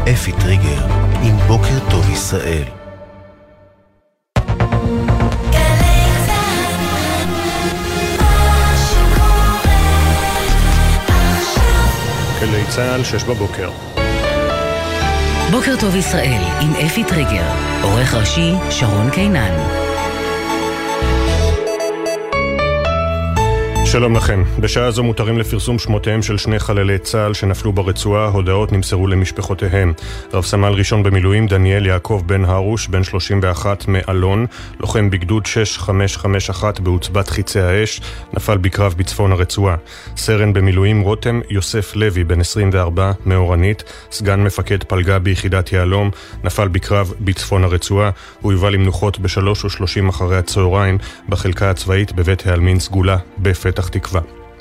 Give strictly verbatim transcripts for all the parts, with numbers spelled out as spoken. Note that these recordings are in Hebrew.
אפי טריגר עם בוקר טוב ישראל. גלי צהל, שש בבוקר. בוקר טוב ישראל עם אפי טריגר, עורך ראשי שרון קינן. שלום לכם. בשעה זו מותרים לפרסום שמותיהם של שני חללי צה"ל שנפלו ברצועה. הודעות נמסרו למשפחותיהם. רב סמל ראשון במילואים דניאל יעקב בן הרוש, בן שלושים ואחת מאלון, לוחם בגדוד שש חמש חמש אחת בעוצבת חיצי האש, נפל בקרב בצפון הרצועה. סרן במילואים רותם יוסף לוי, בן עשרים וארבע מאורנית, סגן מפקד פלגה ביחידת יעלום, נפל בקרב בצפון הרצועה. הוא יובא למנוחות בשלוש ושלושים אחרי הצהריים בחלקה הצבאית בבית העלמין סגולה בפתח תקווה.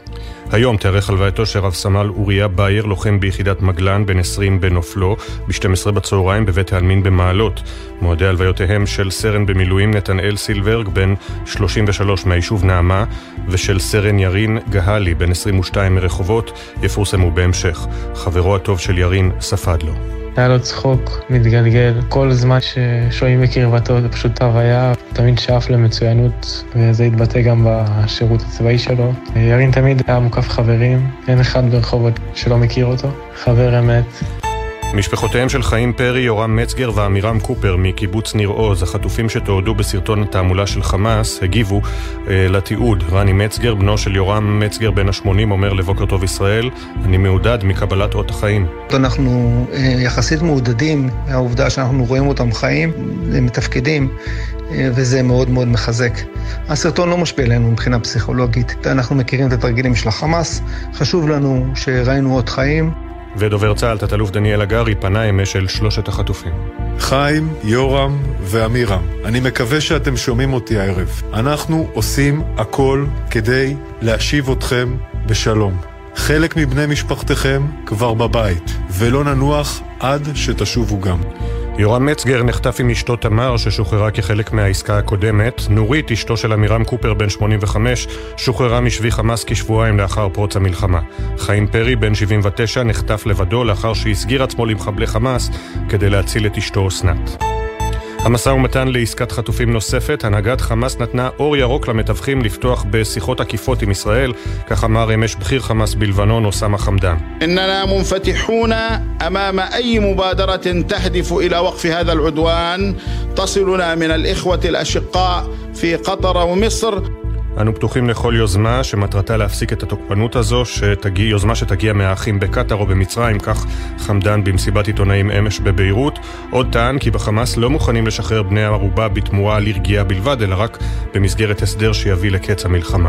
היום תארך הלווייתו של רב סמל אוריה בייר, לוחם ביחידת מגלן, בן עשרים בנופלו, ב-שתים עשרה בצהריים בבית העלמין במעלות. מועדי הלוויותיהם של סרן במילואים נתנאל סילברג, בן שלושים ושלוש מהיישוב נעמה, ושל סרן ירין גהלי, בן עשרים ושתיים מרחובות, יפורסמו בהמשך. חברו הטוב של ירין ספד לו. היה לו צחוק מתגלגל, כל זמן ששוהים בקרבתו זה פשוט הוויה, תמיד שאף למצוינות, וזה התבטא גם בשירות הצבאי שלו. ירין תמיד היה מוקף חברים, אין אחד ברחובות שלא מכיר אותו, חבר אמת. משפחותיהם של חיים פרי, יורם מצגר ואמירם קופר מקיבוץ ניר עוז, החטופים שתועדו בסרטון התעמולה של חמאס, הגיבו אה, לתיעוד. רני מצגר, בנו של יורם מצגר בן השמונים, אומר לבוקר טוב ישראל, אני מעודד מקבלת אות החיים. אנחנו אה, יחסית מעודדים מהעובדה שאנחנו רואים אותם חיים, מתפקדים, אה, וזה מאוד מאוד מחזק. הסרטון לא משפיע עלינו מבחינה פסיכולוגית. אנחנו מכירים את התרגילים של החמאס, חשוב לנו שראינו אות חיים. ודובר צה"ל, תת-אלוף דניאל הגרי, פנה אמש אל שלושת החטופים. חיים, יורם ואמירם, אני מקווה שאתם שומעים אותי הערב. אנחנו עושים הכל כדי להשיב אתכם בשלום. חלק מבני משפחתכם כבר בבית, ולא ננוח עד שתשובו גם. יורם מצגר נחטף עם אשתו תמר ששוחררה כחלק מהעסקה הקודמת. נורית, אשתו של אמירם קופר בן שמונים וחמש, שוחררה משבי חמאס כשבועיים לאחר פרוץ המלחמה. חיים פרי בן שבעים ותשע נחטף לבדו לאחר שהסגיר עצמו למחבלי חמאס כדי להציל את אשתו אסנת. המשא ומתן לעסקת חטופים נוספת, הנהגת חמאס נתנה אור ירוק למתווכים לפתוח בשיחות עקיפות עם ישראל, כך אמר אמש בכיר חמאס בלבנון אוסאמה חמדאן. איננה מנפתחון אמام אי מובادرة تهدف إلى وقف هذا العدوان تصلنا من الإخوة الأشقاء في قطر ومصر. אנו פתוחים לכל יוזמה שמטרתה להפסיק את התוקפנות הזו, שתגיע, יוזמה שתגיע מהאחים בקטר או במצרים, כך חמדאן במסיבת עיתונאים אמש בביירות. עוד טען כי בחמאס לא מוכנים לשחרר בני ערובה בתמורה על הרגיעה בלבד, אלא רק במסגרת הסדר שיביא לקץ המלחמה.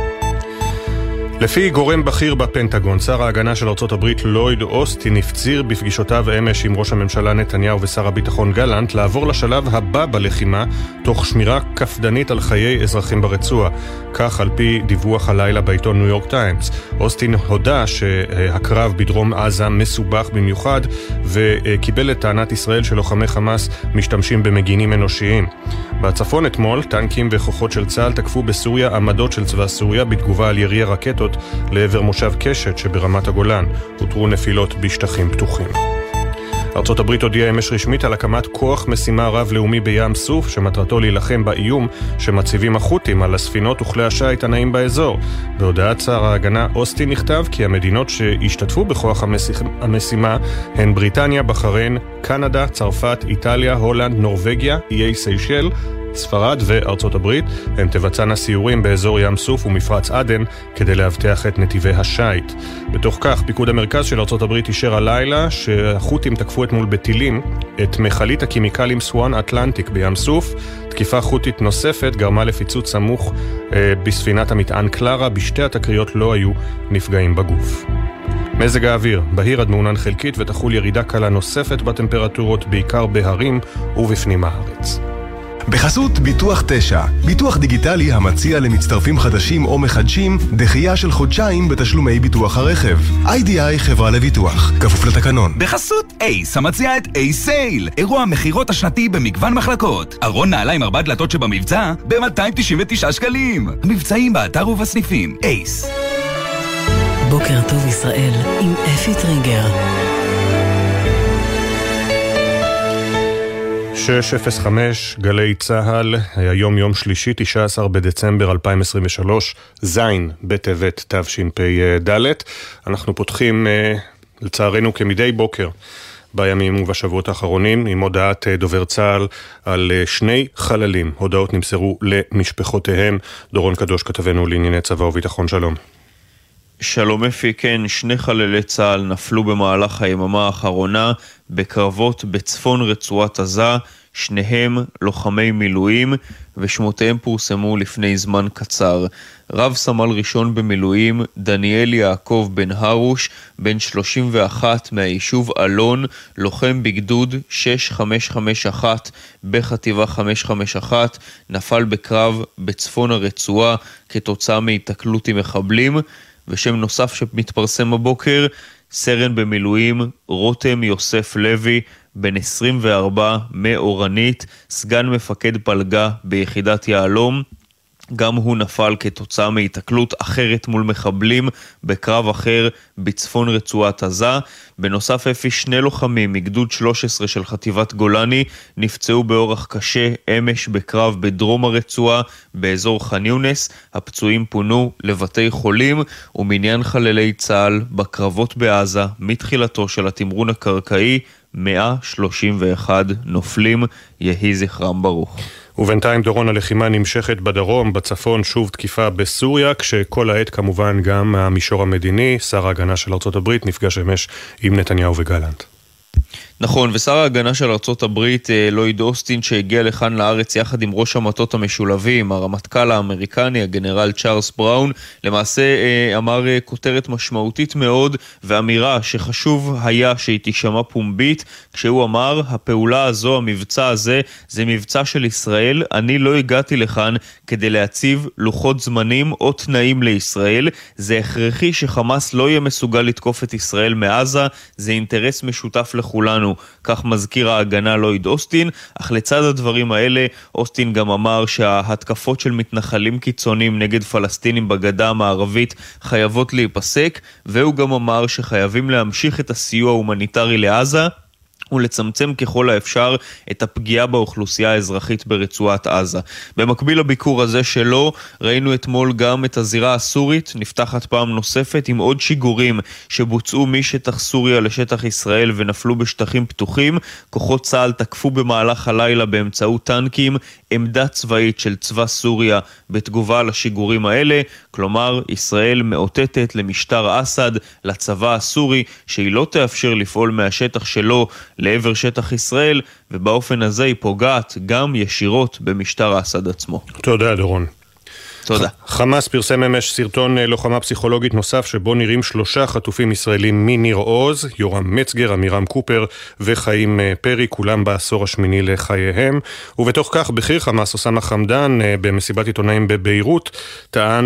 לפי גורם בכיר בפנטגון, שר ההגנה של ארצות הברית לויד אוסטין הפציר בפגישותיו אמש עם ראש הממשלה נתניהו ושר הביטחון גלנט לעבור לשלב הבא בלחימה תוך שמירה קפדנית על חיי אזרחים ברצועה. כך על פי דיווח הלילה בעיתון ניו יורק טיימס. אוסטין הודה שהקרב בדרום עזה מסובך במיוחד וקיבל את טענת ישראל שלוחמי חמאס משתמשים במגינים אנושיים. בצפון אתמול טנקים וכוחות של צה"ל תקפו בסוריה עמדות של צבא סוריה בתגובה על ירי הרקטות לעבר מושב קשת שברמת הגולן. הותרו נפילות בשטחים פתוחים. ארצות הברית הודיעה אמש רשמית על הקמת כוח משימה רב-לאומי בים סוף שמטרתו להילחם באיום שמציבים החות'ים על הספינות וכלי השיט הנעים באזור. בהודעת שר ההגנה אוסטין נכתב כי המדינות שהשתתפו בכוח המשימה הן בריטניה, בחריין, קנדה, צרפת, איטליה, הולנד, נורווגיה, איי סיישל, ספרד וארצות הברית. הם תבצענה סיורים באזור ים סוף ומפרץ עדן כדי להבטיח את נתיבי השייט. בתוך כך, פיקוד המרכז של ארצות הברית אישר הלילה שהחות'ים תקפו אתמול בטילים את מכלית הכימיקלים סואן אטלנטיק בים סוף. תקיפה חות'ית נוספת גרמה לפיצוץ סמוך אה, בספינת המטען קלרה. בשתי התקריות לא היו נפגעים בגוף. מזג האוויר, בהיר עד מעונן חלקית ותחול ירידה קלה נוספת בטמפרטורות בעיקר בהרים ובפנים הארץ. בחסות ביטוח תשע, ביטוח דיגיטלי המציע למצטרפים חדשים או מחדשים דחייה של חודשיים בתשלומי ביטוח הרכב. איי די איי חברה לביטוח, כפוף לתקנון. בחסות אייס המציע את אייס סייל, אירוע מחירות השנתי במגוון מחלקות. ארון נעליים ארבע דלתות שבמבצע ב-מאתיים תשעים ותשעה שקלים. מבצעים באתר ובסניפים. אייס. בוקר טוב ישראל עם אפי טריגר. שש אפס חמש, גלי צהל, היום יום שלישי, תשעה עשר בדצמבר אלפיים עשרים ושלוש, זין בטבת תשפ"ד. אנחנו פותחים, לצערנו כמדי בוקר, בימים ובשבועות האחרונים, עם הודעת דובר צה"ל על שני חללים. הודעות נמסרו למשפחותיהם. דורון קדוש, כתבנו לענייני צבא וביטחון, שלום. שלום אפי, כן, שני חללי צה"ל נפלו במהלך היממה האחרונה בקרבות בצפון רצועת עזה, שניהם לוחמי מילואים ושמותיהם פורסמו לפני זמן קצר. רב סמל ראשון במילואים דניאל יעקב בן הרוש, בן שלושים ואחת מהיישוב אלון, לוחם בגדוד שש חמש חמש אחת בחטיבה חמש חמש אחת, נפל בקרב בצפון הרצועה כתוצאה מהתקלות עם מחבלים. ושם נוסף שמתפרסם הבוקר, סרן במילואים רותם יוסף לוי, בן עשרים וארבע מאורנית, סגן מפקד פלגה ביחידת יעלום, גם הוא נפל כתוצאה מהתקלות אחרת מול מחבלים בקרב אחר בצפון רצועת עזה. בנוסף אפי, שני לוחמים מגדוד שלוש עשרה של חטיבת גולני נפצעו באורח קשה אמש בקרב בדרום הרצועה באזור ח'אן יונס. הפצועים פונו לבתי חולים, ומניין חללי צה"ל בקרבות בעזה מתחילתו של התמרון הקרקעי מאה שלושים ואחת נופלים, יהי זכרם ברוך. ובינתיים דורון, הלחימה נמשכת בדרום, בצפון שוב תקיפה בסוריה, כשכל העת כמובן גם המישור המדיני. שר ההגנה של ארצות הברית נפגש אמש עם נתניהו וגלנט. נכון, ושר ההגנה של ארצות הברית לויד אוסטין, שהגיע לכאן לארץ יחד עם ראש המטות המשולבים, הרמטכ"ל האמריקני, הגנרל צ'ארלס בראון, למעשה אמר כותרת משמעותית מאוד, ואמירה שחשוב היה שהיא תשמע פומבית, כשהוא אמר, הפעולה הזו, המבצע הזה, זה מבצע של ישראל, אני לא הגעתי לכאן כדי להציב לוחות זמנים או תנאים לישראל, זה הכרחי שחמאס לא יהיה מסוגל לתקוף את ישראל מעזה, זה אינטרס משותף לכולנו. כך מזכיר ההגנה לויד אוסטין, אך לצד הדברים האלה, אוסטין גם אמר שההתקפות של מתנחלים קיצוניים נגד פלסטינים בגדה המערבית חייבות להיפסק, והוא גם אמר שחייבים להמשיך את הסיוע ההומניטרי לעזה, ולצמצם ככל האפשר את הפגיעה באוכלוסייה האזרחית ברצועת עזה. במקביל לביקור הזה שלו, ראינו אתמול גם את הזירה הסורית, נפתחת פעם נוספת עם עוד שיגורים שבוצעו משטח סוריה לשטח ישראל ונפלו בשטחים פתוחים. כוחות צה"ל תקפו במהלך הלילה באמצעות טנקים עמדה צבאית של צבא סוריה בתגובה לשיגורים האלה, כלומר ישראל מאותתת למשטר אסד, לצבא הסורי, שהיא לא תאפשר לפעול מהשטח שלו לעבר שטח ישראל, ובאופן הזה היא פוגעת גם ישירות במשטר אסד עצמו. תודה דורון. תודה. חמאס פרסם אמש סרטון לוחמה פסיכולוגית נוסף שבו נראים שלושה חטופים ישראלים מניר עוז, יורם מצגר, אמירם קופר וחיים פרי, כולם בעשור השמיני לחייהם. ובתוך כך בכיר חמאס אוסמה חמדאן במסיבת עיתונאים בביירות טען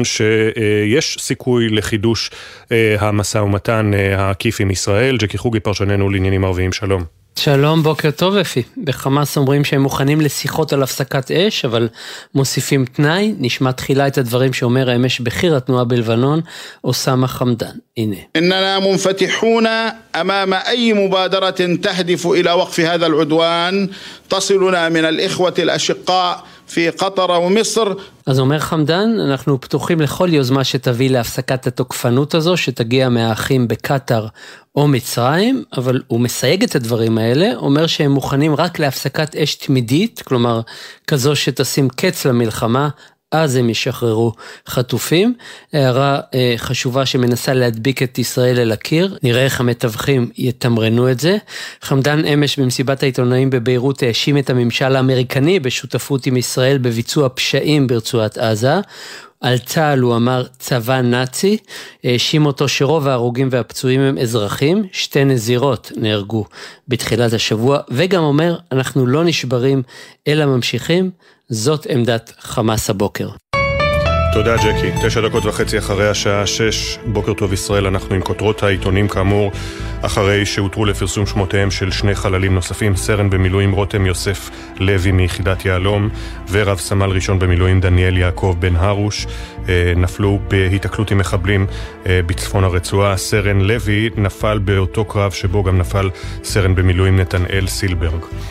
שיש סיכוי לחידוש המשא ומתן העקיף עם ישראל. ג'קי חוגי, פרשננו לעניינים ערביים, שלום. שלום, בוקר טוב אפי. בחמאס אומרים שהם מוכנים לשיחות על הפסקת אש, אבל מוסיפים תנאי. נשמע תחילה את הדברים שאומר אמש בכיר התנועה בלבנון, אוסמה חמדאן. הנה. إننا منفتحون أمام أي مبادرة تهدف إلى وقف هذا العدوان تصلنا من الإخوة الأشقاء في قطر ومصر. אז אומר חמדאן, אנחנו פתוחים לכל יוזמה שתביא להפסקת התוקפנות הזו, שתגיע מהאחים בקטר או מצרים, אבל הוא מסייג את הדברים האלה, אומר שהם מוכנים רק להפסקת אש תמידית, כלומר כזו שתשים קץ למלחמה, אז הם ישחררו חטופים. הערה אה, חשובה שמנסה להדביק את ישראל אל הקיר, נראה איך המתווכים יתמרנו את זה. חמדאן אמש במסיבת העיתונאים בביירות האשים את הממשל האמריקני בשותפות עם ישראל בביצוע פשעים ברצועת עזה. על צה"ל הוא אמר צבא נאצי, האשים אותו שרוב ההרוגים והפצועים הם אזרחים, שתי נזירות נהרגו בתחילת השבוע, וגם אומר אנחנו לא נשברים אלא ממשיכים. זאת עמדת חמאס הבוקר. תודה ג'קי. תשע דקות וחצי אחרי השעה שש, בוקר טוב ישראל, אנחנו עם כותרות העיתונים כאמור, אחרי שהותרו לפרסום שמותיהם של שני חללים נוספים, סרן במילואים רותם יוסף לוי מיחידת יעלום, ורב סמל ראשון במילואים דניאל יעקב בן הרוש, נפלו בהתקלות עם מחבלים בצפון הרצועה. סרן לוי נפל באותו קרב שבו גם נפל סרן במילואים נתנאל סילברג.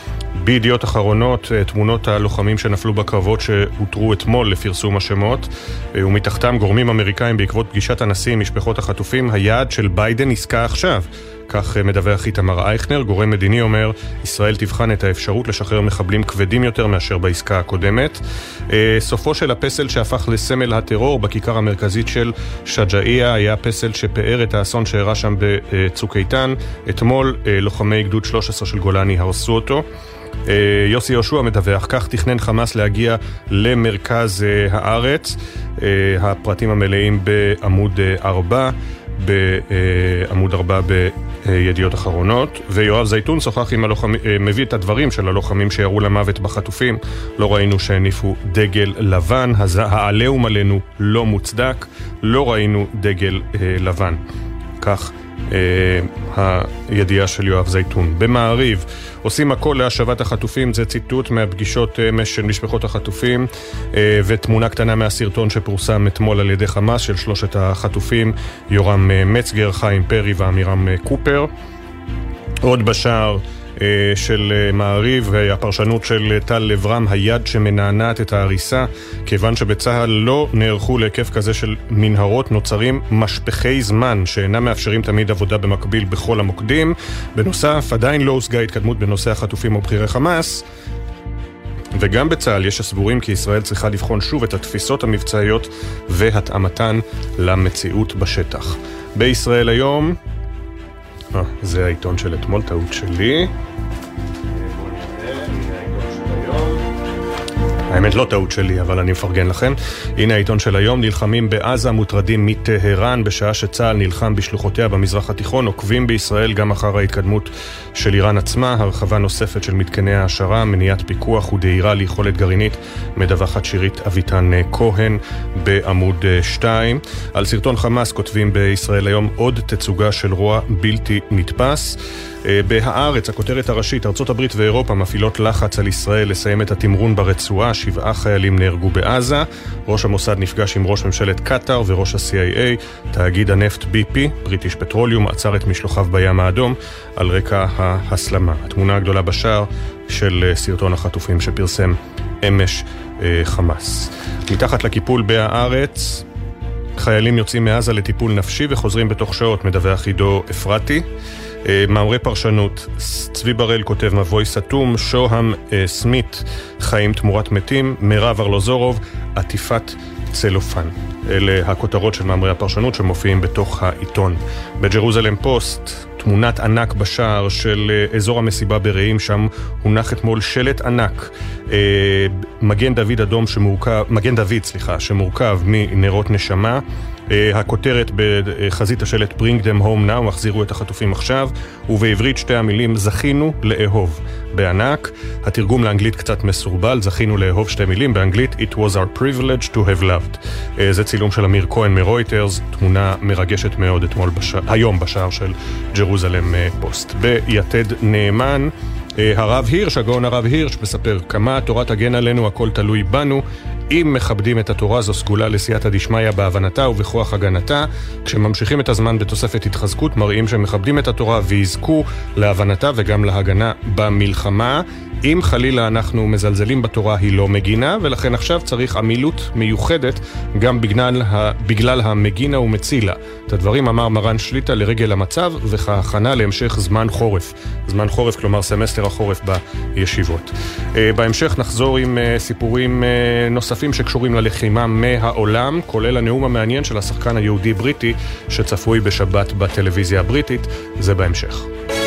בידיעות אחרונות תמונות הלוחמים שנפלו בקרבות שהותרו אתמול לפרסום השמות, ומתחתם גורמים אמריקאים בעקבות פגישת הנשיא עם משפחות החטופים. היעד של ביידן עסקה עכשיו, כך מדווח איתמר אייכנר. גורם מדיני אומר, ישראל תבחן את האפשרות לשחרר מחבלים כבדים יותר מאשר בעסקה הקודמת. סופו של הפסל שהפך לסמל הטרור בכיכר המרכזית של שג'אעיה היה פסל שפאר את האסון שהראה שם בצוק איתן. אתמול לוחמי גדוד שלוש עשרה של גולני הרסו אותו. יוסי יהושע מדווח, כך תכנן חמאס להגיע למרכז הארץ. הפרטים המלאים בעמוד ארבע, בעמוד ארבע בידיעות אחרונות. ויואב זייתון שוחח עם הלוחמים, מביא את הדברים של הלוחמים שירו למוות בחטופים. לא ראינו שהניפו דגל לבן, העליהום עלינו לא מוצדק, לא ראינו דגל לבן. כך הידיעה של יואב זייתון. במעריב, עושים הכל להשבת החטופים, זה ציטוט מהפגישות אמש של משפחות החטופים, ותמונה קטנה מהסרטון שפורסם אתמול על ידי חמאס של שלושת החטופים, יורם מצגר, חיים פרי ואמירם קופר. עוד בשער של מעריב, הפרשנות של טל לברם, היד שמנענעת את ההריסה. כיוון שבצהל לא נערכו להיקף כזה של מנהרות, נוצרים משפחי זמן שאינם מאפשרים תמיד עבודה במקביל בכל המוקדים. בנוסף, עדיין לא הושגה התקדמות בנושא החטופים ובחירי חמאס, וגם בצהל יש הסבורים כי ישראל צריכה לבחון שוב את התפיסות המבצעיות והתאמתן למציאות בשטח. בישראל היום, אה, זה העיתון של אתמול, טעות שלי. האמת לא טעות שלי, אבל אני מפרגן לכם. הנה העיתון של היום, נלחמים בעזה, מוטרדים מטהרן, בשעה שצהל נלחם בשלוחותיה במזרח התיכון, עוקבים בישראל גם אחר ההתקדמות של איראן עצמה, הרחבה נוספת של מתקני העשרה, מניעת פיקוח ודהירה ליכולת גרעינית, מדווחת שירית אביטן כהן בעמוד שתיים. על סרטון חמאס כותבים בישראל היום, עוד תצוגה של רוע בלתי נתפס. בהארץ, הכותרת הראשית, ארצות הברית ואירופה מפעילות לחץ על ישראל לסיים את התמרון ברצועה, שבעה חיילים נהרגו בעזה. ראש המוסד נפגש עם ראש ממשלת קטר וראש ה-סי איי איי. תאגיד הנפט בי פי, בריטיש פטרוליום, עצר את משלוחיו בים האדום על רקע ההסלמה. התמונה הגדולה בשער של סרטון החטופים שפרסם אמש חמאס. מתחת לקיפול בהארץ, חיילים יוצאים מעזה לטיפול נפשי וחוזרים בתוך שעות, מדווח עידו אפרתי. מאמרי פרשנות, צבי בראל כותב מבוי סתום, שוהם סמית, חיים תמורת מתים, מירב ארלוזורוב, עטיפת צלופן. אלה הכותרות של מאמרי הפרשנות שמופיעים בתוך העיתון. בג'רוזלם פוסט, תמונת ענק בשער של אזור המסיבה ברעים, שם הונח אתמול שלט ענק, מגן דוד אדום שמורכב, מגן דוד סליחה, שמורכב מנרות נשמה. הכותרת בחזית השלט Bring them home now, מחזירו את החטופים עכשיו, ובעברית שתי המילים זכינו לאהוב בענק. התרגום לאנגלית קצת מסורבל, זכינו לאהוב שתי מילים, באנגלית It was our privilege to have loved. זה צילום של אמיר כהן מרויטרס, תמונה מרגשת מאוד אתמול בשע... היום בשער של ג'רוזלם פוסט. ביתד נאמן, הרב הירש, הגאון הרב הירש, מספר כמה התורה תגן עלינו, הכל תלוי בנו. אם מכבדים את התורה זו סגולה לסייעתא דשמיא בהבנתה ובכוח הגנתה. כשממשיכים את הזמן בתוספת התחזקות מראים שמכבדים את התורה ויזכו להבנתה וגם להגנה במלחמה. אם חלילה אנחנו מזלזלים בתורה היא לא מגינה, ולכן עכשיו צריך עמילות מיוחדת גם בגלל, בגלל המגינה ומצילה. את הדברים אמר מרן שליטה לרגל המצב וכהכנה להמשך זמן חורף. זמן חורף כלומר סמסטר החורף בישיבות. בהמשך נחזור עם סיפורים נוספים שקשורים ללחימה מהעולם, כולל הנאום המעניין של השחקן היהודי בריטי שצפוי בשבת בטלוויזיה הבריטית. זה בהמשך.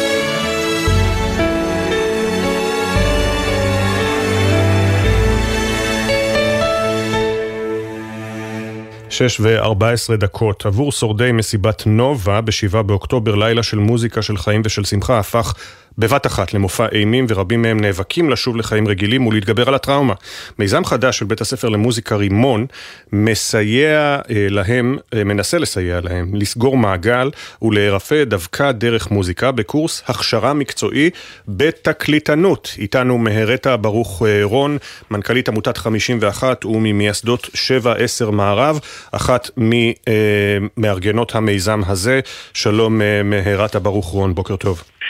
שש וארבע עשרה דקות. עבור שורדי מסיבת נובה בשבעה באוקטובר, לילה של מוזיקה, של חיים ושל שמחה, הפך בבת אחת למופע אימים, ורבים מהם נאבקים לשוב לחיים רגילים ולהתגבר על הטראומה. מיזם חדש של בית הספר למוזיקה רימון מסייע להם, מנסה לסייע להם לסגור מעגל ולהירפא דווקא דרך מוזיקה בקורס הכשרה מקצועי בתקליטנות. איתנו מהרטה ברוך רון, מנכ"לית עמותת חמישים ואחת וממייסדות שבע עשר מערב, אחת ממארגנות המיזם הזה. שלום מהרטה ברוך רון, בוקר טוב.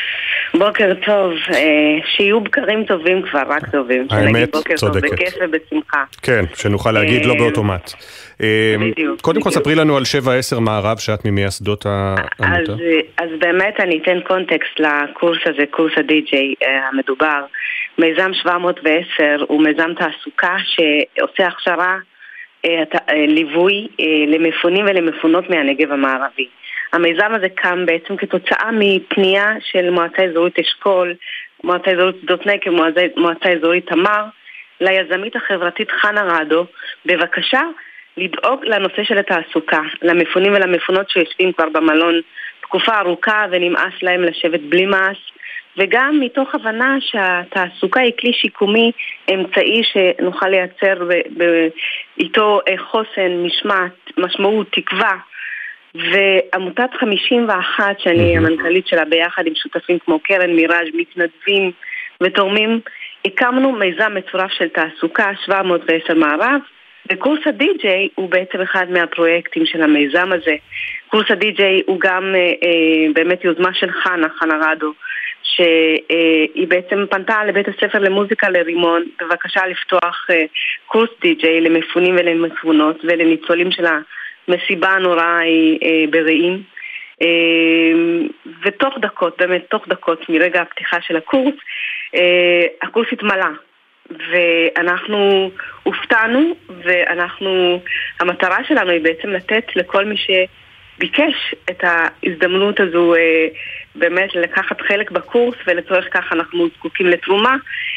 בוקר טוב, שיהיו בקרים טובים כבר, רק טובים. האמת, בוקר צודקת. טוב, בכיף ובשמחה. כן, שנוכל להגיד לא באוטומט. בדיוק. קודם כל ספרי לנו על שבע עשר מערב, שאת ממייסדות העמותה. אז, אז באמת אני אתן קונטקסט לקורס הזה, קורס הדי-ג'יי המדובר. מיזם שבע מאות ועשר הוא מיזם תעסוקה שעושה הכשרה, ליווי למפונים ולמפונות מהנגב המערבי. המיזם הזה קם בעצם כתוצאה מפנייה של מועצה אזורית אשכול, מועצה אזורית שדות נגב, מועצה אזורית תמר, ליזמית החברתית חנה רדו, בבקשה לדאוג לנושא של התעסוקה, למפונים ולמפונות שיושבים כבר במלון תקופה ארוכה ונמאס להם לשבת בלי מעש, וגם מתוך הבנה שהתעסוקה היא כלי שיקומי, אמצעי שנוכל לייצר איתו חוסן, משמעת, משמעות, תקווה. ועמותת חמישים ואחת, שאני המנכ"לית שלה ביחד עם שותפים כמו קרן מיראז', מתנדבים ותורמים, הקמנו מיזם מצורף של תעסוקה, שבע מאות ועשר מערב, וקורס הדי-ג'יי הוא בעצם אחד מהפרויקטים של המיזם הזה. קורס הדי-ג'יי הוא גם אה, אה, באמת יוזמה של חנה, חנה רדו, שהיא בעצם פנתה לבית הספר למוזיקה לרימון, בבקשה לפתוח אה, קורס די-ג'יי למפונים ולמפונות ולניצולים של המסיבה הנוראה אה, ברעים. אה, ותוך דקות, באמת תוך דקות מרגע הפתיחה של הקורס, אה, הקורס התמלא. ואנחנו הופתענו, ואנחנו, המטרה שלנו היא בעצם לתת לכל מי שביקש את ההזדמנות הזו באמת לקחת חלק בקורס, ולצורך כך אנחנו זקוקים לתרומה.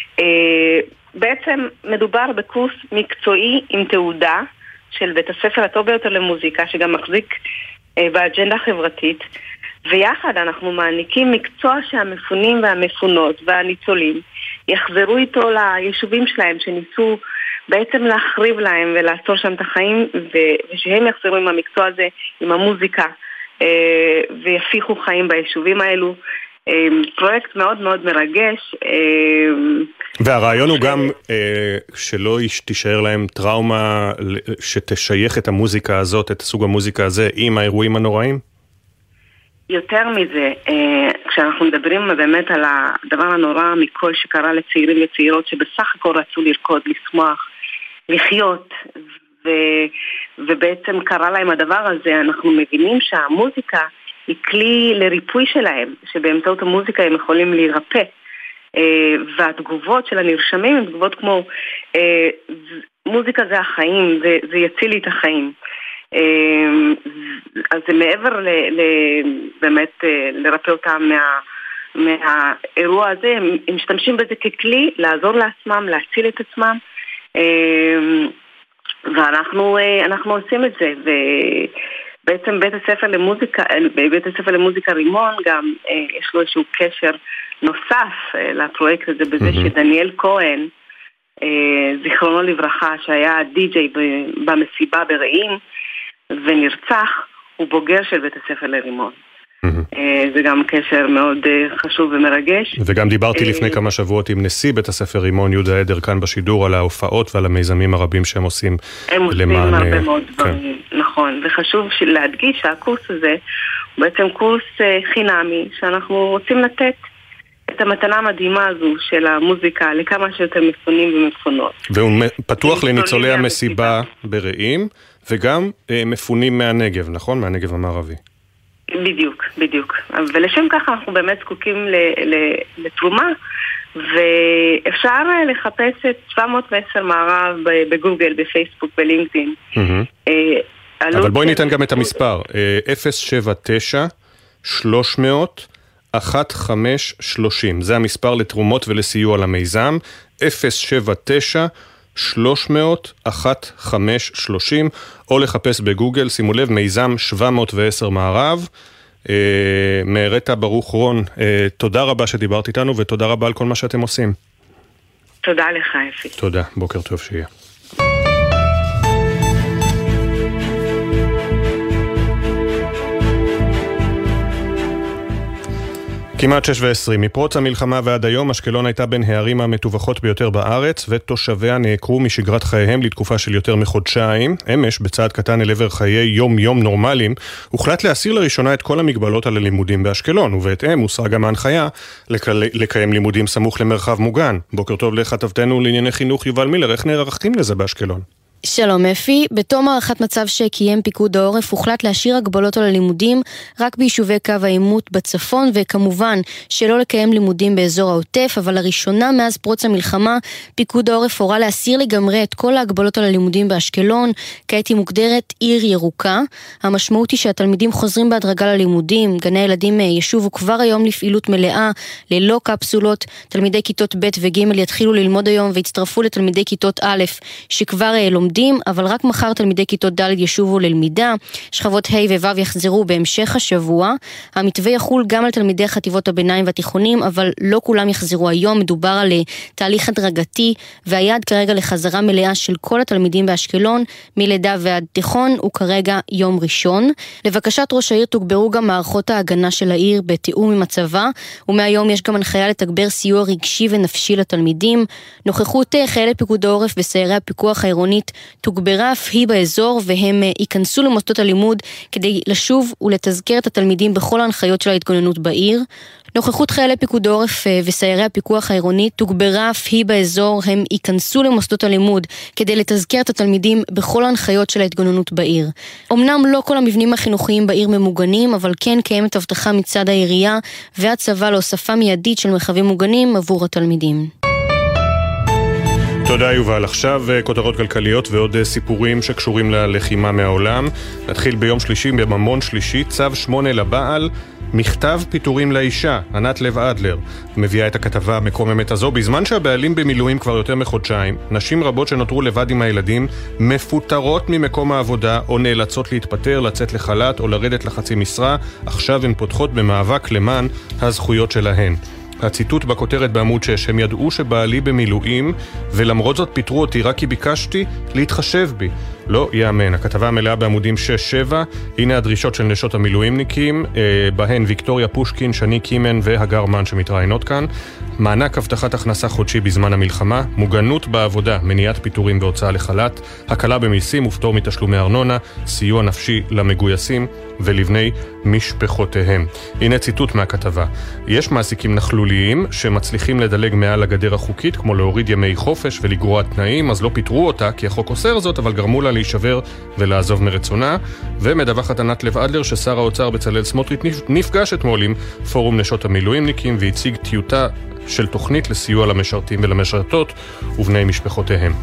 בעצם מדובר בקורס מקצועי עם תעודה של בית הספר הטוב ביותר למוזיקה, שגם מחזיק באג'נדה חברתית, ויחד אנחנו מעניקים מקצוע שהמפונים והמפונות והניצולים יחזרו איתו ליישובים שלהם שניסו בעצם להחריב להם ולעצור שם את החיים, ושהם יחזרו עם המקצוע הזה, עם המוזיקה, ויפיחו חיים ביישובים האלו. פרויקט מאוד מאוד מרגש. והרעיון הוא גם שלא תישאר להם טראומה שתשייך את המוזיקה הזאת, את סוג המוזיקה הזה עם האירועים הנוראים? יותר מזה, כשאנחנו מדברים באמת על הדבר הנורא מכל שקרה לצעירים וצעירות שבסך הכל רצו לרקוד, לשמוח, לחיות, ו... ובעצם קרה להם הדבר הזה, אנחנו מבינים שהמוזיקה היא כלי לריפוי שלהם, שבאמצעות המוזיקה הם יכולים להירפא, והתגובות של הנרשמים הן תגובות כמו מוזיקה זה החיים, זה, זה יציל לי את החיים. אז זה מעבר ל, ל, באמת לרפא אותם מה, מהאירוע הזה, הם, הם משתמשים בזה ככלי לעזור לעצמם, להציל את עצמם, ואנחנו אנחנו עושים את זה. ובעצם בית הספר למוזיקה, בית הספר למוזיקה רימון גם יש לו איזשהו קשר נוסף לפרויקט הזה, בזה mm-hmm. שדניאל כהן, זיכרונו לברכה, שהיה די-ג'יי במסיבה ברעים ונרצח, הוא בוגר של בית הספר לרימון. זה גם קשר מאוד חשוב ומרגש. וגם דיברתי לפני כמה שבועות עם נשיא בית הספר רימון, יהודה עדר, כאן בשידור, על ההופעות ועל המיזמים הרבים שהם עושים. הם עושים הרבה מאוד דברים, נכון. וחשוב להדגיש שהקורס הזה הוא בעצם קורס חינמי, שאנחנו רוצים לתת את המתנה המדהימה הזו של המוזיקה לכמה שיותר מפונים ומפונות. והוא פתוח לניצולי המסיבה ברעים, וגם מפונים מהנגב, נכון? מהנגב המערבי. בדיוק, בדיוק. ולשם ככה אנחנו באמת זקוקים לתרומה, ואפשר לחפש את שבע מאות ועשר מערב בגוגל, בפייסבוק, בלינקדאין. אבל בואי ניתן גם את המספר, אפס שבע תשע שלוש מאות אחת חמש שלושים, זה המספר לתרומות ולסיוע למיזם, אפס שבע תשע שלוש מאות אחת חמש שלושים, או לחפש בגוגל, שימו לב, מיזם שבע מאות ועשר מערב. אה, מהרטה ברוך רון, אה, תודה רבה שדיברת איתנו, ותודה רבה על כל מה שאתם עושים. תודה לך, אפי. תודה, בוקר טוב שיהיה. כמעט שש ועשרים. מפרוץ המלחמה ועד היום, אשקלון הייתה בין הערים המטווחות ביותר בארץ, ותושביה נעקרו משגרת חייהם לתקופה של יותר מחודשיים. אמש, בצעד קטן אל עבר חיי יום-יום נורמליים, הוחלט להסיר לראשונה את כל המגבלות על הלימודים באשקלון, ובהתאם הוסרה גם ההנחיה לקיים לימודים סמוך למרחב מוגן. בוקר טוב לכתבתנו לענייני חינוך יובל מילר, איך נערכים לזה באשקלון? שלום אפי, בתום הערכת מצב שקיים פיקוד העורף הוחלט להשאיר הגבלות על הלימודים רק ביישובי קו העימות בצפון, וכמובן שלא לקיים לימודים באזור העוטף, אבל לראשונה מאז פרוץ המלחמה פיקוד העורף הורה להסיר לגמרי את כל ההגבלות על הלימודים באשקלון. כעת היא מוגדרת עיר ירוקה. המשמעות היא שהתלמידים חוזרים בהדרגה ללימודים, גני הילדים ישובו כבר היום לפעילות מלאה ללא קפסולות, תלמידי כיתות ב' וג' יתחילו ללמוד היום והצטרפו לתלמידי כיתות א' שכבר לומדים, אבל רק מחר תלמידי כיתות ד' ישובו ללמידה. שכבות ה' וו' יחזרו בהמשך השבוע. המתווה יחול גם על תלמידי חטיבות הביניים והתיכונים, אבל לא כולם יחזרו היום. מדובר על תהליך הדרגתי, והיעד כרגע לחזרה מלאה של כל התלמידים באשקלון מלידה ועד תיכון הוא כרגע יום ראשון. לבקשת ראש העיר תוגברו גם מערכות ההגנה של העיר בתיאום עם הצבא, ומהיום יש גם הנחיה לתגבר סיוע רגשי ונפשי לתלמידים. נוכחות חיילי פיקוד העורף בסיירי הפיקוח העירונית תוגברה אף היא באזור, והם ייכנסו למוסדות הלימוד כדי לשוב ולתזכר את התלמידים בכל ההנחיות של ההתגוננות בעיר. נוכחות חיילי פיקוד העורף וסיירי הפיקוח העירוני תוגברה אף היא באזור, הם ייכנסו למוסדות הלימוד כדי לתזכר את התלמידים בכל ההנחיות של ההתגוננות בעיר. אמנם לא כל המבנים החינוכיים בעיר ממוגנים, אבל כן קיימת הבטחה מצד העירייה והצבא להוספה מיידית של מרחבים מוגנים עבור התלמידים. תודה יובל. עכשיו כותרות כלכליות ועוד סיפורים שקשורים ללחימה מהעולם. נתחיל ביום שלישי, בממון שלישי, צו שמונה לבעל, מכתב פיטורים לאישה. ענת לב אדלר מביאה את הכתבה המקוממת הזו. בזמן שהבעלים במילואים כבר יותר מחודשיים, נשים רבות שנותרו לבד עם הילדים מפוטרות ממקום העבודה או נאלצות להתפטר, לצאת לחל"ת או לרדת לחצי משרה. עכשיו הן פותחות במאבק למען הזכויות שלהן. הציטוט בכותרת בעמוד שש, הם ידעו שבעלי במילואים ולמרות זאת פיטרו אותי רק כי ביקשתי להתחשב בי. לא יאמן. הכתבה המלאה בעמודים שש שבע, הנה הדרישות של נשות המילואימניקים, בהן ויקטוריה פושקין, שני קימן והגר מן שמתראיינות כאן. מענק הבטחת הכנסה חודשי בזמן המלחמה, מוגנות בעבודה, מניעת פיטורים והוצאה לחל"ת, הקלה במיסים ופטור מתשלומי ארנונה, סיוע נפשי למגויסים ולבני משפחותיהם. הנה ציטוט מהכתבה. יש מעסיקים נכלוליים שמצליחים לדלג מעל הגדר החוקית, כמו להוריד ימי חופש ולגרוע תנאים, אז לא פיטרו אותה כי החוק אוסר זאת, אבל גרמו לה להישבר ולעזוב מרצונה. ומדווחת ענת לב אדלר ששר האוצר בצלאל סמוטריץ' נפגש אתמול עם פורום נשות המילואימניקים והציג טיוטה של תוכנית לסיוע למשרתים ולמשרתות ובני משפחותיהם.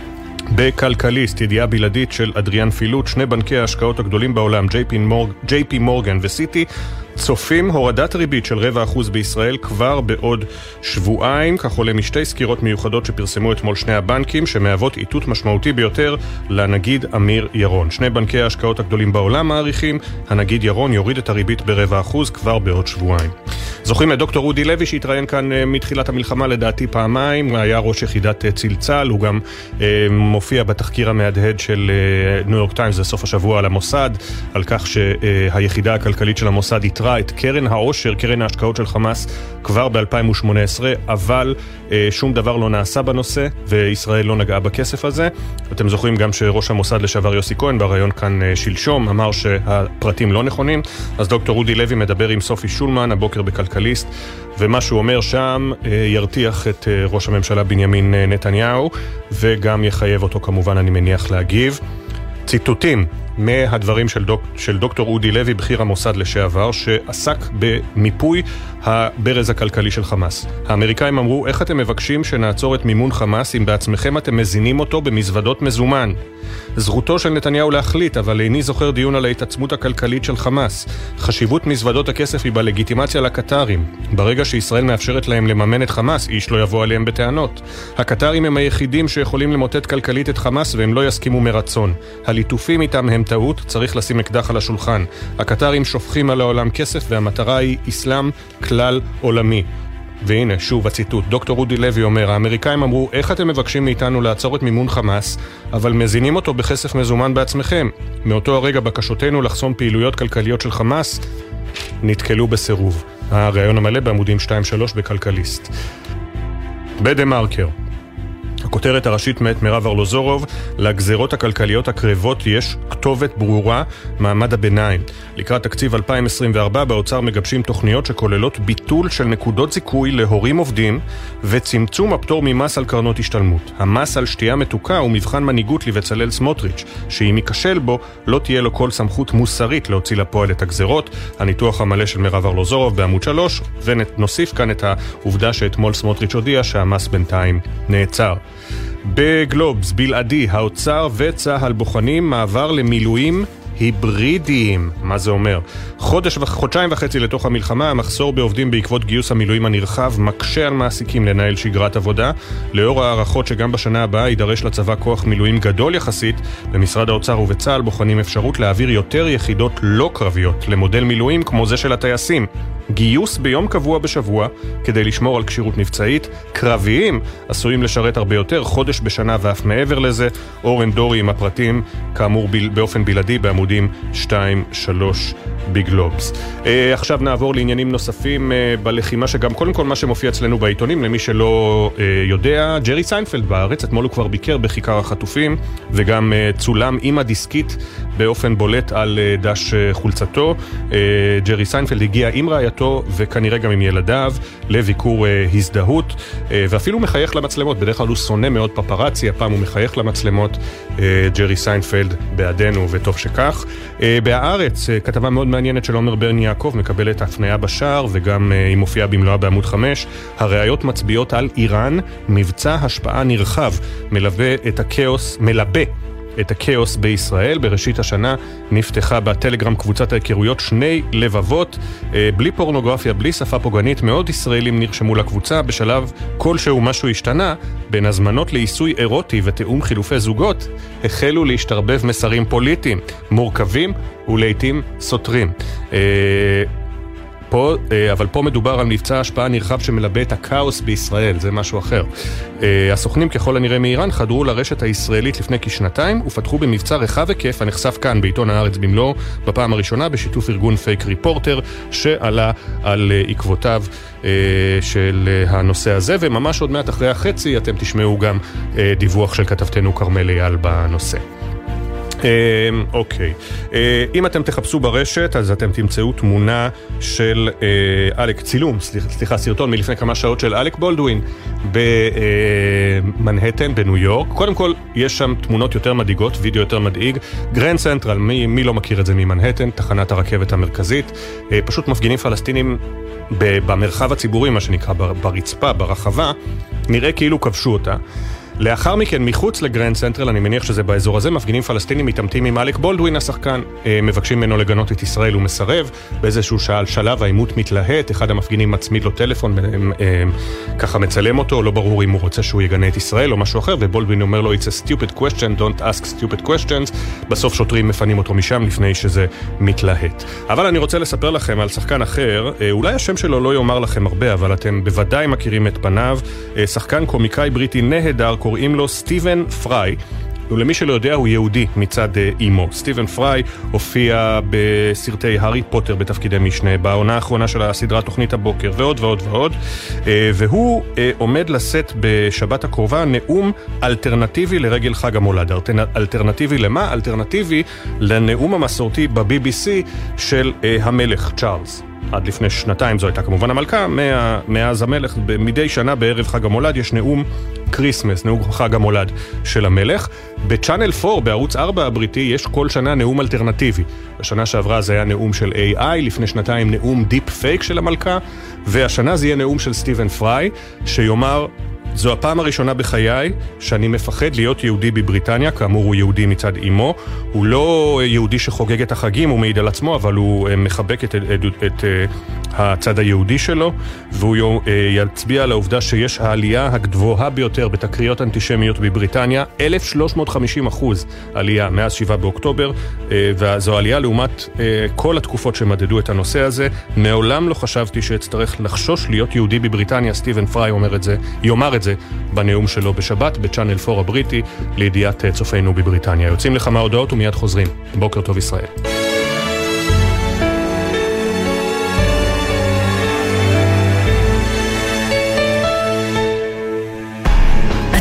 בכלכליסט, ידיעה בלעדית של אדריאן פילוט, שני בנקי ההשקעות הגדולים בעולם, ג'יי פי מורגן וסיטי, צופים הורדת ריבית של רבע אחוז בישראל כבר בעוד שבועיים, כך עולה משתי סקירות מיוחדות שפרסמו אתמול שני הבנקים, שמהוות איתות משמעותי ביותר לנגיד אמיר ירון. שני בנקי ההשקעות הגדולים בעולם מעריכים, הנגיד ירון יוריד את הריבית ברבע אחוז כבר בעוד שבועיים. זוכרים את דוקטור אודי לוי שהתראיין כאן מתחילת המלחמה לדעתי פעמיים, היה ראש יחידת צלצל, הוא גם אה, מופיע בתחקיר המהדהד של אה, ניו יורק טיימס בסוף השבוע על המוסד, על כך שהיחידה הכלכלית של המוסד יתרה את קרן העושר, קרן ההשקעות של חמאס כבר ב-אלפיים ושמונה עשרה, אבל אה, שום דבר לא נעשה בנושא וישראל לא נגעה בכסף הזה. אתם זוכרים גם שראש המוסד לשעבר יוסי כהן בראיון כאן אה, שלשום אמר שהפרטים לא נכונים, אז דוקטור אודי לוי מדבר עם סופי שולמן הבוקר בכלכליסט, ומה שהוא אומר שם אה, ירתיח את אה, ראש הממשלה בנימין אה, נתניהו וגם יחייב אותו כמובן אני מניח להגיב. ציטוטים מהדברים של, דוק, של דוקטור אודי לוי, בכיר המוסד לשעבר, שעסק במיפוי הברז הכלכלי של חמאס. האמריקאים אמרו, איך אתם מבקשים שנעצור את מימון חמאס אם בעצמכם אתם מזינים אותו במזוודות מזומן? זכותו של נתניהו להחליט, אבל איני זוכר דיון על ההתעצמות הכלכלית של חמאס. חשיבות מזוודות הכסף היא בלגיטימציה לקטרים. ברגע שישראל מאפשרת להם לממן את חמאס, איש לא יבוא עליהם בטענות. הקטרים הם היחידים שיכולים למוטט כלכלית את חמאס והם לא יסכימו מרצון. הליטופים איתם הם טעות, צריך לשים אקדח על השולחן. הקטרים שופכים על העולם כסף והמטרה היא אסלאם כלל עולמי. והנה, שוב הציטוט, דוקטור אודי לוי אומר, האמריקאים אמרו, איך אתם מבקשים מאיתנו לעצור את מימון חמאס, אבל מזינים אותו בכסף מזומן בעצמכם? מאותו הרגע בקשותינו לחסום פעילויות כלכליות של חמאס, נתקלו בסירוב. הרעיון המלא בעמודים שתיים שלוש בכלכליסט. בדה-מרקר, הכותרת הראשית מאת מירב ארלוזורוב, לגזרות הכלכליות הקרבות יש כתובת ברורה, מעמד הביניים. לקראת תקציב אלפיים עשרים וארבע באוצר מגבשים תוכניות שכוללות ביטול של נקודות זיכוי להורים עובדים וצמצום הפטור ממס על קרנות השתלמות. המס על שתייה מתוקה הוא מבחן מנהיגות לבצלאל סמוטריץ', שאם ייכשל בו לא תהיה לו כל סמכות מוסרית להוציא לפועל את הגזרות. הניתוח המלא של מירב ארלוזורוב בעמוד שלוש, ונוסיף כאן את העובדה שאתמול סמוטריץ' הודיע שהמס בינתיים נעצר. בגלובס, בלעדי, האוצר וצהל בוחנים מעבר למילואים היברידיים. מה זה אומר? חודש וחודשיים וחצי לתוך המלחמה, המחסור בעובדים בעקבות גיוס המילואים הנרחב מקשה על מעסיקים לנהל שגרת עבודה. לאור הערכות שגם בשנה הבאה יידרש לצבא כוח מילואים גדול יחסית, במשרד האוצר ובצהל בוחנים אפשרות להעביר יותר יחידות לא קרביות למודל מילואים כמו זה של הטייסים. גיוס ביום קבוע בשבוע כדי לשמור על קשירות מבצעית. קרביים עשויים לשרת הרבה יותר, חודש בשנה ואף מעבר לזה. אורן דורי עם הפרטים, כאמור ב... באופן בלעדי בעמודים שתיים שלוש בגלובס. אה, עכשיו נעבור לעניינים נוספים אה, בלחימה, שגם קודם כל מה שמופיע אצלנו בעיתונים, למי שלא אה, יודע, ג'רי סיינפלד בארץ, אתמול הוא כבר ביקר בכיכר החטופים, וגם אה, צולם עם הדיסקית באופן בולט על אה, דש אה, חולצתו. אה, ג'רי סיינפלד הגיע עם רעייתו וכנראה גם עם ילדיו לביקור אה, הזדהות, אה, ואפילו מחייך למצלמות. בדרך כלל הוא שונא מאוד פפרצי, הפעם הוא מחייך למצלמות. אה, ג'רי סיינפלד בעדנו וטוב שכך. אה, בהארץ אה, כתבה מאוד מעניינת של עומר בן יעקב, מקבלת הפניה בשער וגם אה, היא מופיעה במלואה בעמוד חמש. הראיות מצביעות על איראן, מבצע השפעה נרחב מלווה את הכאוס, מלבה את הכאוס בישראל. בראשית השנה נפתחה בטלגרם קבוצת ההיכרויות שני לבבות, בלי פורנוגרפיה, בלי שפה פוגענית. מאוד ישראלים נרשמו לקבוצה. בשלב כלשהו משהו השתנה, בין הזמנות לעיסוי אירוטי ותאום חילופי זוגות החלו להשתרבב מסרים פוליטיים מורכבים ולעיתים סותרים. פה, אבל פה מדובר על מבצע השפעה נרחב שמלבה את הכאוס בישראל, זה משהו אחר. הסוכנים ככל הנראה מאיראן חדרו לרשת הישראלית לפני כשנתיים ופתחו במבצע רחב היקף הנחשף כאן בעיתון הארץ במלוא בפעם הראשונה בשיתוף ארגון פייק ריפורטר שעלה על עקבותיו של הנושא הזה, וממש עוד מעט אחרי החצי אתם תשמעו גם דיווח של כתבתנו קרמל אייל בנושא. אוקיי, אם אתם תחפשו ברשת אז אתם תמצאו תמונה של אלק, צילום, סליחה, סרטון מלפני כמה שעות של אלק בולדווין במנהטן בניו יורק. קודם כל יש שם תמונות יותר מדאיגות, וידאו יותר מדאיג. גרנד סנטרל, מי, מי לא מכיר את זה ממנהטן, תחנת הרכבת המרכזית, פשוט מפגינים פלסטינים במרחב הציבורי, מה שנקרא ברצפה, ברחבה, נראה כאילו כבשו אותה. לאחר מכן, מחוץ לגרנד סנטרל, אני מניח שזה באזור הזה, מפגינים פלסטינים מתעמתים עם אלק בולדווין, השחקן, מבקשים ממנו לגנות את ישראל, הוא מסרב. באיזשהו שלב העימות מתלהט, אחד המפגינים מצמיד לו טלפון, ככה מצלם אותו, לא ברור אם הוא רוצה שהוא יגנה את ישראל או משהו אחר, ובולדווין אומר לו, it's a stupid question, don't ask stupid questions. בסוף שוטרים מפנים אותו משם לפני שזה מתלהט. אבל אני רוצה לספר לכם על שחקן אחר, אולי השם שלו לא יאמר לכם הרבה, אבל אתם בוודאי מכירים את פניו. שחקן קומיקאי בריטי נהדר, קוראים לו סטיבן פריי, ולמי שלא יודע הוא יהודי מצד אימו. סטיבן פריי הופיע בסרטי הארי פוטר בתפקידי משנה, בעונה האחרונה של הסדרה תוכנית הבוקר ועוד ועוד ועוד, והוא עומד לשאת בשבת הקרובה נאום אלטרנטיבי לרגל חג המולד. אלטרנטיבי למה? אלטרנטיבי לנאום המסורתי ב-בי בי סי של המלך צ'ארלס. עד לפני שנתיים זו הייתה כמובן המלכה, מאז המלך, מדי שנה בערב חג המולד יש נאום קריסמס, נאום חג המולד של המלך. בצ'אנל פור, בערוץ ארבע הבריטי, יש כל שנה נאום אלטרנטיבי. בשנה שעברה זה היה נאום של איי איי, לפני שנתיים נאום דיפ פייק של המלכה, והשנה זה יהיה נאום של סטיבן פריי, שיאמר, זו הפעם הראשונה בחיי שאני מפחד להיות יהודי בבריטניה. כאמור הוא יהודי מצד אימו, הוא לא יהודי שחוגג את החגים, הוא מעיד על עצמו, אבל הוא מחבק את, את, את, את הצד היהודי שלו, והוא יצביע על העובדה שיש העלייה הגבוהה ביותר בתקריות אנטישמיות בבריטניה, אלף שלוש מאות וחמישים אחוז עלייה מאז שבעה באוקטובר, וזו עלייה לעומת כל התקופות שמדדו את הנושא הזה. מעולם לא חשבתי שאצטרך לחשוש להיות יהודי בבריטניה. סטיבן פריי אומר את זה, יאמר את זה בנאום שלו בשבת בצ'אנל פור הבריטי, לידיעת צופינו בבריטניה. יוצאים לכמה הודעות ומיד חוזרים. בוקר טוב ישראל.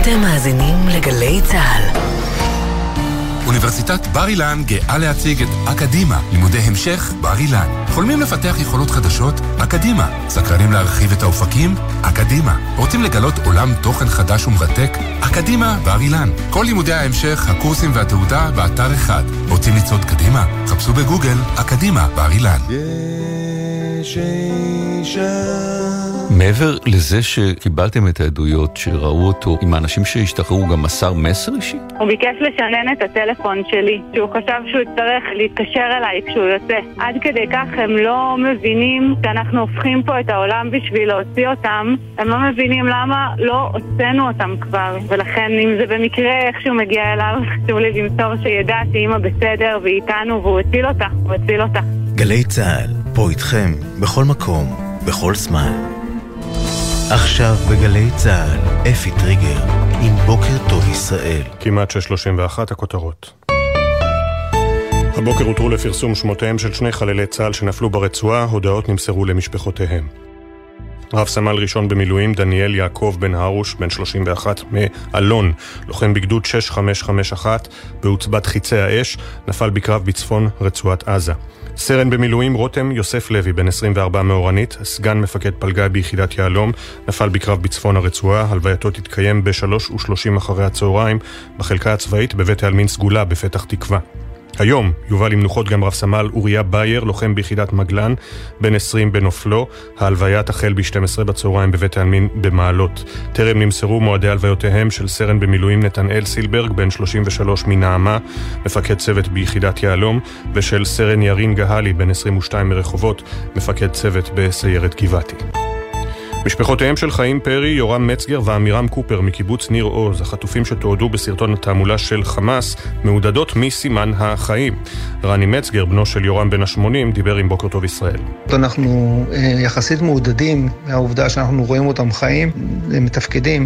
אתם מאזינים לגלי צהל. אוניברסיטת בר אילן גאה להציג את אקדימה, לימודי המשך בר אילן. חולמים לפתח יכולות חדשות? אקדימה. סקרנים להרחיב את האופקים? אקדימה. רוצים לגלות עולם תוכן חדש ומרתק? אקדימה בר אילן. כל לימודי ההמשך, הקורסים והתעודה באתר אחד. רוצים לצעוד קדימה? חפשו בגוגל אקדימה בר אילן. מעבר לזה שקיבלתם את העדויות שראו אותו עם האנשים שהשתחררו, גם מסר מסר אישי? הוא ביקש לשנן את הטלפון שלי, שהוא חשב שהוא יצטרך להתקשר אליי כשהוא יוצא. עד כדי כך הם לא מבינים שאנחנו הופכים פה את העולם בשביל להוציא אותם. הם לא מבינים למה לא הוצאנו אותם כבר, ולכן אם זה במקרה איכשהו מגיע אליו, חשוב לי למסור שידע שאמא בסדר ואיתנו, והוא הציל אותה, הוא הציל אותה. גלי צהל, פה איתכם, בכל מקום, בכל זמן. עכשיו בגלי צהל, אפי טריגר, עם בוקר טוב ישראל. כמעט שש שלושים ואחת הכותרות. הבוקר הותרו לפרסום שמותיהם של שני חללי צהל שנפלו ברצועה, הודעות נמסרו למשפחותיהם. רב סמל ראשון במילואים דניאל יעקב בן הרוש, בן שלושים ואחת מאלון, לוחם בגדוד שש חמש חמש אחת בעוצבת חיצי האש, נפל בקרב בצפון רצועת עזה. סרן במילואים רותם יוסף לוי, בן עשרים וארבע מאורנית, סגן מפקד פלגה ביחידת יעלום, נפל בקרב בצפון הרצועה. הלווייתו תתקיים בשלוש ושלושים אחרי הצהריים בחלקה הצבאית בבית העלמין סגולה בפתח תקווה. היום יובא למנוחות גם רב סמל אוריה בייר, לוחם ביחידת מגלן, בן עשרים בנופלו. ההלוויה תחל ב-שתים עשרה בצהריים בבית העלמין במעלות. טרם נמסרו מועדי הלוויותיהם של סרן במילואים נתנאל סילברג, בן שלושים ושלוש מנעמה, מפקד צוות ביחידת יעלום, ושל סרן ירין גהלי, בן עשרים ושתיים מרחובות, מפקד צוות בסיירת גבעתי. משפחותיהם של חיים פרי, יורם מצגר ואמירם קופר מקיבוץ ניר עוז, החטופים שתועדו בסרטון התעמולה של חמאס, מעודדות מסימן החיים. רני מצגר, בנו של יורם בן השמונים, דיבר עם בוקר טוב ישראל. אנחנו יחסית מעודדים מהעובדה שאנחנו רואים אותם חיים, מתפקדים,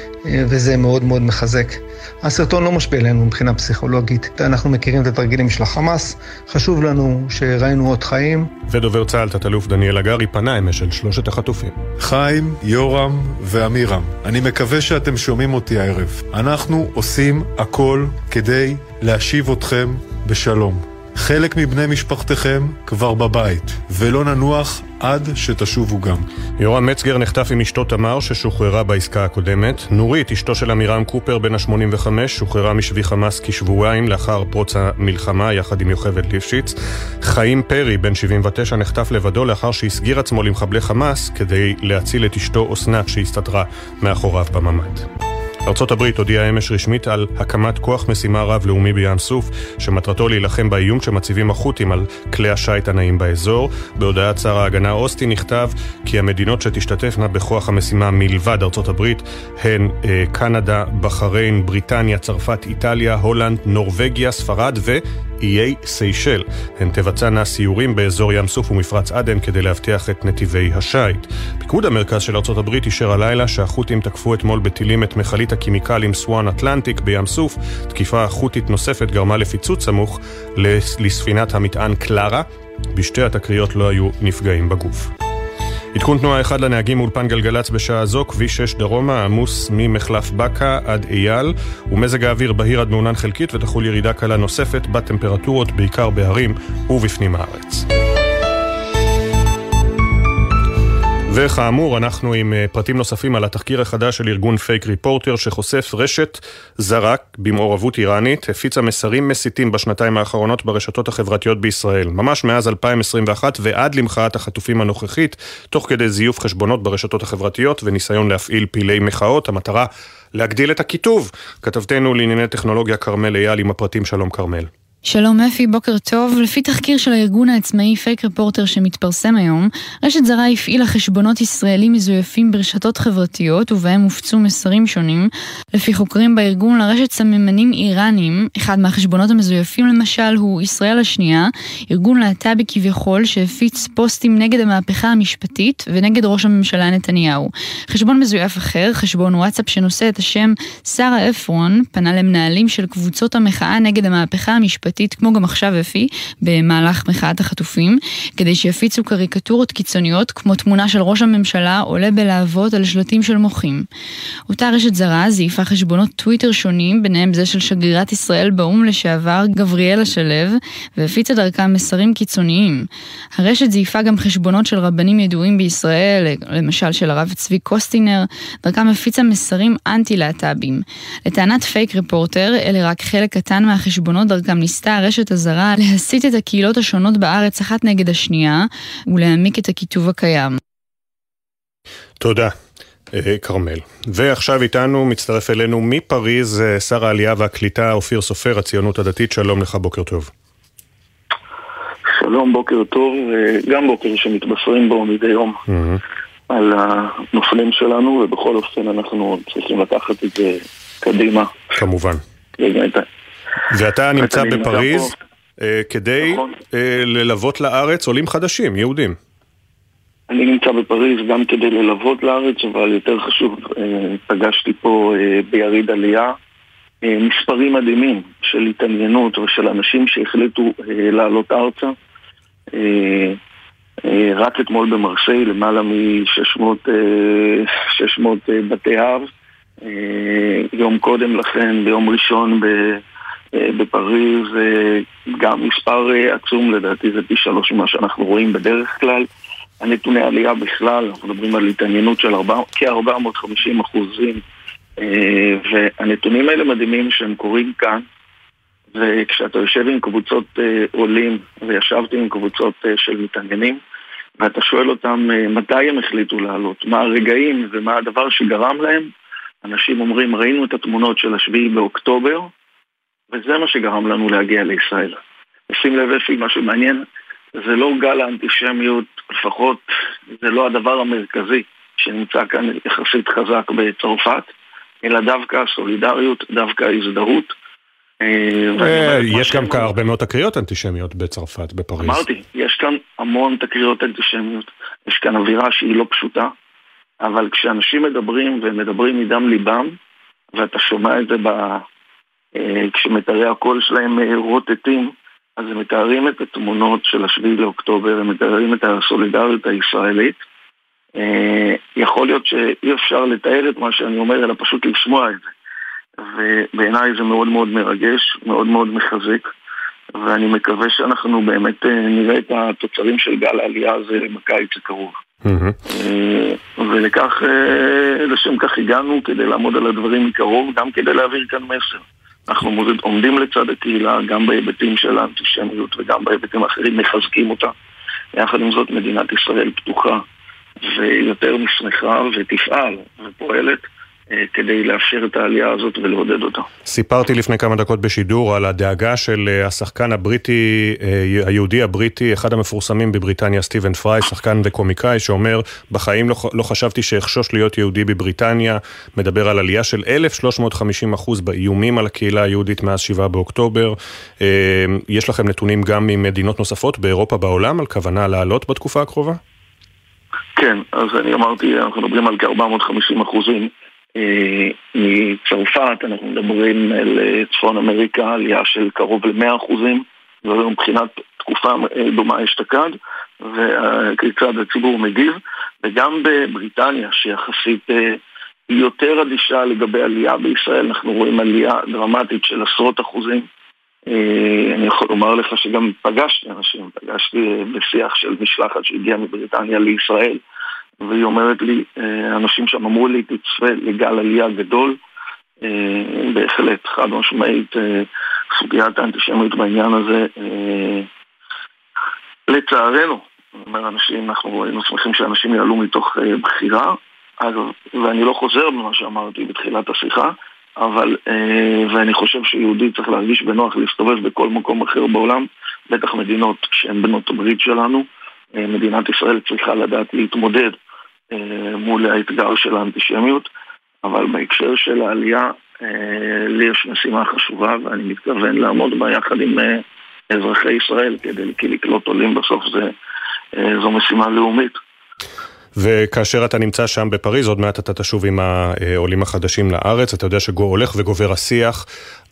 וזה מאוד מאוד מחזק. הסרטון לא משפיע עלינו מבחינה פסיכולוגית. אנחנו מכירים את התרגילים של החמאס, חשוב לנו שראינו עוד חיים. ודובר צה"ל תת-אלוף דניאל הגרי פנה אמש של שלושת החטופים. חיים, יורם ואמירם, אני מקווה שאתם שומעים אותי הערב. אנחנו עושים הכל כדי להשיב אתכם בשלום. חלק מבני משפחתכם כבר בבית, ולא ננוח עד שתשובו גם. יורם מצגר נחטף עם אשתו תמר ששוחררה בעסקה הקודמת. נורית, אשתו של אמירם קופר בן ה-שמונים וחמש, שוחררה משבי חמאס כשבועיים לאחר פרוץ המלחמה יחד עם יוכבד ליפשיץ. חיים פרי בן שבעים ותשע נחטף לבדו לאחר שהסגיר עצמו למחבלי חמאס כדי להציל את אשתו אסנת שהסתתרה מאחוריו בממד. ארצות הברית הודיעה אמש רשמית על הקמת כוח משימה רב-לאומי בים סוף, שמטרתו להילחם באיום שמציבים החות'ים על כלי השיט הנעים באזור. בהודעת שר ההגנה אוסטין נכתב כי המדינות שתשתתפנה בכוח המשימה מלבד ארצות הברית הן אה, קנדה, בחריין, בריטניה, צרפת, איטליה, הולנד, נורווגיה, ספרד ואיי סיישל. הן תבצענה סיורים באזור ים סוף ומפרץ עדן כדי להבטיח את נתיבי השיט. פיקוד המרכז של ארצות הברית אישר הלילה שהחות'ים תקפו אתמול בטילים את מכלית הקימיקלים סואן אטלנטיק בים סוף. תקיפה חות'ית נוספת גרמה לפיצוץ סמוך לספינת המטען קלרה. בשתי התקריות לא היו נפגעים בגוף. עדכון תנועה אחד לנהגים מאולפן גלגלץ בשעה זו, כביש שש דרומה, עמוס ממחלף בקה עד אייל, ומזג האוויר בהיר עד מעונן חלקית, ותחול ירידה קלה נוספת בטמפרטורות בעיקר בהרים ובפנים הארץ. וכאמור, אנחנו עם פרטים נוספים על התחקיר החדש של ארגון פייק ריפורטר שחושף רשת זרה במעורבות איראנית, הפיצה מסרים מסיתים בשנתיים האחרונות ברשתות החברתיות בישראל, ממש מאז אלפיים עשרים ואחת ועד למחאת החטופים הנוכחית, תוך כדי זיוף חשבונות ברשתות החברתיות וניסיון להפעיל פעילי מחאות. המטרה להגדיל את הכיתוב. כתבתנו לענייני טכנולוגיה קרמל אייל עם הפרטים. שלום קרמל. שלום אפי, בוקר טוב. לפי תחקיר של הארגון העצמאי פייק ריפורטר שמתפרסם היום, רשת זרה הפעילה חשבונות ישראלים מזויפים ברשתות חברתיות ובהם הופצו מסרים שונים. לפי חוקרים בארגון, לרשת סממנים איראנים. אחד מהחשבונות המזויפים למשל הוא ישראל השנייה, ארגון להט"בי כביכול שהפיץ פוסטים נגד המהפכה המשפטית ונגד ראש הממשלה נתניהו. חשבון מזויף אחר, חשבון וואטסאפ שנושא את השם שרה אפרון, פנה למנהלים של קבוצות המחאה נגד המהפכה המשפטית חברתית, כמו גם עכשיו אפי, במהלך מחאת החטופים, כדי שיפיצו קריקטורות קיצוניות, כמו תמונה של ראש הממשלה עולה בלהבות על שלטים של מוחים. אותה רשת זרה זייפה חשבונות טוויטר שונים, ביניהם זה של שגרירת ישראל באום לשעבר גבריאלה שלו, והפיצה דרכם מסרים קיצוניים. הרשת זייפה גם חשבונות של רבנים ידועים בישראל, למשל של הרב צבי קוסטינר, דרכם הפיצה מסרים אנטי-להט"בים. לטענת פייק רפורטר, אלה רק חלק קטן מהחשבונות דרכם ניסתה הרשת הזרה להסית את הקהילות השונות בארץ אחת נגד השנייה, ולהעמיק את הכיתוב הקיים. תודה. קרמל. ועכשיו איתנו מצטרף אלינו מפריז שר העלייה והקליטה אופיר סופר, הציונות הדתית. שלום לך, בוקר טוב. שלום, בוקר טוב, גם בוקר שמתבשרים בו מדי יום mm-hmm. על הנופלים שלנו, ובכל אופן אנחנו צריכים לקחת את זה קדימה. כמובן. ואתה נמצא בפריז כדי נכון. ללוות לארץ עולים חדשים, יהודים. אני נמצא בפריז גם כדי ללוות לארץ, אבל יותר חשוב, פגשתי פה ביריד עלייה מספרים מדהימים של התעניינות ושל אנשים שהחליטו לעלות ארצה. רק אתמול במרסיי למעלה מ-שש מאות בתי אב. יום קודם לכן, ביום ראשון בפריז, גם מספר עצום, לדעתי זה פי שלוש ממה שאנחנו רואים בדרך כלל. הנתוני העלייה בכלל, אנחנו מדברים על התעניינות של כ-ארבע מאות וחמישים אחוזים, והנתונים האלה מדהימים שהם קורים כאן, וכשאתה יושב עם קבוצות עולים, וישבתי עם קבוצות של מתעניינים, ואתה שואל אותם מתי הם החליטו לעלות, מה הרגעים ומה הדבר שגרם להם, אנשים אומרים, ראינו את התמונות של השביעי באוקטובר, וזה מה שגרם לנו להגיע לישראל. שים לב אפי, משהו מעניין, זה לא גל האנטישמיות, לפחות זה לא הדבר המרכזי שנמצא כאן יחסית חזק בצרפת, אלא דווקא הסולידריות, דווקא ההזדהות. יש גם הרבה מאוד תקריות אנטישמיות בצרפת, בפריז. אמרתי, יש כאן המון תקריות אנטישמיות, יש כאן אווירה שהיא לא פשוטה, אבל כשאנשים מדברים ומדברים מדם ליבם, ואתה שומע את זה כשמתארי הקול שלהם רוטטים, אז הם מתארים את התמונות של השביעי לאוקטובר, הם מתארים את הסולידריות הישראלית. יכול להיות שאי אפשר לתאר את מה שאני אומר, אלא פשוט לשמוע את זה. ובעיניי זה מאוד מאוד מרגש, מאוד מאוד מחזק, ואני מקווה שאנחנו באמת נראה את התוצרים של גל העלייה הזה בקיץ הקרוב. ולכך, לשם כך הגענו כדי לעמוד על הדברים מקרוב, גם כדי להעביר כאן מסר. אנחנו עומדים לצד הקהילה, גם בהיבטים של האנטישמיות וגם בהיבטים אחרים, מחזקים אותה. יחד עם זאת, מדינת ישראל פתוחה ויותר משמחה ותפעל ופועלת כדי לאפשר את העלייה הזאת ולעודד אותה. סיפרתי לפני כמה דקות בשידור על הדאגה של השחקן הבריטי, היהודי הבריטי, אחד המפורסמים בבריטניה, סטיבן פריי, שחקן וקומיקאי, שאומר, בחיים לא, לא חשבתי שאחשוש להיות יהודי בבריטניה, מדבר על עלייה של אלף שלוש מאות וחמישים אחוז באיומים על הקהילה היהודית מאז שבעה באוקטובר. יש לכם נתונים גם ממדינות נוספות באירופה, בעולם, על כוונה לעלות בתקופה הקרובה? כן, אז אני אמרתי, אנחנו מדברים על כ-ארבע מאות וחמישים אחוזים. מצרפת אנחנו מדברים על צפון אמריקה, עלייה של קרוב ל-מאה אחוזים, ומבחינת תקופה דומה אשתקד, וכיצד הציבור מגיב, וגם בבריטניה שיחסית היא יותר אדישה לגבי עלייה בישראל, אנחנו רואים עלייה דרמטית של עשרות אחוזים. אני יכול לומר לך שגם פגשתי אנשים, פגשתי בשיח של משלחת שהגיעה מבריטניה לישראל, והיא אומרת לי, אנשים שם אמרו לי, תצפה לגל עלייה גדול, בהחלט חד משמעית, סוגיית האנטישמיות בעניין הזה, לצערנו, אומר אנשים, אנחנו היינו שמחים שאנשים יעלו מתוך בחירה, ואני לא חוזר במה שאמרתי בתחילת השיחה, אבל, ואני חושב שיהודי צריך להרגיש בנוח להסתובב בכל מקום אחר בעולם, בטח מדינות שהן בנות הברית שלנו, מדינת ישראל צריכה לדעת להתמודד מול האתגר של האנטישמיות, אבל בהקשר של העלייה לי יש משימה חשובה ואני מתכוון לעמוד בה יחד עם אזרחי ישראל כדי לקלוט עולים, בסוף זה, זו משימה לאומית. וכאשר אתה נמצא שם בפריז, עוד מעט אתה תשוב עם העולים החדשים לארץ, אתה יודע שהולך וגובר השיח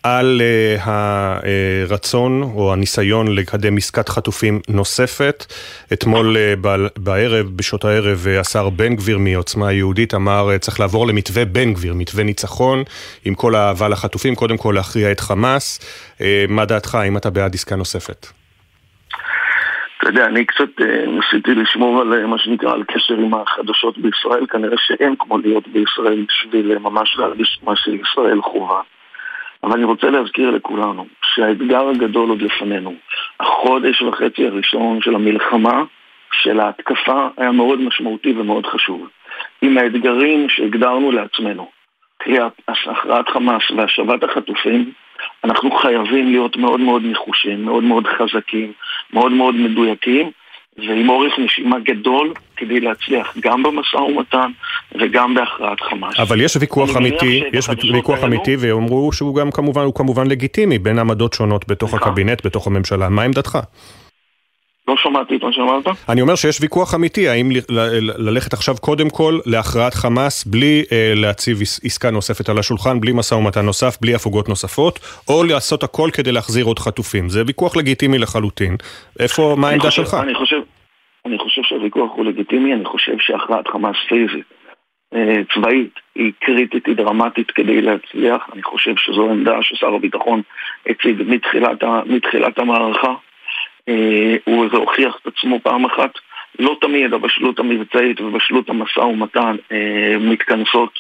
על uh, הרצון או הניסיון לקדם עסקת חטופים נוספת. אתמול uh, ב- בערב, בשעות הערב, uh, השר בן גביר מעוצמה היהודית אמר uh, צריך לעבור למתווה בן גביר, מתווה ניצחון, עם כל האהבה לחטופים, קודם כל להכריע את חמאס. Uh, מה דעתך, אם אתה בעד עסקה נוספת? אתה יודע, אני קצת uh, ניסיתי לשמור על מה שנקרא, על קשר עם החדשות בישראל, כנראה שאין כמו להיות בישראל בשביל ממש להרגיש מה שישראל חובה. אבל אני רוצה להזכיר לכולנו שהאתגר הגדול עוד לפנינו. החודש וחצי הראשון של המלחמה, של ההתקפה, היה מאוד משמעותי ומאוד חשוב. עם האתגרים שהגדרנו לעצמנו, קריאת הכרעת חמאס והשבת החטופים, אנחנו חייבים להיות מאוד מאוד נחושים, מאוד מאוד חזקים, מאוד מאוד מדויקים, ועם אורך נשימה גדול כדי להצליח גם במשא ומתן וגם בהכרעת חמאס. אבל יש ויכוח אמיתי, יש ויכוח אמיתי, ואומרו שהוא גם כמובן, הוא כמובן לגיטימי בין עמדות שונות בתוך הקבינט, בתוך הממשלה. מה עמדתך? לא שמעתי את מה שאמרת. אני אומר שיש ויכוח אמיתי, האם ללכת עכשיו קודם כל להכרעת חמאס בלי להציב עסקה נוספת על השולחן, בלי משא ומתן נוסף, בלי הפוגות נוספות, או לעשות הכל כדי להחזיר עוד חטופים. זה ויכוח לגיטימי לחלוטין. איפה, מה העמדה שלך? אני חושב, אני חושב שהוויכוח הוא לגיטימי, אני חושב שהכרעת חמאס פיזית, צבאית, היא קריטית, היא דרמטית כדי להצליח. אני חושב שזו עמדה ששר הביטחון הציג מתחילת, מתחילת המערכה. הוא הוכיח את עצמו פעם אחת. לא תמיד הבשלות המבצעית ובשלות המשא ומתן מתכנסות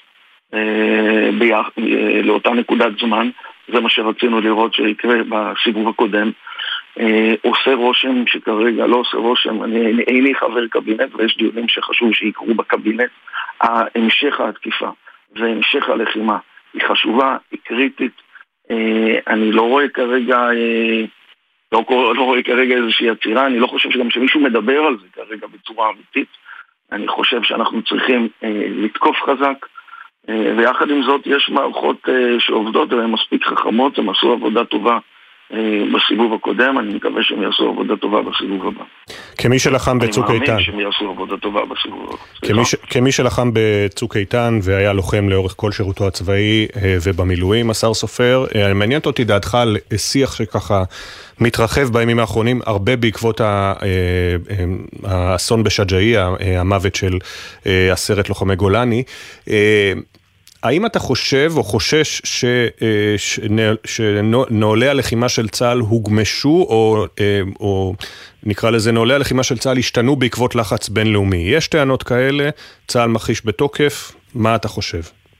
לאותה נקודת זמן. זה מה שרצינו לראות שיקרה בסיבוב הקודם. עושה רושם שכרגע לא עושה רושם, אני איני חבר קבינט ויש דיונים שחשוב שיקרו בקבינט. המשך ההתקיפה והמשך הלחימה היא חשובה, היא קריטית. אני לא רואה כרגע לא, לא רואה כרגע איזושהי עצירה, אני לא חושב שגם שמישהו מדבר על זה כרגע בצורה אמיתית. אני חושב שאנחנו צריכים אה, לתקוף חזק, אה, ויחד עם זאת יש מערכות אה, שעובדות, והן מספיק חכמות, הם עשו עבודה טובה אה, בסיבוב הקודם, אני מקווה שהם יעשו עבודה טובה בסיבוב הבא. כמי שלחם בצוק איתן. אני מאמין שהם יעשו עבודה טובה בסיבוב הבא. כמי, ש... כמי שלחם בצוק איתן והיה לוחם לאורך כל שירותו הצבאי אה, ובמילואים, השר סופר, אה, מעניינת אותי דעתך על שיח שככה מתרחב בימים האחרונים, הרבה בעקבות האסון בשג'אעיה, המוות של עשרת לוחמי גולני. האם אתה חושב או חושש שנעולי הלחימה של צה"ל הוגמשו, או, או נקרא לזה נעולי הלחימה של צה"ל השתנו בעקבות לחץ בינלאומי? יש טענות כאלה, צה"ל מכחיש בתוקף, מה אתה חושב?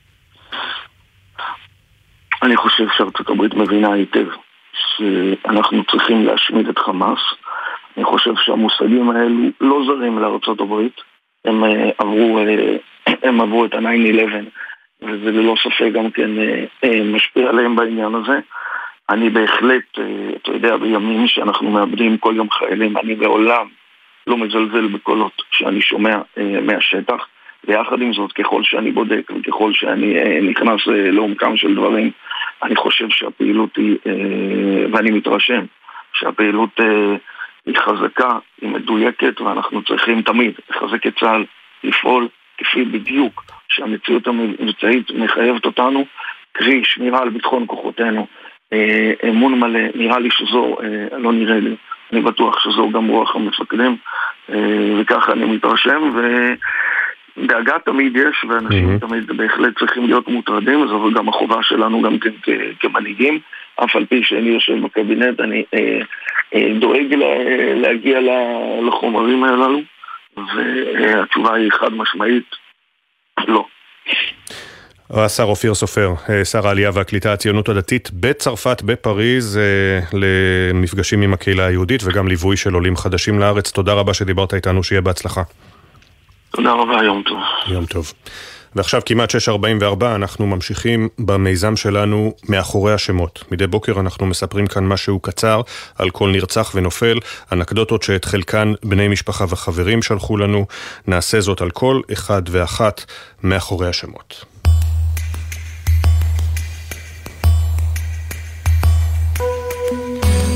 אני חושב שארצות הברית מבינה היטב שאנחנו צריכים להשמיד את חמאס. אני חושב שהמושגים האלו לא זרים לארצות הברית. הם עברו, הם עברו את ה-תשע אחת עשרה, וזה ללא ספק גם כן משפיע עליהם בעניין הזה. אני בהחלט, אתה יודע, בימים שאנחנו מאבדים כל יום חיילים, אני בעולם לא מזלזל בקולות שאני שומע מהשטח, ויחד עם זאת, ככל שאני בודק וככל שאני נכנס לעומקם של דברים, אני חושב שהפעילות היא, ואני מתרשם, שהפעילות היא חזקה, היא מדויקת, ואנחנו צריכים תמיד לחזק את צה"ל, לפעול כפי בדיוק שהמציאות המבצעית מחייבת אותנו, קרי שמירה על ביטחון כוחותינו, אמון מלא, נראה לי שזו, לא נראה לי, אני בטוח שזו גם רוח המפקדים, וככה אני מתרשם, ו... דאגה תמיד יש, ואנשים mm-hmm. תמיד בהחלט צריכים להיות מוטרדים, זו גם החובה שלנו גם כ- כמנהיגים, אף על פי שאני יושב בקבינט, אני אה, אה, דואג לה- להגיע לחומרים הללו, והתשובה היא חד משמעית, לא. השר אופיר סופר, שר העלייה והקליטה, הציונות הדתית בצרפת, בפריז, למפגשים עם הקהילה היהודית וגם ליווי של עולים חדשים לארץ. תודה רבה שדיברת איתנו, שיהיה בהצלחה. תודה רבה, יום טוב. יום טוב. ועכשיו כמעט שש ארבעים וארבע, אנחנו ממשיכים במיזם שלנו מאחורי השמות. מדי בוקר אנחנו מספרים כאן משהו קצר על כל נרצח ונופל, אנקדוטות שאת חלקן בני משפחה וחברים שלחו לנו. נעשה זאת על כל אחד ואחת מאחורי השמות.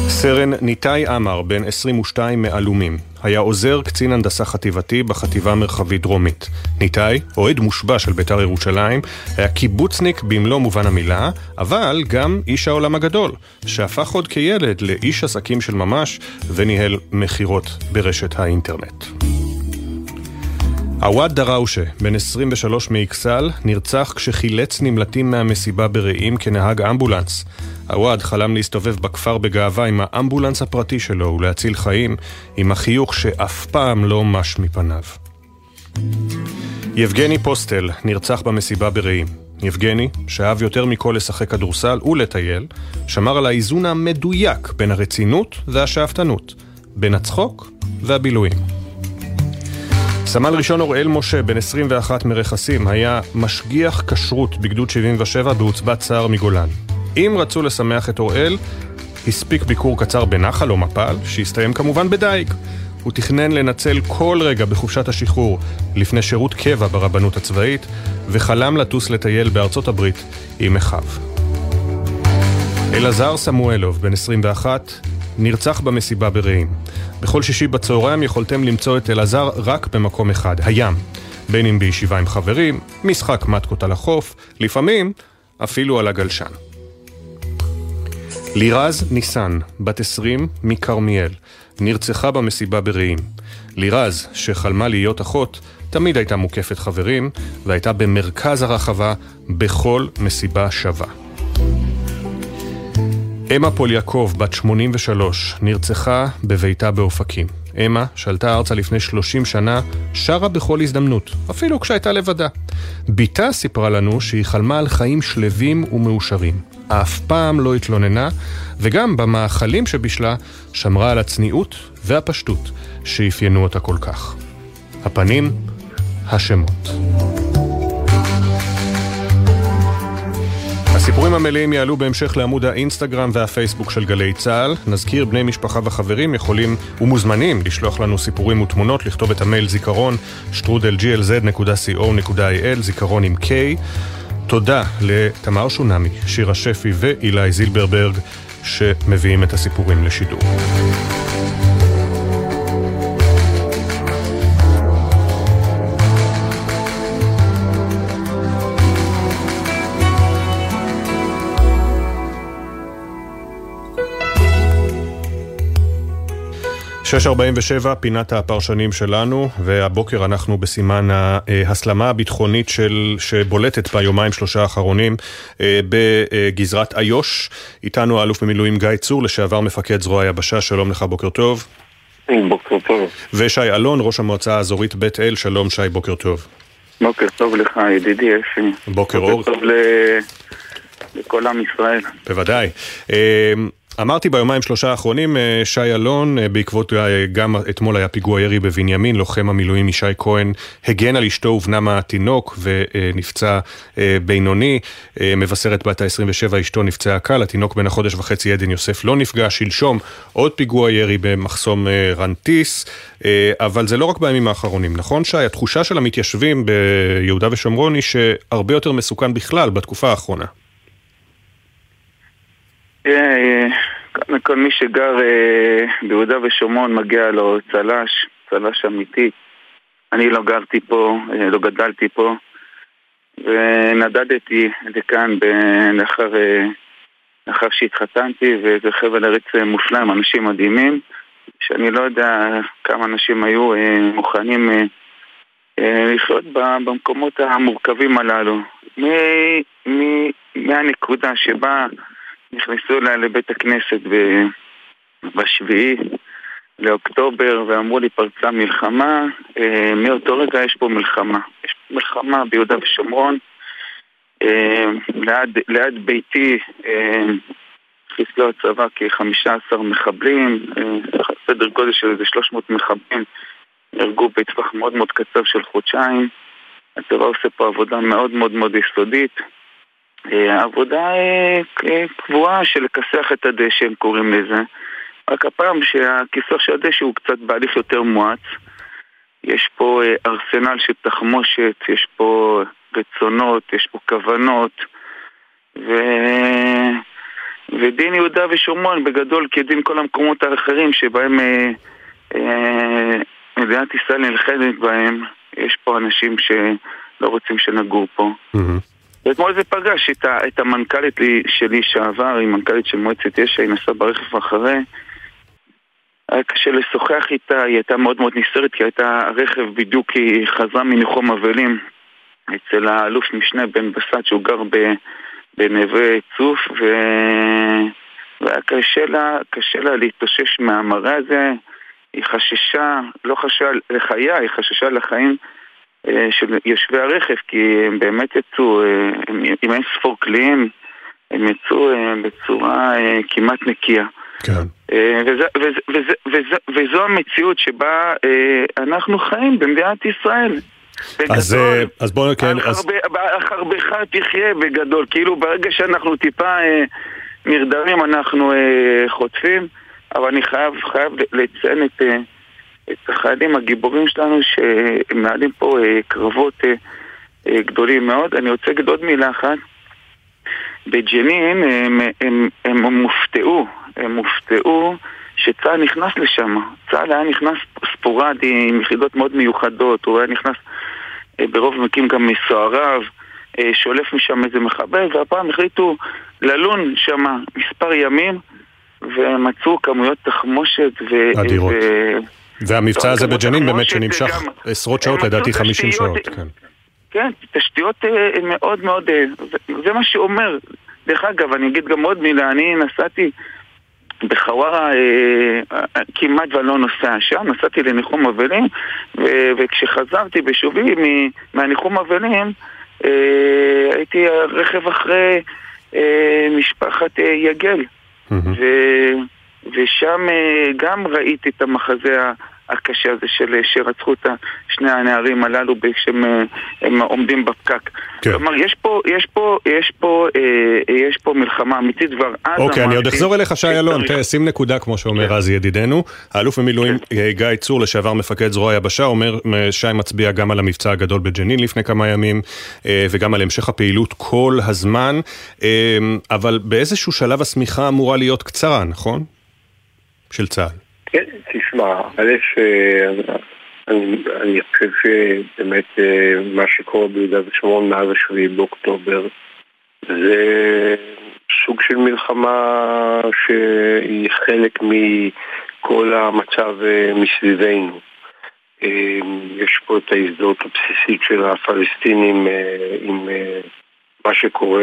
סרן ניתאי אמר, בן עשרים ושתיים מאלומים, היה עוזר קצין הנדסה חטיבתי בחטיבה מרחבית דרומית. ניתאי, אוהד מושבע של בית"ר ירושלים, היה קיבוצניק במלוא מובן המילה, אבל גם איש העולם הגדול, שהפך עוד כילד לאיש עסקים של ממש וניהל מחירות ברשת האינטרנט. עווד דראושה, בן עשרים ושלוש מאיקסל, נרצח כשחילץ נמלטים מהמסיבה ברעים כנהג אמבולנס. עווד חלם להסתובב בכפר בגאווה עם האמבולנס הפרטי שלו ולהציל חיים, עם החיוך שאף פעם לא מש מפניו. יבגני פוסטל נרצח במסיבה ברעים. יבגני, שאהב יותר מכל לשחק כדורסל ולטייל, שמר על האיזון המדויק בין הרצינות והשאפתנות, בין הצחוק והבילויים. סמל ראשון אוראל משה, בן עשרים ואחת מרחסים, היה משגיח כשרות בגדוד שבעים ושבע בעוצבת צער מגולן. אם רצו לשמח את אוראל, הספיק ביקור קצר בנחל או מפל, שהסתיים כמובן בדייג. הוא תכנן לנצל כל רגע בחופשת השחרור לפני שירות קבע ברבנות הצבאית, וחלם לטוס לטייל בארצות הברית עם אחיו. אלעזר סמואלוב, בן עשרים ואחת, נרצח במסיבה ברעים. בכל שישי בצהריים יכולתם למצוא את אלעזר רק במקום אחד, הים. בין אם בישיבה עם חברים, משחק מתקות על החוף, לפעמים אפילו על הגלשן. לירז ניסן, בת עשרים מקרמיאל, נרצחה במסיבה ברעים. לירז, שחלמה להיות אחות, תמיד הייתה מוקפת חברים, והייתה במרכז הרחבה בכל מסיבה שווה. אמה פוליאקוב, בת שמונים ושלוש, נרצחה בביתה באופקים. אמה שלטה ארצה לפני שלושים שנה, שרה בכל הזדמנות, אפילו כשהייתה לבדה. ביתה סיפרה לנו שהיא חלמה על חיים שלווים ומאושרים. אף פעם לא התלוננה, וגם במאכלים שבשלה שמרה על הצניעות והפשטות שאפיינו אותה כל כך. הפנים, השמות. הסיפורים המלאים יעלו בהמשך לעמוד האינסטגרם והפייסבוק של גלי צהל. נזכיר, בני משפחה וחברים יכולים ומוזמנים לשלוח לנו סיפורים ותמונות, לכתוב את המייל זיכרון שטרודל ג'י אל זד נקודה סי או נקודה איי אל, זיכרון עם K. תודה לתמר שונמי, שירה שפי ואילי זילברברג שמביאים את הסיפורים לשידור. שש ארבעים ושבע, פינת הפרשנים שלנו, והבוקר אנחנו בסימן ההסלמה הביטחונית של, שבולטת ביומיים שלושה האחרונים בגזרת איו"ש. איתנו האלוף במילואים גיא צור, לשעבר מפקד זרוע היבשה, שלום לך, בוקר טוב. בוקר טוב. ושי אלון, ראש המועצה האזורית בית אל, שלום שי, בוקר טוב. בוקר טוב לך, ידידי אפי. בוקר אור. בוקר טוב ל... לכל עם ישראל. בוודאי. אמרתי ביומיים שלושה האחרונים, שי אלון, בעקבות גם אתמול היה פיגוע ירי בבנימין, לוחם המילואים ישי כהן הגן על אשתו ובנם התינוק ונפצע בינוני. מבשרת בת ה-עשרים ושבע, אשתו נפצעה קל, התינוק בן החודש וחצי עדן יוסף לא נפגע. שלשום עוד פיגוע ירי במחסום רנטיס, אבל זה לא רק בימים האחרונים, נכון שי? התחושה של המתיישבים ביהודה ושומרון היא שהרבה יותר מסוכן בכלל בתקופה האחרונה. כל מי שגר ביהודה ושומרון מגיע לו צלש, צלש אמיתי. אני לא גרתי פה, לא גדלתי פה, ונדדתי לכאן לאחר, לאחר שהתחתנתי, וזה חבל ארץ מופלא עם אנשים מדהימים, שאני לא יודע כמה אנשים היו מוכנים לחיות במקומות המורכבים הללו. מהנקודה שבה נכנסו לה לבית הכנסת בשביעי לאוקטובר ואמרו לי פרצה מלחמה. מאותו רגע יש פה מלחמה, יש פה מלחמה ביהודה ושומרון. ליד, ליד ביתי חיסלו הצבא כ-חמישה עשר מחבלים, סדר גודל של איזה שלוש מאות מחבלים הרגו בטווח מאוד מאוד קצר של חודשיים. הצבא עושה פה עבודה מאוד מאוד מאוד יסודית, עבודה קבועה של לכסח את הדשא, הם קוראים לזה. רק הפעם שהכיסוח של הדשא הוא קצת בהליך יותר מואץ. יש פה ארסנל של תחמושת, יש פה רצונות, יש פה כוונות, ודין יהודה ושומרון בגדול כדין כל המקומות האחרים שבהם אה, אה, מדינת ישראל נלחמת בהם. יש פה אנשים שלא רוצים שנגור פה. Mm-hmm. ואתמול זה פגש את, ה, את המנכ"לית שלי שעבר, היא מנכ"לית של מועצת יש"ע, היא נסעה ברכב אחרי. היה קשה לשוחח איתה, היא הייתה מאוד מאוד נסערת, כי הייתה הרכב בדיוק, היא חזרה מניחום אבלים אצל האלוף משנה בן בסט, שהוא גר ב, בנווה צוף, ו... והיה קשה לה, קשה לה להתאושש מהמראה הזה. היא חששה, לא חששה לחייה, היא חששה לחיים של יושבי הרכב, כי הם באמת יצאו, הם, עם אין ספור כלים, הם יצאו בצורה כמעט נקייה. כן. וזה, וזה, וזה, וזה, וזו המציאות שבה אנחנו חיים במדינת ישראל. אז, אז בואו כן. חרבך תחיה בגדול, כאילו ברגע שאנחנו טיפה נרדמים אנחנו חוטפים, אבל אני חייב, חייב לציין את... את החיילים הגיבורים שלנו שמנהלים פה אה, קרבות אה, אה, גדולים מאוד. אני רוצה להגיד עוד מילה אחת. בג'נין הם, הם, הם, הם מופתעו, הם מופתעו שצה"ל נכנס לשם. צה"ל היה נכנס ספורדי עם יחידות מאוד מיוחדות, הוא היה נכנס אה, ברוב מקים גם מסועריו, אה, שולף משם איזה מחבל, והפעם החליטו ללון שם מספר ימים ומצאו כמויות תחמושת ו... אדירות. ו... והמבצע הזה בג'נין באמת שנמשך עשרות שעות, לדעתי חמישים שעות. כן, תשתיות מאוד מאוד, זה מה שאומר. דרך אגב, אני אגיד גם עוד מילה, אני נסעתי בחווארה, כמעט ולא נוסע שם, נסעתי לניחום אבלים, וכשחזרתי בשובי מהניחום אבלים, הייתי רכב אחרי משפחת יגל. ושם גם ראיתי את המחזה הקשה הזה של שרצחו את שני הנערים הללו כשהם עומדים בפקק. כלומר, יש פה, יש פה, יש פה, יש פה מלחמה אמיתית כבר אז. אוקיי, אני עוד אחזור אליך שי אלון, שים נקודה כמו שאומר אז ידידנו. האלוף במילואים גיא צור, לשעבר מפקד זרוע היבשה, אומר שי מצביע גם על המבצע הגדול בג'נין לפני כמה ימים, וגם על המשך הפעילות כל הזמן, אבל באיזשהו שלב הסמיכה אמורה להיות קצרה, נכון? של צה"ל. כן, תשמע, א', אני, אני חושב שבאמת מה שקורה ביהודה ושומרון מאז השביעי באוקטובר זה סוג של מלחמה שהיא חלק מכל המצב מסביבנו. יש פה את ההזדהות הבסיסית של הפלסטינים עם מה שקורה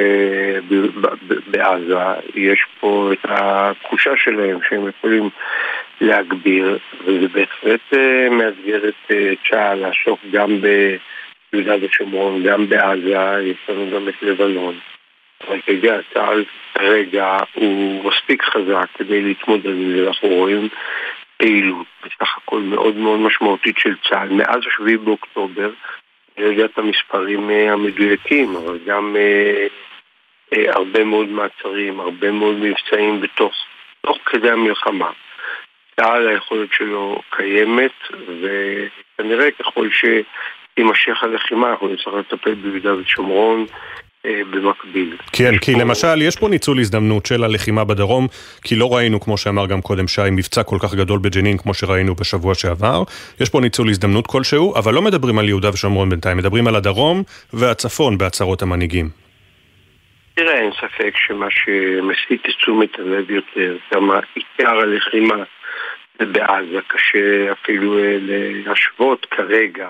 בעזה, יש פה את התחושה שלהם שהם יכולים להגביר, וזה בהחלט מאתגר את צה"ל לעסוק גם ביהודה ושומרון, גם בעזה, יש לנו גם את לבנון. אבל כרגע צה"ל כרגע הוא מספיק חזק כדי להתמודד עם זה. אנחנו רואים פעילות בסך הכל מאוד מאוד משמעותית של צה"ל מאז השביעי באוקטובר. אני יודע את המספרים המדויקים, אבל גם אה, אה, הרבה מאוד מעצרים, הרבה מאוד מבצעים בתוך תוך כדי המלחמה. צה"ל היכולת שלו קיימת, וכנראה ככל שתימשך הלחימה, אנחנו נצטרך לטפל ביהודה ושומרון אה, במקביל. כן, כי פה... למשל יש פה ניצול הזדמנות של הלחימה בדרום, כי לא ראינו, כמו שאמר גם קודם שי, מבצע כל כך גדול בג'נין כמו שראינו בשבוע שעבר. יש פה ניצול הזדמנות כלשהו, אבל לא מדברים על יהודה ושומרון בינתיים, מדברים על הדרום והצפון בהצהרות המנהיגים. תראה, אין ספק שמה שמסיט את תשומת הלב יותר, כמה עיקר הלחימה זה בעזה, קשה אפילו להשוות כרגע.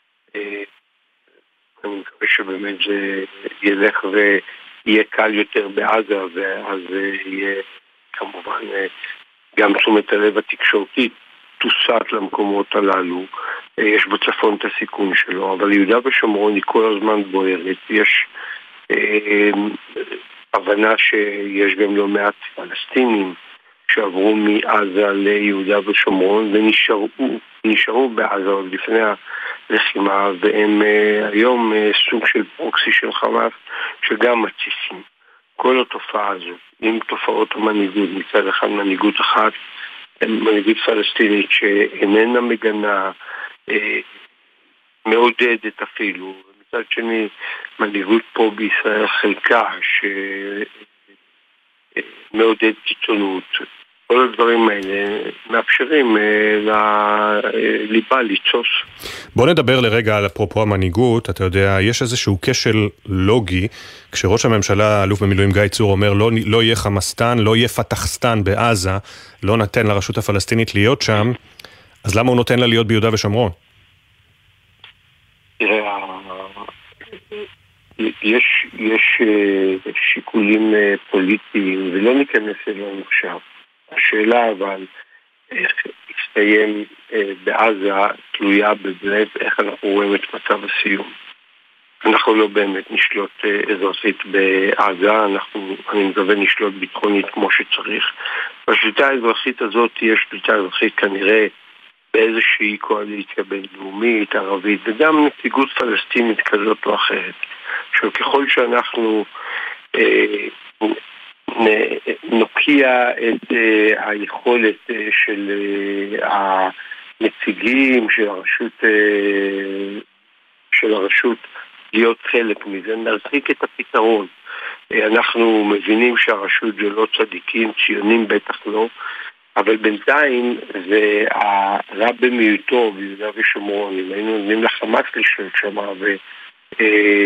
אני מקווה שבאמת זה ילך ויהיה קל יותר בעזה, ואז יהיה כמובן גם תשומת הלב התקשורתית תוסט למקומות הללו. יש בצפון את הסיכון שלו, אבל יהודה ושומרון היא כל הזמן בוערת. יש אה, הבנה שיש גם לא מעט פלסטינים שעברו מעזה ליהודה ושומרון ונשארו נשארו בעזה עוד לפני הלחימה, והם uh, היום uh, סוג של פרוקסי של חמאס שגם מתסיסים. כל התופעה הזו, עם תופעות המנהיגות, מצד אחד מנהיגות אחת, מנהיגות פלסטינית שאיננה מגנה, uh, מעודדת אפילו, ומצד שני מנהיגות פה בישראל חלקה ש... מעודד קיצונות. כל הדברים האלה מאפשרים לליבה ליצוס. בוא נדבר לרגע על אפרופו המנהיגות. אתה יודע, יש איזשהו כשל לוגי, כשראש הממשלה, אלוף במילואים גיא צור, אומר לא, לא יהיה חמאסטן, לא יהיה פתחסטן בעזה, לא נתן לרשות הפלסטינית להיות שם, אז למה הוא נותן לה להיות ביהודה ושומרון? יש, יש שיקולים פוליטיים, ולא ניכנס אליהם עכשיו. השאלה אבל איך יסתיים בעזה תלויה בבלב איך אנחנו רואים את מצב הסיום. אנחנו לא באמת נשלוט אזרחית בעזה, אנחנו, אני מקווה, נשלוט ביטחונית כמו שצריך. בשליטה האזרחית הזאת יש שליטה אזרחית כנראה באיזושהי קואליציה בינלאומית, ערבית, וגם נציגות פלסטינית כזאת או אחרת. שככל שאנחנו אה, נוקיע את uh, היכולת uh, של uh, הנציגים של הרשות uh, של הרשות להיות חלק מזה, נרחיק את הפתרון. Uh, אנחנו מבינים שהרשות זה לא צדיקים, ציונים בטח לא, אבל בינתיים זה הרע במיעוטו ביהודה ושומרון. אם היינו נותנים לחמאס לשלוט שם ו... Uh,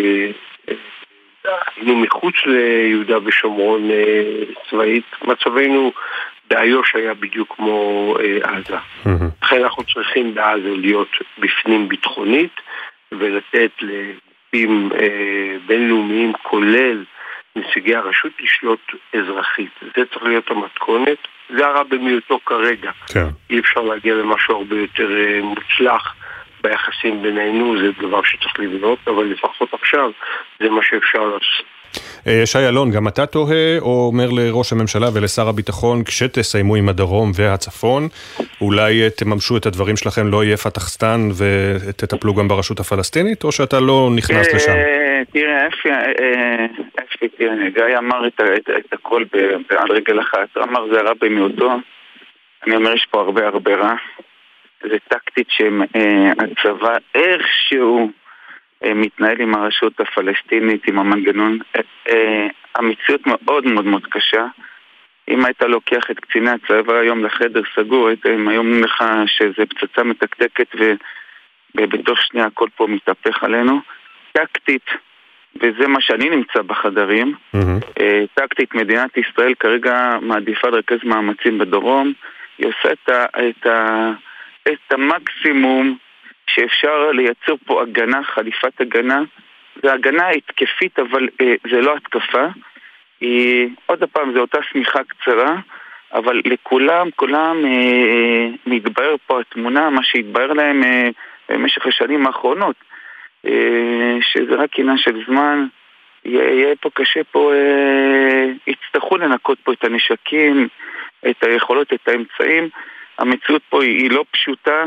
היינו מחוץ ליהודה ושומרון צבאית, מצבנו באיו"ש היה בדיוק כמו עזה. לכן אנחנו צריכים בעזה להיות בפנים ביטחונית, ולתת לגופים בינלאומיים, כולל נציגי הרשות, לשלוט אזרחית. זה צריך להיות המתכונת. זה הרע במיעוטו כרגע. כן. אי אפשר להגיע למשהו הרבה יותר מוצלח ביחסים בינינו, זה דבר שצריך לבנות, אבל לפחות עכשיו זה מה שאפשר לעשות. שי אלון, גם אתה תוהה או אומר לראש הממשלה ולשר הביטחון, כשתסיימו עם הדרום והצפון, אולי תממשו את הדברים שלכם, לא יהיה פתחסטן ותטפלו גם ברשות הפלסטינית, או שאתה לא נכנס לשם? תראה, אפי, תראה, גיא אמר את הכל על רגל אחת, הוא אמר זה הרע במיעוטו, אני אומר יש פה הרבה הרבה רע, זה טקטית שהצבא איכשהו מתנהל עם הרשות הפלסטינית, עם המנגנון. המציאות מאוד מאוד מאוד קשה. אם היית לוקח את קציני הצבא היום לחדר סגור, הם היום אומרים לך שזה פצצה מתקתקת ובתוך שנייה הכל פה מתהפך עלינו. טקטית, וזה מה שאני נמצא בחדרים, טקטית מדינת ישראל כרגע מעדיפה לרכז מאמצים בדרום, היא עושה את ה... את ה את המקסימום שאפשר לייצר פה הגנה, חליפת הגנה. זה הגנה התקפית, אבל אה, זה לא התקפה. היא, עוד הפעם, זה אותה סמיכה קצרה, אבל לכולם, כולם אה, מתבהר פה התמונה, מה שהתבהר להם אה, במשך השנים האחרונות, אה, שזה רק עניין של זמן. יהיה, יהיה פה קשה פה, אה, יצטרכו לנקות פה את הנשקים, את היכולות, את האמצעים. המציאות פה היא לא פשוטה,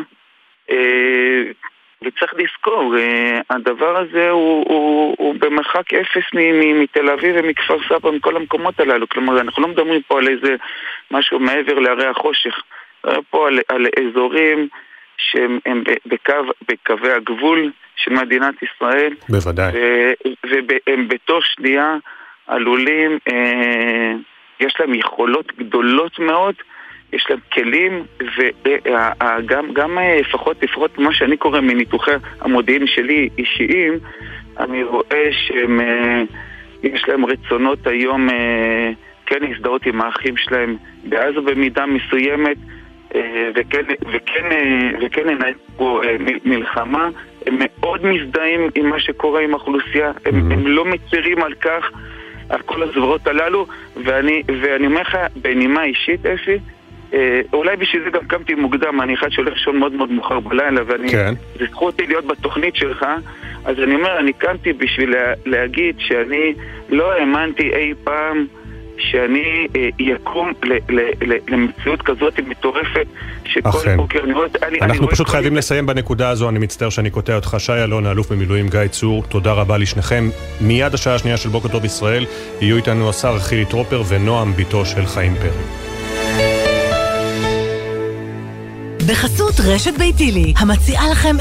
וצריך לזכור, הדבר הזה הוא, הוא, הוא במרחק אפס מתל אביב ומכפר סבא, מכל המקומות הללו. כלומר, אנחנו לא מדברים פה על איזה משהו מעבר להרי החושך, מדברים פה על, על אזורים שהם בקו, בקווי הגבול של מדינת ישראל. בוודאי. והם בתוך שנייה עלולים, יש להם יכולות גדולות מאוד, יש להם כלים, וגם גם לפחות, לפחות מה שאני קורא מניתוחי המודיעין שלי אישיים, אני רואה שהם, יש להם רצונות היום כן להזדהות עם האחים שלהם בעזה במידה מסוימת, וכן, וכן, וכן לנהל פה מלחמה. הם מאוד מזדהים עם מה שקורה עם האוכלוסייה, הם, הם לא מצרים על כך, על כל הזוועות הללו, ואני, ואני אומר לך בנימה אישית, אפי, אולי בשביל זה גם קמתי מוקדם, אני אחד שהולך לישון מאוד מאוד מאוחר בלילה, ואני, כן. זה זכות אותי להיות בתוכנית שלך, אז אני אומר, אני קמתי בשביל לה, להגיד שאני לא האמנתי אי פעם שאני אה, יקום ל, ל, ל, למציאות כזאת מטורפת, שכל בוקר אני רואה... אני, אנחנו אני פשוט רואה חייבים כל... לסיים בנקודה הזו, אני מצטער שאני קוטע אותך. שי אלון, האלוף במילואים גיא צור, תודה רבה לשניכם. מיד השעה השנייה של בוקר טוב ישראל, יהיו איתנו השר חילי טרופר ונועם ביתו של חיים פרי. בחסות רשת ביתילי, המציעה לכם עשרים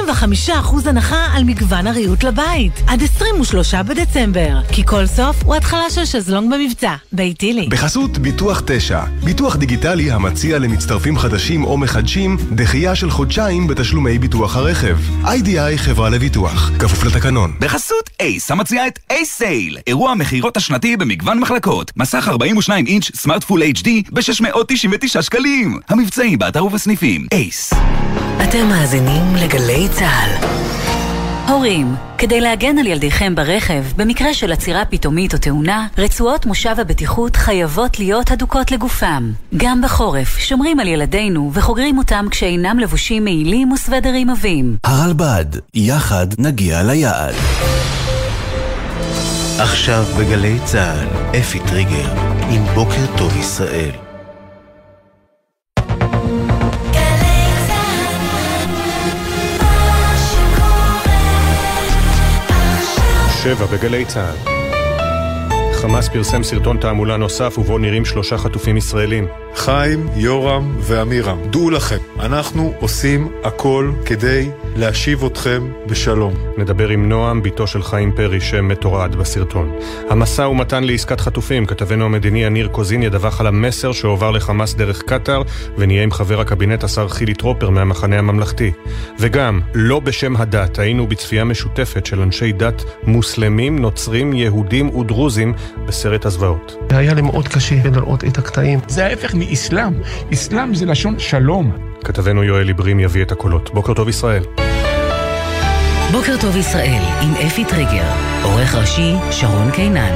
וחמישה אחוז הנחה על מגוון הריהוט לבית. עד עשרים ושלושה בדצמבר. כי כל סוף הוא התחלה של שזלונג במבצע. ביתילי. בחסות ביטוח תשע. ביטוח דיגיטלי המציע למצטרפים חדשים או מחדשים דחייה של חודשיים בתשלומי ביטוח הרכב. איי די איי חברה לביטוח. כפוף לתקנון. בחסות אייס המציע את אייס סייל. אירוע מחירות השנתי במגוון מחלקות. מסך ארבעים ושתיים אינץ' סמארט פול אייץ' די ב-שש מאות תשעים ותשעה שקלים. המבצעים באתר ובסניפים. אייס. אתם מאזינים לגלי צהל. הורים, כדי להגן על ילדיכם ברכב, במקרה של עצירה פתאומית או תאונה, רצועות מושב הבטיחות חייבות להיות הדוקות לגופם. גם בחורף, שומרים על ילדינו וחוגרים אותם כשאינם לבושים מעילים וסוודרים עבים. הרלב"ד, יחד נגיע ליעד. עכשיו בגלי צהל, אפי טריגר, עם בוקר טוב ישראל. שבע בגלי צהל. חמאס פרסם סרטון תעמולה נוסף ובו נראים שלושה חטופים ישראלים. חיים, יורם ואמירם, דעו לכם, אנחנו עושים הכל כדי להשיב אתכם בשלום. נדבר עם נועם, ביתו של חיים פרי שמתועד בסרטון. המסע ומתן לעסקת חטופים, כתבנו המדיני יניר קוזין ידווח על המסר שהועבר לחמאס דרך קטר, ונהיה עם חבר הקבינט השר חילי טרופר מהמחנה הממלכתי. וגם, לא בשם הדת, היינו בצפייה משותפת של אנשי דת מוסלמים, נוצרים, יהודים ודרוזים בסרט הזוועות. היה לי מאוד קשה לראות את הקטעים. זה ההפך מאסלאם. אסלאם זה לשון שלום. כתבנו יואל איברים יביא את הקולות. בוקר טוב ישראל. בוקר טוב ישראל עם אפי טריגר, עורך ראשי שרון קינן.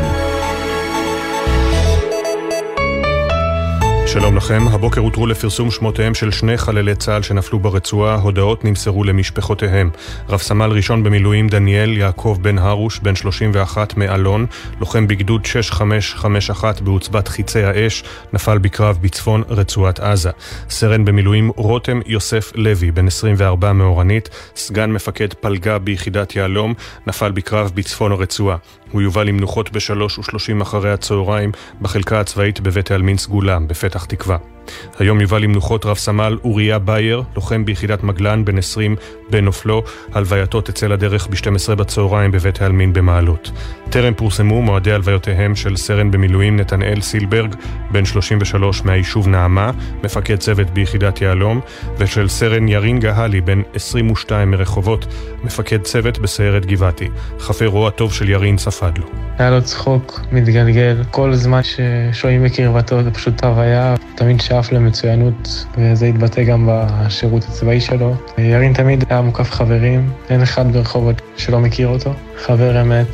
שלום לכם, הבוקר הותרו לפרסום שמותיהם של שני חללי צה"ל שנפלו ברצועה, הודעות נמסרו למשפחותיהם. רב סמל ראשון במילואים דניאל יעקב בן הרוש, בן שלושים ואחת מאלון, לוחם בגדוד שש חמש חמש אחת בעוצבת חיצי האש, נפל בקרב בצפון רצועת עזה. סרן במילואים רותם יוסף לוי, בן עשרים וארבע מאורנית, סגן מפקד פלגה ביחידת יעלום, נפל בקרב בצפון הרצועה. הוא יובא למנוחות בשלוש ושלושים אחרי הצהריים בחלקה הצבאית בבית העלמין סגולה, בפתח תקווה. היום יובא למנוחות רב סמל אוריה בייר, לוחם ביחידת מגלן, בן עשרים, בן נופלו, הלווייתו תצא לדרך ב-שתים עשרה בצהריים בבית העלמין במעלות. טרם פורסמו מועדי הלוויותיהם של סרן במילואים נתנאל סילברג, בן שלושים ושלוש מהיישוב נעמה, מפקד צוות ביחידת יעלום, ושל סרן ירין גהלי, בן עשרים ושתיים מרחובות, מפקד צוות בסיירת גבעתי. חברו הטוב של ירין ספד לו. היה לו צחוק מתגלגל, כל זמן ששוהים בקרבתו זה פשוט הוויה, תמיד שאף למצוינות, וזה התבטא גם בשירות הצבאי שלו. ירין תמיד היה מוקף חברים, אין אחד ברחובות שלא מכיר אותו, חבר אמת.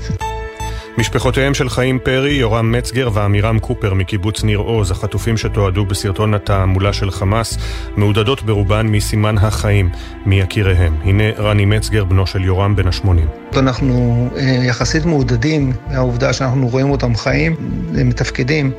משפחותיהם של חיים פרי, יורם מצגר ואמירם קופר מקיבוץ ניר עוז, החטופים שתועדו בסרטון התעמולה של חמאס, מעודדות ברובן מסימן החיים, מיקיריהם. הנה רני מצגר, בנו של יורם בן השמונים. אנחנו יחסית מעודדים מהעובדה שאנחנו רואים אותם חיים, מתפקדים,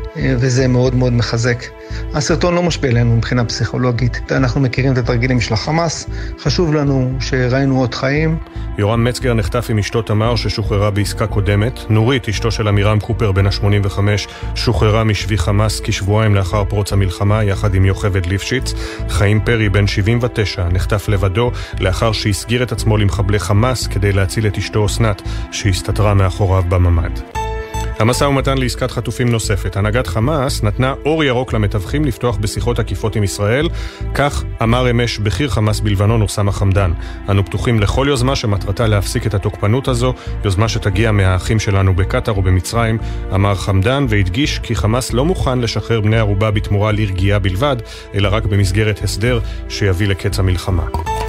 וזה מאוד מאוד מחזק. הסרטון לא משפיע עלינו מבחינה פסיכולוגית. אנחנו מכירים את התרגילים של החמאס, חשוב לנו שראינו עוד חיים. יורם מצגר נחטף עם אשתו תמר ששוחררה בעסקה קודמת. נורית, אשתו של אמירם קופר בן ה-שמונים וחמש, שוחררה משבי חמאס כשבועיים לאחר פרוץ המלחמה יחד עם יוכבד ליפשיץ. חיים פרי בן שבעים ותשע נחטף לבדו לאחר שהסגיר את עצמו למחבלי חמאס כדי להציל את אשתו אסנת שהסתתרה מאחוריו בממד. המשא ומתן לעסקת חטופים נוספת. הנהגת חמאס נתנה אור ירוק למתווכים לפתוח בשיחות עקיפות עם ישראל, כך אמר אמש בכיר חמאס בלבנון אוסמה חמדן. אנו פתוחים לכל יוזמה שמטרתה להפסיק את התוקפנות הזו, יוזמה שתגיע מהאחים שלנו בקטר ובמצרים, אמר חמדן, והדגיש כי חמאס לא מוכן לשחרר בני ערובה בתמורה לרגיעה בלבד, אלא רק במסגרת הסדר שיביא לקץ המלחמה.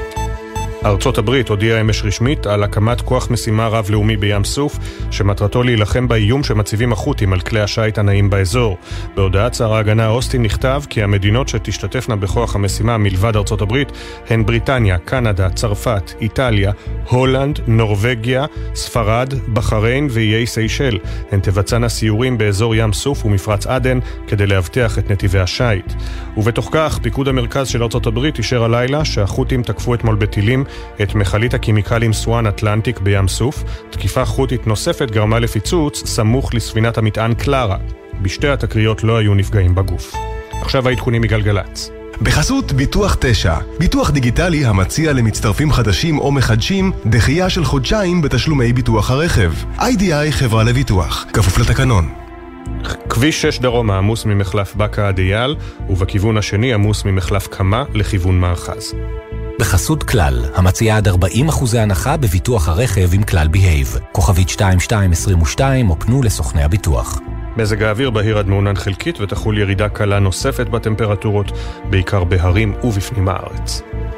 ארצות הברית הודיעה אמש רשמית על הקמת כוח משימה רב-לאומי בים סוף, שמטרתו להילחם באיום שמציבים החות'ים על כלי השיט הנעים באזור. בהודעת שר ההגנה אוסטין נכתב כי המדינות שתשתתפנה בכוח המשימה מלבד ארצות הברית הן בריטניה, קנדה, צרפת, איטליה, הולנד, נורווגיה, ספרד, בחריין ואיי סיישל. הן תבצענה סיורים באזור ים סוף ומפרץ עדן כדי להבטיח את נתיבי השיט. ובתוך כך, פיקוד המרכז של ארצות הברית אישר הלילה שהחות'ים תקפו אתמול בטילים את מכלית הכימיקלים סואן אטלנטיק בים סוף. תקיפה חות'ית נוספת גרמה לפיצוץ סמוך לספינת המטען קלרה. בשתי התקריות לא היו נפגעים בגוף. עכשיו העדכונים מגלגלץ. בחסות ביטוח תשע, ביטוח דיגיטלי המציע למצטרפים חדשים או מחדשים דחייה של חודשיים בתשלומי ביטוח הרכב. איי די איי חברה לביטוח, כפוף לתקנון. כביש שש דרום עמוס ממחלף בקה עד אייל, ובכיוון השני עמוס ממחלף קמה לכיוון מאחז. בחסות כלל, המציעה עד ארבעים אחוז הנחה בביטוח הרכב עם כלל בהייב. כוכבית שתיים שתיים עשרים ושתיים או פנו לסוכני הביטוח. מזג האוויר בהיר עד מעונן חלקית ותחול ירידה קלה נוספת בטמפרטורות, בעיקר בהרים ובפנים הארץ.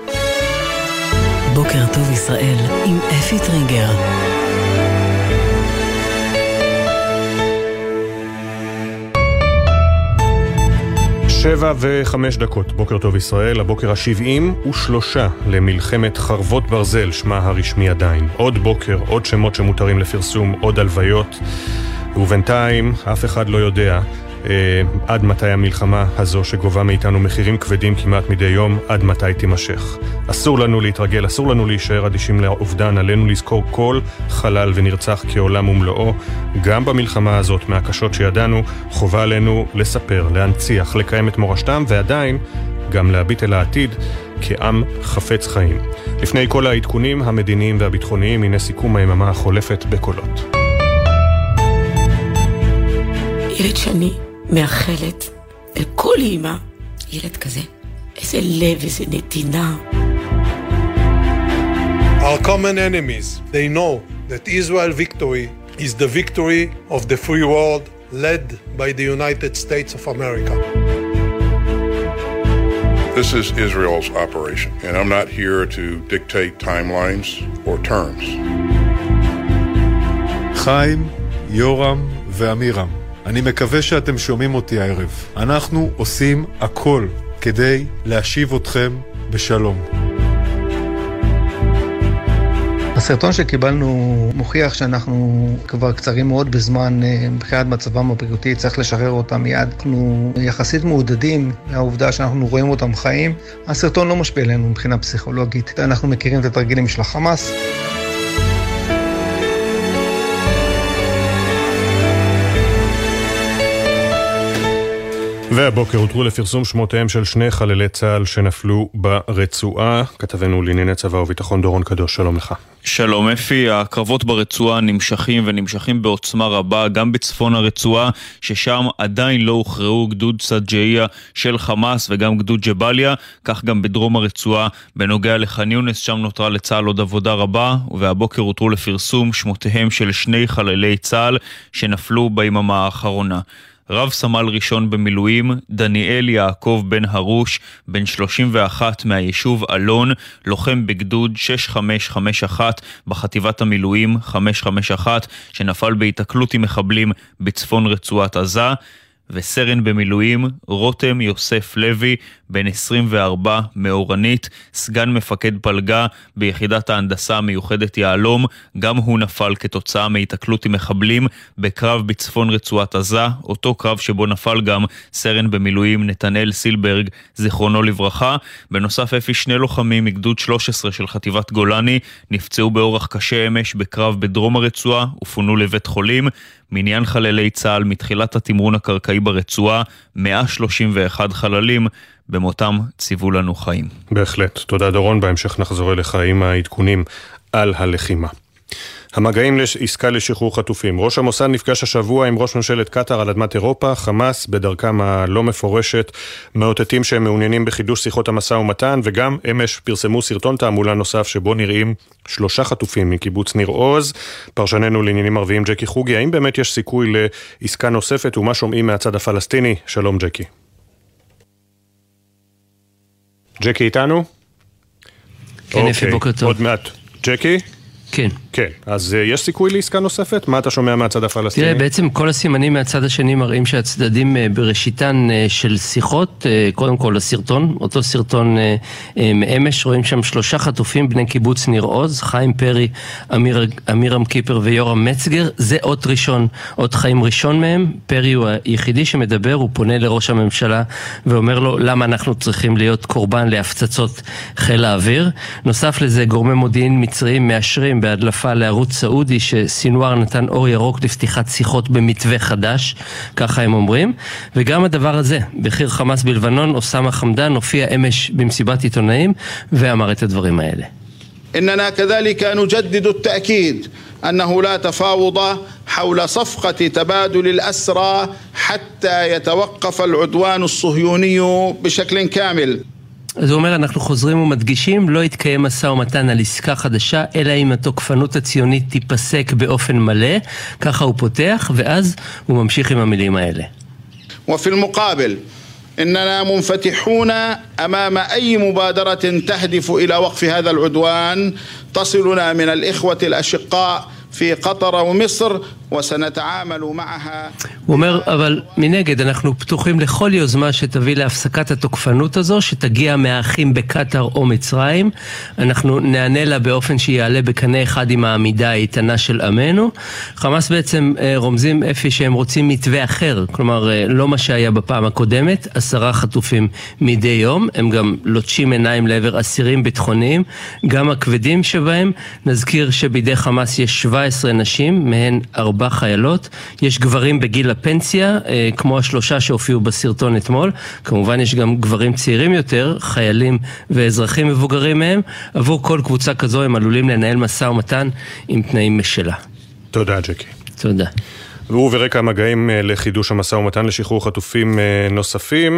בוקר טוב ישראל עם אפי טריגר. שבע וחמש דקות, בוקר טוב ישראל, הבוקר השבעים ושלושה למלחמת חרבות ברזל, שמה הרשמי עדיין. עוד בוקר, עוד שמות שמותרים לפרסום, עוד הלוויות, ובינתיים אף אחד לא יודע אה, עד מתי המלחמה הזו שגובה מאיתנו מחירים כבדים כמעט מדי יום, עד מתי תימשך. אסור לנו להתרגל, אסור לנו להישאר אדישים לאובדן, עלינו לזכור כל חלל ונרצח כעולם ומלואו. גם במלחמה הזאת, מהקשות שידענו, חובה עלינו לספר, להנציח, לקיים את מורשתם, ועדיין גם להביט אל העתיד כעם חפץ חיים. לפני כל העדכונים המדיניים והביטחוניים, הנה סיכום היממה החולפת בקולות. ילד שאני מאחלת אל כל אימא, ילד כזה, איזה לב, איזה נתינה. Our common enemies, they know that Israel victory is the victory of the free world led by the United States of America. This is Israel's operation, and I'm not here to dictate timelines or terms. חיים, יורם ואמירם, אני מקווה שאתם שומעים אותי הערב. אנחנו עושים הכל כדי להשיב אתכם בשלום. הסרטון שקיבלנו מוכיח שאנחנו כבר קצרים מאוד בזמן מבחינת מצבם הבריאותי, צריך לשחרר אותם מיד. אנחנו יחסית מעודדים מהעובדה שאנחנו רואים אותם חיים. הסרטון לא משפיע עלינו מבחינה פסיכולוגית. אנחנו מכירים את התרגילים של החמאס. והבוקר הותרו לפרסום שמותיהם של שני חללי צה"ל שנפלו ברצועה. כתבנו לענייני צבא וביטחון דורון קדוש, שלום לך. שלום אפי, הקרבות ברצועה נמשכים ונמשכים בעוצמה רבה, גם בצפון הרצועה, ששם עדיין לא הוכרעו גדוד סג'איה של חמאס וגם גדוד ג'באליה, כך גם בדרום הרצועה. בנוגע לח'אן יונס, שם נותרה לצה"ל עוד עבודה רבה, והבוקר הותרו לפרסום שמותיהם של שני חללי צה"ל שנפלו ביממה האחרונה. רב סמל ראשון במילואים, דניאל יעקב בן הרוש, בן שלושים ואחת מהיישוב אלון, לוחם בגדוד שש חמש חמש אחת בחטיבת המילואים חמש חמש אחת, שנפל בהתקלות עם מחבלים בצפון רצועת עזה. וסרן במילואים, רותם יוסף לוי, בן עשרים וארבע, מאורנית, סגן מפקד פלגה ביחידת ההנדסה המיוחדת יעלום, גם הוא נפל כתוצאה מהתקלות עם מחבלים בקרב בצפון רצועת עזה, אותו קרב שבו נפל גם סרן במילואים נתנאל סילברג, זיכרונו לברכה. בנוסף, אפי, שני לוחמים מגדוד שלוש עשרה של חטיבת גולני נפצעו באורח קשה אמש בקרב בדרום הרצועה ופונו לבית חולים. מניין חללי צה"ל מתחילת התמרון הקרקעי ברצועה, מאה שלושים ואחד חללים, במותם ציוו לנו חיים. בהחלט, תודה דורון, בהמשך נחזור אליך עם העדכונים על הלחימה. המגעים לעסקה לשחרור חטופים. ראש המוסד נפגש השבוע עם ראש ממשלת קטר על אדמת אירופה. חמאס בדרכם הלא מפורשת מאותתים שהם מעוניינים בחידוש שיחות המשא ומתן, וגם אמש פרסמו סרטון תעמולה נוסף שבו נראים שלושה חטופים מקיבוץ ניר עוז. פרשננו לעניינים ערביים ג'קי חוגי, האם באמת יש סיכוי לעסקה נוספת ומה שומעים מהצד הפלסטיני? שלום ג'קי. ג'קי איתנו? כן, אפי, בוקר טוב. עוד מעט. ג'קי? כן. כן, אז יש סיכוי לעסקה נוספת? מה אתה שומע מהצד הפלסטיני? תראה, בעצם כל הסימנים מהצד השני מראים שהצדדים בראשיתן של שיחות, קודם כל הסרטון, אותו סרטון מאמש, רואים שם שלושה חטופים בני קיבוץ ניר עוז, חיים פרי, אמיר, אמירם קיפר ויורם מצגר, זה אות ראשון, אות חיים ראשון מהם. פרי הוא היחידי שמדבר, הוא פונה לראש הממשלה ואומר לו למה אנחנו צריכים להיות קורבן להפצצות חיל האוויר. נוסף לזה, גורמי מודיעין מצריים מאשרים בהדלפה לערוץ סעודי שסינואר נתן אור ירוק לפתיחת שיחות במתווה חדש, ככה הם אומרים. וגם הדבר הזה, בכיר חמאס בלבנון, אוסמה חמדאן, הופיע אמש במסיבת עיתונאים ואמר את הדברים האלה. إننا كذلك نجدد التأكيد أنه لا تفاوض حول صفقة تبادل الأسرى حتى يتوقف العدوان الصهيوني بشكل كامل. אז הוא אומר, אנחנו חוזרים ומדגישים, לא יתקיים משא ומתן על עסקה חדשה, אלא אם התוקפנות הציונית תיפסק באופן מלא, ככה הוא פותח, ואז הוא ממשיך עם המילים האלה. وفي المقابل إننا منفتحون أمام أي مبادرة تهدف إلى وقف هذا العدوان تصلنا من الإخوة الأشقاء في قطر ومصر וסנתעמל ומעها. הוא אומר, אבל מנגד אנחנו פתוחים לכל יוזמה שתביא להפסקת התוקפנות הזו, שתגיע מהאחים בקטר או מצרים. אנחנו נענה לה באופן שיעלה בקנה אחד עם העמידה האיתנה של עמנו. חמאס בעצם רומזים אפי שהם רוצים מתווה אחר, כלומר לא מה שהיה בפעם הקודמת, עשרה חטופים מדי יום. הם גם לוטשים עיניים לעבר אסירים ביטחוניים, גם הכבדים שבהם. נזכיר שבידי חמאס יש שבע עשרה נשים, מהן ארבע חיילות, יש גברים בגיל הפנסיה, כמו השלושה שהופיעו בסרטון אתמול, כמובן יש גם גברים צעירים יותר, חיילים ואזרחים מבוגרים מהם, עבור כל קבוצה כזו הם עלולים לנהל משא ומתן עם תנאים משלה. תודה ג'קי. תודה. והוא ורקע המגעים לחידוש המשא ומתן לשחרור חטופים נוספים.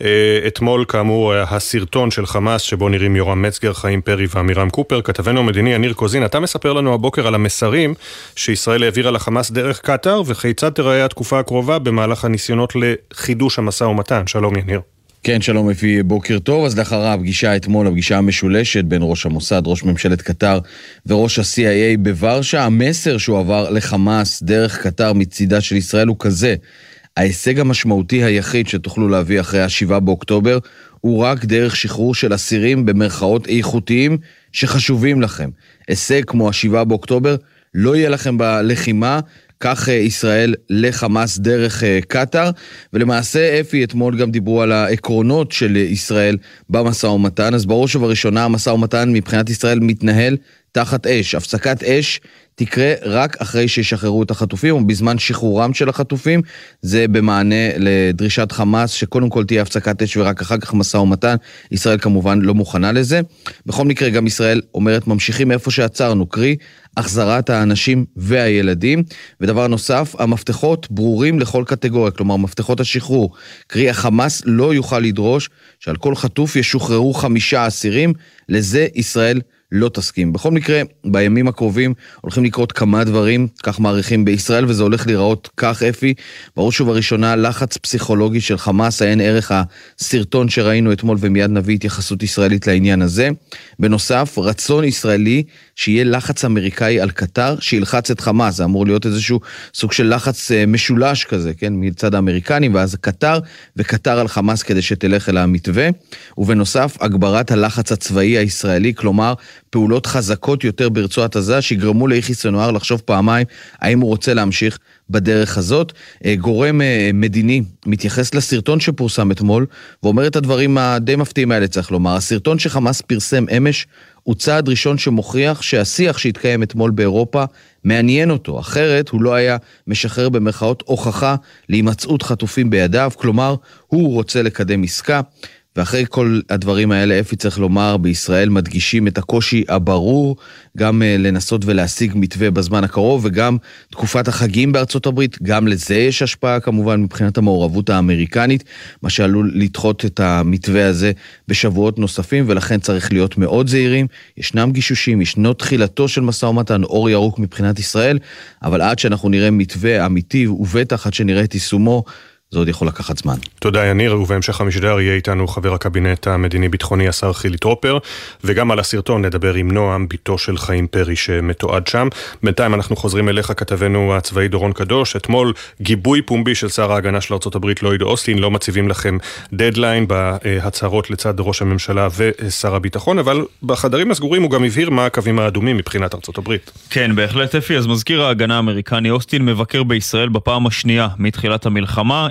אתמול כאמור הסרטון של חמאס שבו נראים יורם מצגר, חיים פרי ואמירם קופר. כתבנו המדיני יניר קוזין, אתה מספר לנו הבוקר על המסרים שישראל העבירה לחמאס דרך קטר, וכיצד תראה התקופה הקרובה במהלך הניסיונות לחידוש המשא ומתן. שלום יניר. כן, שלום אפי, בוקר טוב. אז לאחר הפגישה אתמול, הפגישה המשולשת בין ראש המוסד, ראש ממשלת קטר וראש ה-סי איי איי בוורשה, המסר שהוא עבר לחמאס דרך קטר מצידה של ישראל הוא כזה: ההישג המשמעותי היחיד שתוכלו להביא אחרי השבעה באוקטובר הוא רק דרך שחרור של אסירים במרכאות איכותיים שחשובים לכם. הישג כמו השבעה באוקטובר לא יהיה לכם בלחימה, כך ישראל לחמאס דרך קטר. ולמעשה אפי אתמול גם דיברו על העקרונות של ישראל במשא ומתן. אז בראש ובראשונה המשא ומתן מבחינת ישראל מתנהל תחת אש. הפסקת אש תקרה רק אחרי שישחררו את החטופים, ובזמן שחרורם של החטופים, זה במענה לדרישת חמאס, שקודם כל תהיה הפסקת אש ורק אחר כך משא ומתן. ישראל כמובן לא מוכנה לזה. בכל מקרה גם ישראל אומרת ממשיכים איפה שעצרנו, קרי החזרת האנשים והילדים. ודבר נוסף, המפתחות ברורים לכל קטגוריה, כלומר מפתחות השחרור, קרי החמאס לא יוכל לדרוש שעל כל חטוף ישוחררו חמישה אסירים, לזה ישראל לא תסכים. בכל מקרה, בימים הקרובים הולכים לקרות כמה דברים, כך מעריכים בישראל, וזה הולך להיראות כך אפי. בראש ובראשונה, לחץ פסיכולוגי של חמאס, העין ערך הסרטון שראינו אתמול, ומיד נביא התייחסות ישראלית לעניין הזה. בנוסף, רצון ישראלי שיהיה לחץ אמריקאי על קטר, שילחץ את חמאס. זה אמור להיות איזשהו סוג של לחץ משולש כזה, כן? מצד האמריקנים, ואז קטר, וקטר על חמאס כדי שתלך אל המתווה. ובנוסף, הגברת הלחץ הצבאי הישראלי, כלומר, פעולות חזקות יותר ברצועת עזה, שיגרמו ליחיא סנואר לחשוב פעמיים האם הוא רוצה להמשיך בדרך הזאת. גורם מדיני מתייחס לסרטון שפורסם אתמול, ואומר את הדברים הדי מפתיעים האלה, צריך לומר. הסרטון שחמאס פרסם אמש הוא צעד ראשון שמוכיח שהשיח שהתקיים אתמול באירופה מעניין אותו, אחרת הוא לא היה משחרר במרכאות הוכחה להימצאות חטופים בידיו, כלומר הוא רוצה לקדם עסקה. ואחרי כל הדברים האלה, אפי צריך לומר, בישראל מדגישים את הקושי הברור, גם לנסות ולהשיג מתווה בזמן הקרוב, וגם תקופת החגים בארצות הברית, גם לזה יש השפעה כמובן מבחינת המעורבות האמריקנית, מה שעלול לדחות את המתווה הזה בשבועות נוספים, ולכן צריך להיות מאוד זהירים. ישנם גישושים, ישנו תחילתו של משא ומתן, אור ירוק מבחינת ישראל, אבל עד שאנחנו נראה מתווה אמיתי, ובטח עד שנראה את יישומו, זה עוד יכול לקחת זמן. תודה יניר, ובהמשך המשדר יהיה איתנו חבר הקבינט המדיני-ביטחוני השר חילי טרופר, וגם על הסרטון נדבר עם נועם, ביתו של חיים פרי שמתועד שם. בינתיים אנחנו חוזרים אליך, כתבנו הצבאי דורון קדוש. אתמול גיבוי פומבי של שר ההגנה של ארצות הברית לויד אוסטין, לא מציבים לכם דדליין בהצהרות לצד ראש הממשלה ושר הביטחון, אבל בחדרים הסגורים הוא גם הבהיר מה הקווים האדומים מבחינת ארצות הברית. כן, בהחלט אפי. אז מזכיר ההגנה האמריקני אוסטין מבקר בישראל בפעם השנייה מתחילת המלחמה.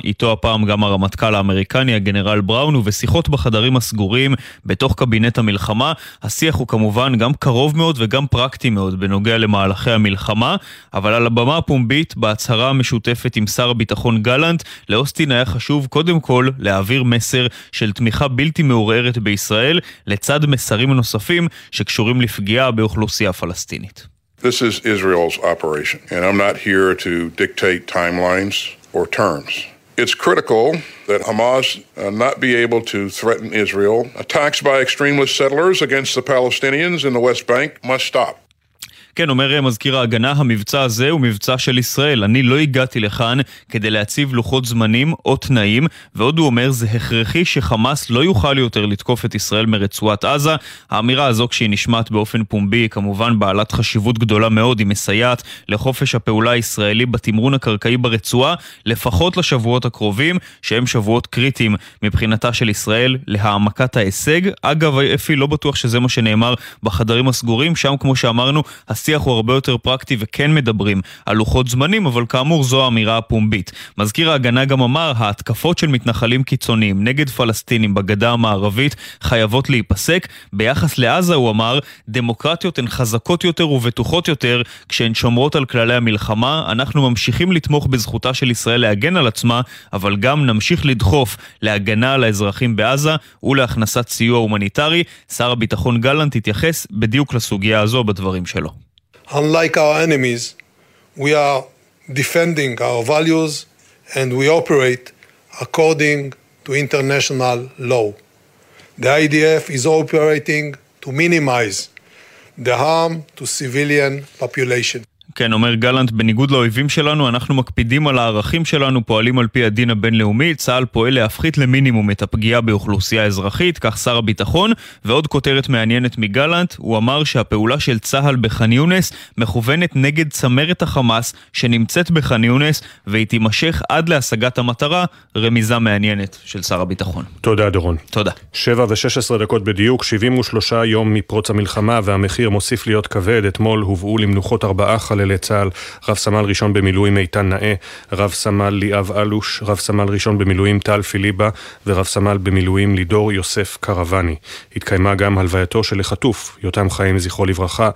איתו הפעם גם הרמטכ"ל האמריקני, הגנרל בראון, ובשיחות בחדרים הסגורים בתוך קבינט המלחמה. השיח הוא כמובן גם קרוב מאוד וגם פרקטי מאוד בנוגע למהלכי המלחמה, אבל על הבמה הפומבית, בהצהרה המשותפת עם שר הביטחון גלנט, לאוסטין היה חשוב קודם כל להעביר מסר של תמיכה בלתי מעורערת בישראל, לצד מסרים נוספים שקשורים לפגיעה באוכלוסייה פלסטינית. This is Israel's operation, and I'm not here to dictate timelines or terms. It's critical that Hamas uh, not be able to threaten Israel. Attacks by extremist settlers against the Palestinians in the West Bank must stop. כן, אומר מזכיר ההגנה, המבצע הזה הוא מבצע של ישראל. אני לא הגעתי לכאן כדי להציב לוחות זמנים או תנאים, ועוד הוא אומר, זה הכרחי שחמאס לא יוכל יותר לתקוף את ישראל מרצועת עזה. האמירה הזו, כשהיא נשמעת באופן פומבי, כמובן בעלת חשיבות גדולה מאוד, היא מסייעת לחופש הפעולה הישראלי בתמרון הקרקעי ברצועה, לפחות לשבועות הקרובים, שהם שבועות קריטיים מבחינתה של ישראל להעמקת ההישג. אגב, אפי, לא בטוח שזה מה שנאמר בחדרים הסגורים, שם כמו שאמרנו, השיח הוא הרבה יותר פרקטי וכן מדברים על לוחות זמנים, אבל כאמור זו האמירה הפומבית. מזכיר ההגנה גם אמר, ההתקפות של מתנחלים קיצוניים נגד פלסטינים בגדה המערבית חייבות להיפסק. ביחס לעזה הוא אמר, דמוקרטיות הן חזקות יותר ובטוחות יותר כשהן שומרות על כללי המלחמה. אנחנו ממשיכים לתמוך בזכותה של ישראל להגן על עצמה, אבל גם נמשיך לדחוף להגנה על האזרחים בעזה ולהכנסת סיוע הומניטרי. שר הביטחון גלנט התייחס בדיוק לסוגיה הזו בדברים שלו. Unlike our enemies, we are defending our values and we operate according to international law. The I D F is operating to minimize the harm to civilian population. כן, אומר גלנט, בניגוד לאויבים שלנו, אנחנו מקפידים על הערכים שלנו, פועלים על פי הדין הבינלאומי, צה"ל פועל להפחית למינימום את הפגיעה באוכלוסייה אזרחית, כך שר הביטחון. ועוד כותרת מעניינת מגלנט, הוא אמר שהפעולה של צה"ל בח'אן יונס מכוונת נגד צמרת החמאס שנמצאת בח'אן יונס, והיא תימשך עד להשגת המטרה. רמיזה מעניינת של שר הביטחון. תודה דורון. תודה. שבע ושש עשרה דקות בדיוק, שבעים ושלושה יום מפרוץ המלחמה, והמחיר מוסיף להיות כבד. אתמול הובאו למנוחות ארבעה חללי צה"ל, רב סמל ראשון במילואים איתן נאה, רב סמל ליאב אלוש, רב סמל ראשון במילואים טל פיליבה, ורב סמל במילואים לידור יוסף קרבני. התקיימה גם הלווייתו של החטוף, יותם חיים זכרו לברכה,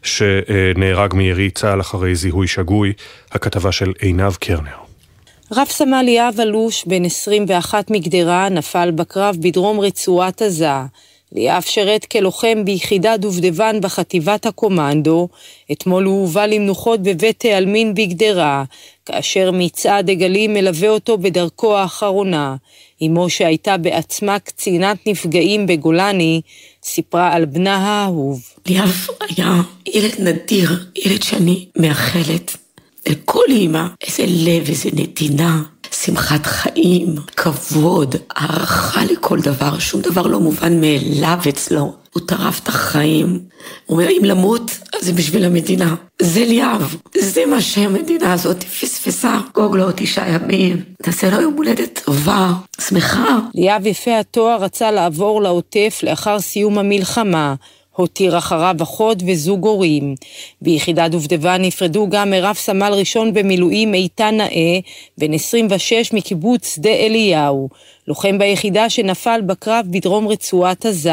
שנהרג מירי צה"ל אחרי זיהוי שגוי. הכתבה של עינב קרנר. רב סמל ליאב אלוש, בן עשרים ואחת מגדרה, נפל בקרב בדרום רצועת עזה. ליאב שרת כלוחם ביחידה דובדבן בחטיבת הקומנדו. אתמול הוא הובא למנוחות בבית העלמין בגדרה, כאשר מצעד דגלים מלווה אותו בדרכו האחרונה. אמו שהייתה בעצמה קצינת נפגעים בגולני, סיפרה על בנה האהוב. ליאב היה ילד נדיר, ילד שאני מאחלת לכל אמא. איזה לב, איזה נתינה. שמחת חיים, כבוד, הערכה לכל דבר, שום דבר לא מובן מאליו אצלו. הוא טרף את החיים. הוא אומר, אם למות, אז זה בשביל המדינה. זה ליאב. זה מה שהמדינה הזאת פספסה. גוג לו תשעה ימים. נעשה לו יום הולדת טובה, שמחה. ליאב יפה התואר רצה לעבור לעוטף לאחר סיום המלחמה. הותיר אחריו אחות וזוג הורים. ביחידה דובדבן נפרדו גם מרב סמל ראשון במילואים איתן נאה, בן עשרים ושש מקיבוץ שדה אליהו, לוחם ביחידה שנפל בקרב בדרום רצועת עזה.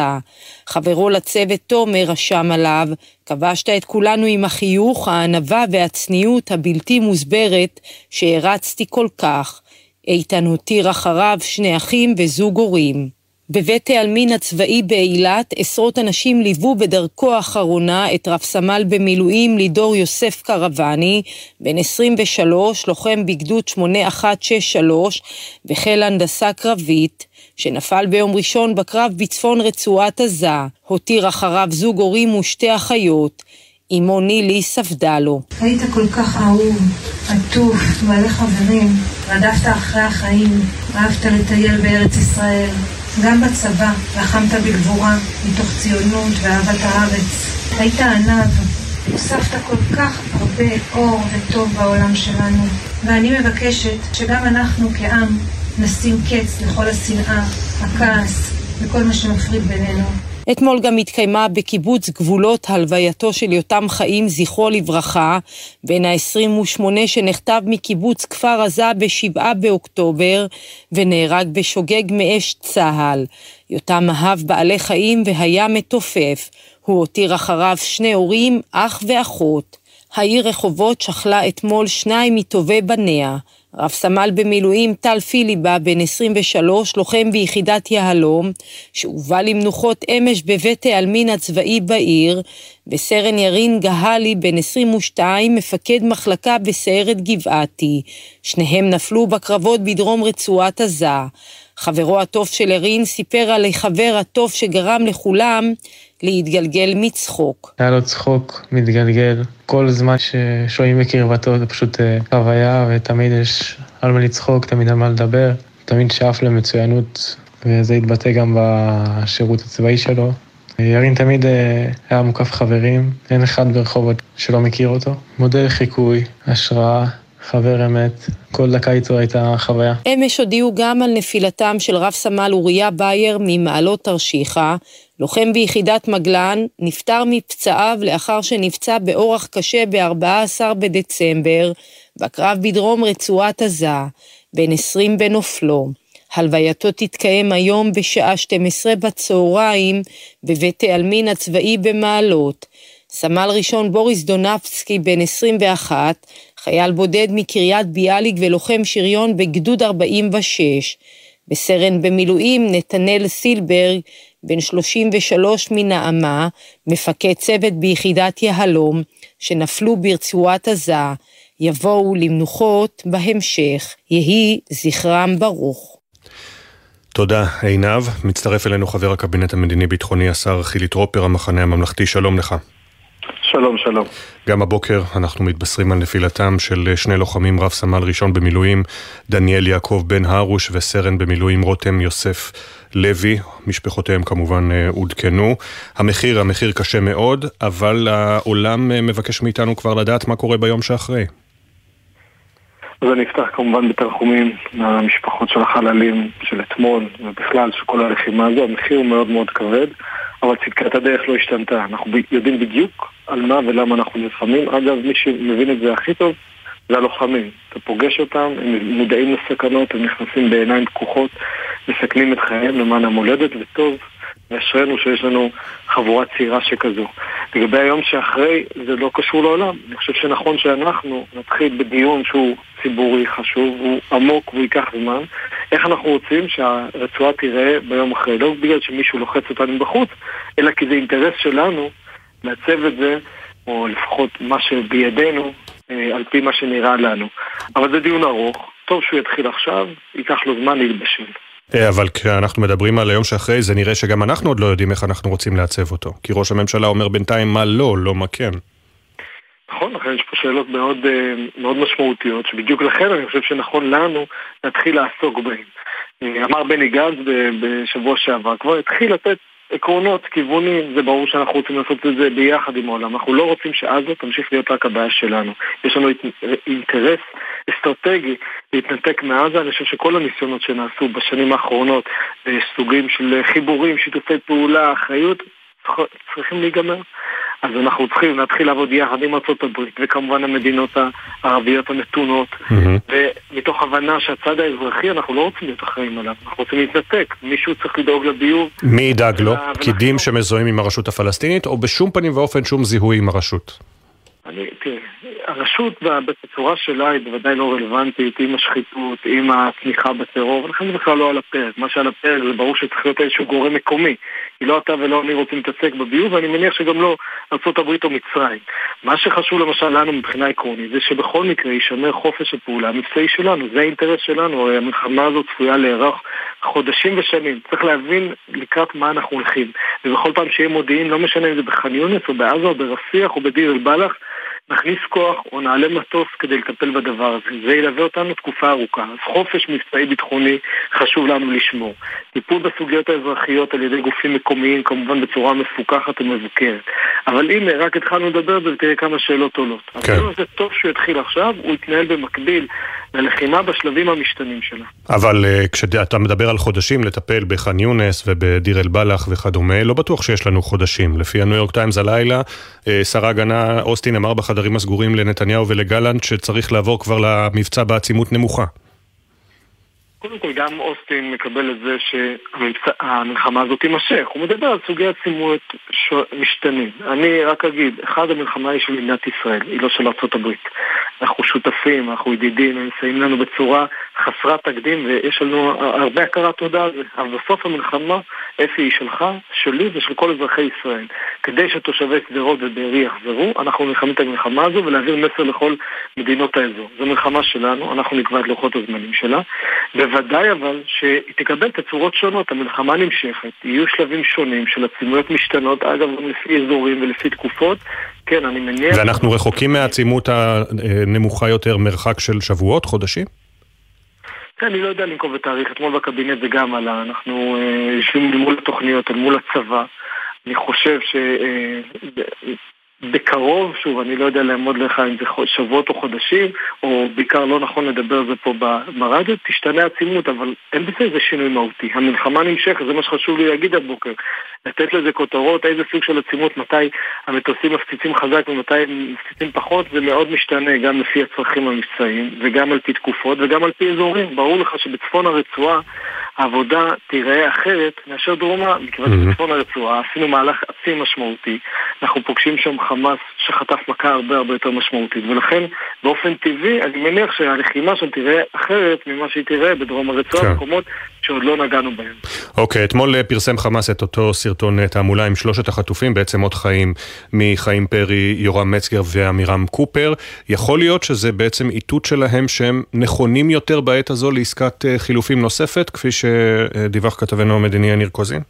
חברו לצוות תומר רשם עליו, כבשת את כולנו עם החיוך, הענווה והצניעות הבלתי מוסברת שהרצתי כל כך. איתן הותיר אחריו שני אחים וזוג הורים. בבית העלמין הצבאי באילת, עשרות אנשים ליוו בדרכו האחרונה את רב סמל במילואים לידור יוסף קרבני, בן עשרים ושלוש, לוחם בגדוד שמונה אחת שש שלוש, וחיל הנדסה קרבית, שנפל ביום ראשון בקרב בצפון רצועת עזה. הותיר אחריו זוג הורים ושתי אחיות. אמו נילי ספדה לו. היית כל כך אהוב, עטוף, מלא חברים, רדפת אחרי החיים, אהבת לטייל בארץ ישראל. גם בצבא, לחמת בגבורה, מתוך ציונות ואהבת הארץ. היית ענב, הוספת כל כך הרבה אור וטוב בעולם שלנו. ואני מבקשת שגם אנחנו כעם נשים קץ לכל השנאה, הכעס וכל מה שמפריד בינינו. אתמול גם התקיימה בקיבוץ גבולות הלווייתו של יותם חיים זכרו לברכה, בן ה-עשרים ושמונה שנחטף מקיבוץ כפר עזה בשבעה באוקטובר ונהרג בשוגג מאש צהל. יותם אהב בעלי חיים והיה מתופף. הוא הותיר אחריו שני הורים, אח ואחות. העיר רחובות שכלה אתמול שניים מטובי בניה. רב סמל במילואים טל פיליבה, בן עשרים ושלוש, לוחם ביחידת יהלום, שהובא למנוחות אמש בבית העלמין הצבאי בעיר, וסרן ירין גהלי, בן עשרים ושתיים, מפקד מחלקה בסיירת גבעתי. שניהם נפלו בקרבות בדרום רצועת עזה. חברו הטוב של ירין סיפר על החבר הטוב שגרם לכולם להתגלגל מצחוק. היה לו צחוק מתגלגל. כל זמן ששוהים בקרבתו זה פשוט חוויה, ותמיד יש על מה לצחוק, תמיד על מה לדבר. תמיד שאף למצוינות, וזה התבטא גם בשירות הצבאי שלו. ירין תמיד היה מוקף חברים, אין אחד ברחובות שלא מכיר אותו. מודל חיקוי, השראה, חבר אמת, כל דקה איתו הייתה חוויה. אמש הודיעו גם על נפילתם של רב סמל אוריה בייר ממעלות תרשיחא, לוחם ביחידת מגלן, נפטר מפצעיו לאחר שנפצע באורח קשה ב-ארבעה עשר בדצמבר, בקרב בדרום רצועת עזה, בן עשרים בנופלו. הלווייתו תתקיים היום בשעה שתים עשרה בצהריים, בבית העלמין הצבאי במעלות. סמל ראשון בוריס דונפסקי, בן עשרים ואחת, חייל בודד מקריית ביאליק ולוחם שריון בגדוד ארבעים ושש. בסרן במילואים נתנאל סילברג, בן שלושים ושלוש מנעמה, מפקד צוות ביחידת יהלום, שנפלו ברצועת עזה, יבואו למנוחות בהמשך, יהי זכרם ברוך. תודה עינב. מצטרף אלינו חבר הקבינט המדיני-ביטחוני, השר חילי טרופר, המחנה הממלכתי. שלום לך. שלום, שלום. גם הבוקר אנחנו מתבשרים על נפילתם של שני לוחמים, רב סמל ראשון במילואים דניאל יעקב בן הרוש וסרן במילואים רותם יוסף לוי. משפחותיהם כמובן עודכנו. המחיר, המחיר קשה מאוד, אבל העולם מבקש מאיתנו כבר לדעת מה קורה ביום שאחרי. אז אני אפתח כמובן בתרחומים למשפחות של החללים של אתמול ובכלל של כל הלחימה הזו. המחיר הוא מאוד מאוד כבד, אבל צדקת הדרך לא השתנתה. אנחנו יודעים בדיוק על מה ולמה אנחנו נלחמים. אגב, מי שמבין את זה הכי טוב זה הלוחמים. אתה פוגש אותם, הם מודעים לסכנות, הם נכנסים בעיניים פקוחות, מסכנים את חייהם למען המולדת, וטוב, ואשרנו שיש לנו חבורה צעירה שכזו. לגבי היום שאחרי, זה לא קשור לעולם. אני חושב שנכון שאנחנו נתחיל בדיון שהוא ציבורי חשוב, הוא עמוק והוא ייקח זמן. איך אנחנו רוצים שהרצועה תיראה ביום אחרי? לא בגלל שמישהו לוחץ אותנו בחוץ, אלא כי זה אינטרס שלנו לעצב את זה, או לפחות מה שבידינו, על פי מה שנראה לנו. אבל זה דיון ארוך. טוב שהוא יתחיל עכשיו, ייקח לו זמן להתבשל. אבל כשאנחנו מדברים על היום שאחרי, זה נראה שגם אנחנו עוד לא יודעים איך אנחנו רוצים לעצב אותו. כי ראש הממשלה אומר בינתיים מה לא, לא מה כן. נכון, לכן יש פה שאלות מאוד, מאוד משמעותיות, שבדיוק לכן אני חושב שנכון לנו להתחיל לעסוק בהן. אמר בני גנץ בשבוע שעבר, כבר התחיל לתת עקרונות, כיוונים, זה ברור שאנחנו רוצים לעשות את זה ביחד עם העולם. אנחנו לא רוצים שעזה תמשיך להיות רק הבעיה שלנו. יש לנו אינטרס אסטרטגי להתנתק מעזה. אני חושב שכל הניסיונות שנעשו בשנים האחרונות, סוגים של חיבורים, שיתופי פעולה, אחריות, צריכים להיגמר. אז אנחנו צריכים להתחיל לעבוד יחד עם ארצות הברית, וכמובן המדינות הערביות הנתונות, mm-hmm. ומתוך הבנה שהצד האזרחי אנחנו לא רוצים להיות אחראים עליו, אנחנו רוצים להתנתק, מישהו צריך לדאוג לביוב. מי ידאג לו? פקידים שמזוהים עם הרשות הפלסטינית, או בשום פנים ואופן שום זיהוי עם הרשות? אני, תראה, הרשות בצורה שלה היא בוודאי לא רלוונטית, עם השחיתות, עם התמיכה בטרור, ולכן זה בכלל לא על הפרק. מה שעל הפרק זה ברור שצריך להיות איזשהו גורם מקומי. כי לא אתה ולא אני רוצים להתעסק בביוב, ואני מניח שגם לא ארצות הברית או מצרים. מה שחשוב למשל לנו מבחינה עקרונית, זה שבכל מקרה יישמר חופש הפעולה המבצעי שלנו, זה האינטרס שלנו, הרי המלחמה הזאת צפויה לארך חודשים ושנים. צריך להבין לקראת מה אנחנו הולכים. ובכל פעם שיהיה מודיעין, לא משנה אם זה בח'אן יונס או בעזה או ברפיח או בדיר אל-בלח, נכניס כוח או נעלה מטוס כדי לטפל בדבר הזה. זה ילווה אותנו תקופה ארוכה. אז חופש מבצעי ביטחוני חשוב לנו לשמור. טיפול בסוגיות האזרחיות על ידי גופים מקומיים, כמובן בצורה מפוקחת ומבוקרת. אבל הנה, רק התחלנו לדבר על זה ותראה כמה שאלות עולות. כן. אבל זה טוב שהוא יתחיל עכשיו, הוא יתנהל במקביל ללחימה בשלבים המשתנים שלה. אבל uh, כשאתה מדבר על חודשים לטפל בח'אן יונס ובדיר אל בלח וכדומה, לא בטוח שיש לנו חודשים. לפי הניו יורק טיימס הלילה, uh, שר ההגנה אוסטין אמר בחדרים הסגורים לנתניהו ולגלנט שצריך לעבור כבר למבצע בעצימות נמוכה. קודם כל גם אוסטין מקבל את זה שהמלחמה הזאת תימשך. הוא מדבר על סוגי עצימות משתנים. אני רק אגיד, אחד המלחמה היא של מדינת ישראל, היא לא של ארצות הברית. אנחנו שותפים, אנחנו ידידים, הם מסייעים לנו בצורה חסרת תקדים, ויש לנו הרבה הכרת תודה על זה. אבל בסוף המלחמה, אפי היא שלך, שלי ושל כל אזרחי ישראל. כדי שתושבי שדרות ובארי יחזרו, אנחנו נלחמים את המלחמה הזו ולהעביר מסר לכל מדינות האזור. זו מלחמה שלנו, אנחנו נקבע את לוחות הזמנים שלה. בוודאי אבל שהיא תקבל תצורות שונות, המלחמה נמשכת, יהיו שלבים שונים של עצימויות משתנות, אגב לפי אזורים ולפי תקופות, כן, אני מניח... ואנחנו רחוקים מהעצימות הנמוכה יותר מרחק של שבועות, חודשים? כן, אני לא יודע לנקוב בתאריך, אתמול בקבינט זה גם עלה, אנחנו יושבים מול התוכניות, מול הצבא, אני חושב ש... בקרוב, שוב, אני לא יודע לעמוד לך אם זה שבועות או חודשים, או בעיקר לא נכון לדבר על זה פה ברדיו, תשתנה עצימות, אבל אין בזה איזה שינוי מהותי. המלחמה נמשכת, זה מה שחשוב לי להגיד הבוקר. לתת לזה כותרות, איזה סוג של עצימות, מתי המטוסים מפציצים חזק ומתי הם מפציצים פחות, זה מאוד משתנה גם לפי הצרכים המבצעיים, וגם על פי תקופות, וגם על פי אזורים. ברור לך שבצפון הרצועה העבודה תיראה אחרת מאשר דרומה, מכיוון שבצפון הרצועה עשינו מהלך עצים משמעותי, אנחנו פוגשים שם חמאס שחטף מכה הרבה הרבה יותר משמעותית, ולכן באופן טבעי אני מניח שהלחימה שם תיראה אחרת ממה שהיא תיראה בדרום הרצועה, מקומות שעוד לא נגענו בהם. אוקיי, אתמול פרסם חמאס את אותו סרטון תעמולה עם שלושת החטופים, בעצם עוד חיים מחיים פרי, יורם מצגר ואמירם קופר. יכול להיות שזה בעצם איתות שלהם שהם נכונים יותר בעת הזו לעסקת חילופים נוספת, כפי שדיווח כתבנו המדיני יניר קוזין?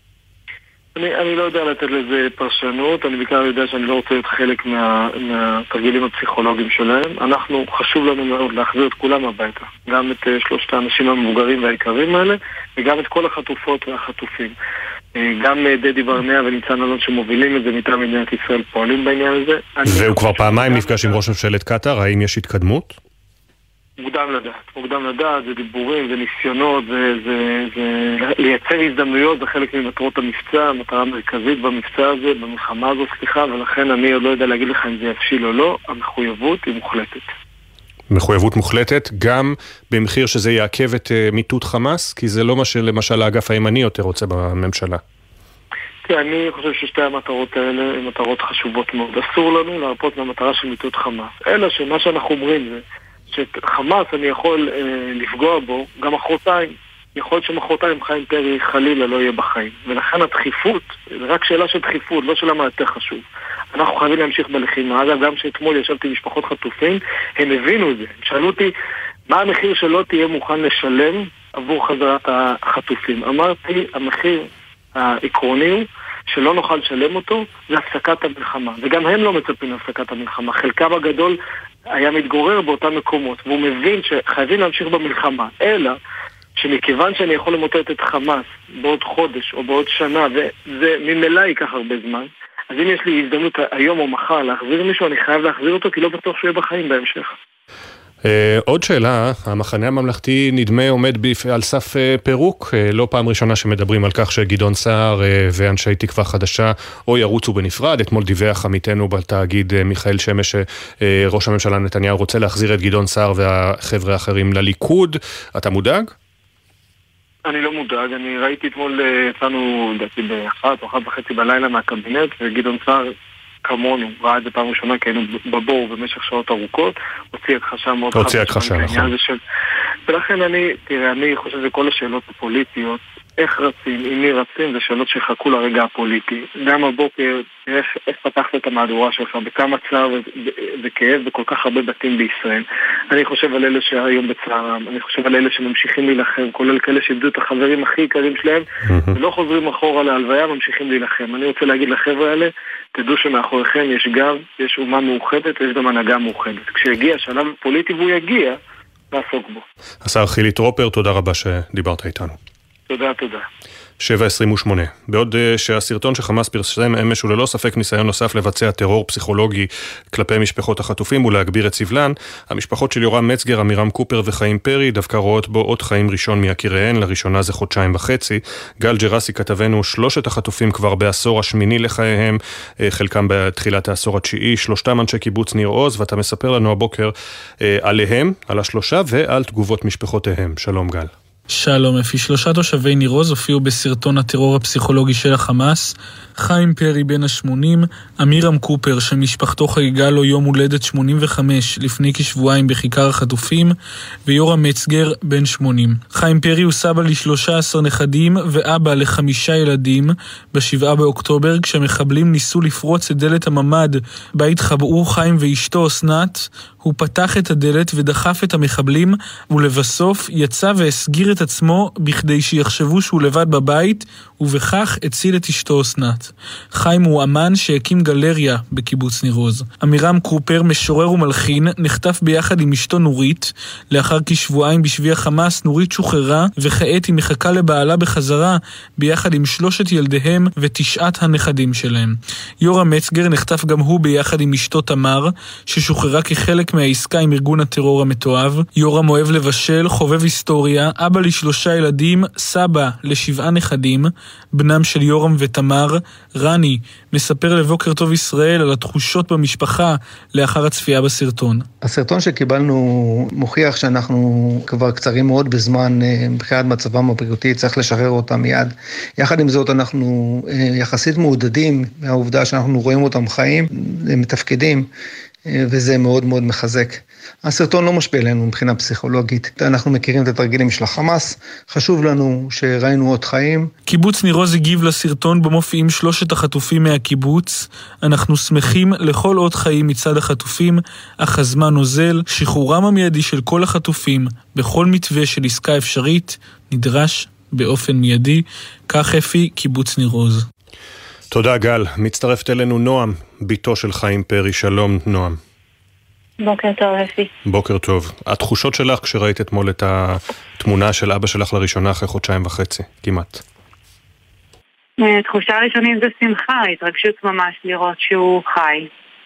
אני, אני לא יודע לתת לזה פרשנות, אני בעיקר יודע שאני לא רוצה להיות חלק מה, מהתרגילים הפסיכולוגיים שלהם. אנחנו, חשוב לנו מאוד להחזיר את כולם הביתה, גם את uh, שלושת האנשים המבוגרים והעיקרים האלה, וגם את כל החטופות והחטופים. Uh, גם uh, דדי ברנע וניצן אלון שמובילים את זה מטעם מדינת ישראל פועלים בעניין הזה. והוא כבר פעמיים נפגש עם ראש ממשלת קטר, האם יש התקדמות? מוקדם לדעת, מוקדם לדעת, זה דיבורים, זה ניסיונות, זה, זה, זה לייצר הזדמנויות, זה חלק ממטרות המבצע, המטרה המרכזית במבצע הזה, במלחמה הזו, סליחה, ולכן אני עוד לא יודע להגיד לך אם זה יפשיל או לא, המחויבות היא מוחלטת. מחויבות מוחלטת, גם במחיר שזה יעכב את uh, מיטוט חמאס, כי זה לא מה שלמשל האגף הימני יותר רוצה בממשלה. כן, אני חושב ששתי המטרות האלה הן מטרות חשובות מאוד. אסור לנו להרפות מהמטרה של מיטוט חמאס, אלא שמה שאנחנו אומרים זה שחמאס אני יכול אה, לפגוע בו גם מחרתיים, יכול להיות שמחרתיים חיים פרי חלילה לא יהיה בחיים, ולכן הדחיפות, זה רק שאלה של דחיפות, לא שאלה מה יותר חשוב. אנחנו חייבים להמשיך בלחימה. אגב, גם שאתמול ישבתי עם משפחות חטופים, הם הבינו את זה, הם שאלו אותי מה המחיר שלא תהיה מוכן לשלם עבור חזרת החטופים. אמרתי, המחיר העקרוני הוא שלא נוכל לשלם אותו, זה הפסקת המלחמה. וגם הם לא מצפים להפסקת המלחמה. חלקם הגדול היה מתגורר באותם מקומות, והוא מבין שחייבים להמשיך במלחמה. אלא שמכיוון שאני יכול למוטט את חמאס בעוד חודש או בעוד שנה, וזה ממילא ייקח הרבה זמן, אז אם יש לי הזדמנות היום או מחר להחזיר מישהו, אני חייב להחזיר אותו, כי לא בטוח שהוא יהיה בחיים בהמשך. עוד שאלה, המחנה הממלכתי נדמה עומד על סף פירוק, לא פעם ראשונה שמדברים על כך שגדעון סער ואנשי תקווה חדשה או ירוצו בנפרד. אתמול דיווח עמיתנו בתאגיד מיכאל שמש שראש הממשלה נתניהו רוצה להחזיר את גדעון סער והחבר'ה האחרים לליכוד. אתה מודאג? אני לא מודאג, אני ראיתי אתמול, יצאנו דעתי באחת או אחת וחצי בלילה מהקבינט, וגדעון סער כמונו, ראה את זה פעם ראשונה, כי היינו בבור במשך שעות ארוכות, הוציא הכחשה מאוד חד. הוציא הכחשה, נכון. של... ולכן אני, תראה, אני חושב שכל השאלות הפוליטיות, איך רצים, עם מי רצים, זה שאלות שחכו לרגע הפוליטי. גם הבוקר, איך, איך פתחת את המהדורה שלך, בכמה צער וכאב בכל כך הרבה בתים בישראל. אני חושב על אלה שהיום בצערם, אני חושב על אלה שממשיכים להילחם, כולל כאלה שאיבדו את החברים הכי יקרים שלהם, ולא חוזרים אחורה להלוויה, ממשיכים להילחם. אני רוצה להגיד לחבר'ה האלה, תדעו שמאחוריכם יש גב, יש אומה מאוחדת, ויש גם הנהגה מאוחדת. כשיגיע שלב פוליטי והוא יגיע, נעסוק בו. השר חילי טרופר, תודה רבה שדיברת איתנו. תודה, תודה. שבע עשרים ושמונה. בעוד שהסרטון שחמאס פרסם אמש הוא ללא ספק ניסיון נוסף לבצע טרור פסיכולוגי כלפי משפחות החטופים ולהגביר את סבלן, המשפחות של יורם מצגר, אמירם קופר וחיים פרי דווקא רואות בו עוד חיים ראשון מיקיריהן, לראשונה זה חודשיים וחצי. גל ג'רסי כתבנו, שלושת החטופים כבר בעשור השמיני לחייהם, חלקם בתחילת העשור התשיעי, שלושתם אנשי קיבוץ ניר עוז, ואתה מספר לנו הבוקר עליהם, על השלושה ועל תגובות משפחותיהם. שלום גל. שלום אפי, שלושה תושבי ניר עוז הופיעו בסרטון הטרור הפסיכולוגי של החמאס. חיים פרי בן ה-שמונים, אמירם קופר שמשפחתו חגיגה לו יום הולדת שמונים וחמש לפני כשבועיים בכיכר החטופים, ויורם מצגר בן שמונים. חיים פרי הוא סבא לשלושה עשר נכדים ואבא לחמישה ילדים. בשבעה באוקטובר כשהמחבלים ניסו לפרוץ את דלת הממד בה התחבאו חיים ואשתו אסנת, הוא פתח את הדלת ודחף את המחבלים, ולבסוף יצא והסגיר את עצמו בכדי שיחשבו שהוא לבד בבית, ובכך הציל את אשתו אסנת. חיים הוא אמן שהקים גלריה בקיבוץ ניר עוז. אמירם קופר, משורר ומלחין, נחטף ביחד עם אשתו נורית. לאחר כשבועיים בשבי החמאס נורית שוחררה, וכעת היא מחכה לבעלה בחזרה ביחד עם שלושת ילדיהם ותשעת הנכדים שלהם. יורם מצגר נחטף גם הוא ביחד עם אשתו תמר, ששוחררה כחלק מהעסקה עם ארגון הטרור המתועב. יורם אוהב לבשל, חובב היסטוריה, אבא לשלושה ילדים, סבא לשבעה נכדים. בנם של יורם ותמר, רני, מספר לבוקר טוב ישראל על התחושות במשפחה לאחר הצפייה בסרטון. הסרטון שקיבלנו מוכיח שאנחנו כבר קצרים מאוד בזמן, מבחינת מצבם הבריאותי, צריך לשחרר אותם מיד. יחד עם זאת אנחנו יחסית מעודדים מהעובדה שאנחנו רואים אותם חיים, מתפקדים, וזה מאוד מאוד מחזק. הסרטון לא משפיע עלינו מבחינה פסיכולוגית. אנחנו מכירים את התרגילים של החמאס, חשוב לנו שראינו עוד חיים. קיבוץ ניר עוז הגיב לסרטון בו מופיעים שלושת החטופים מהקיבוץ. אנחנו שמחים לכל עוד חיים מצד החטופים, אך הזמן נוזל, שחרורם המיידי של כל החטופים בכל מתווה של עסקה אפשרית נדרש באופן מיידי. כך אפי, קיבוץ ניר עוז. תודה גל. מצטרפת אלינו נועם, ביתו של חיים פרי. שלום נועם. בוקר טוב אפי. בוקר טוב. התחושות שלך כשראית אתמול את התמונה של אבא שלך לראשונה אחרי חודשיים וחצי, כמעט? תחושה ראשונית זה שמחה, התרגשות ממש לראות שהוא חי.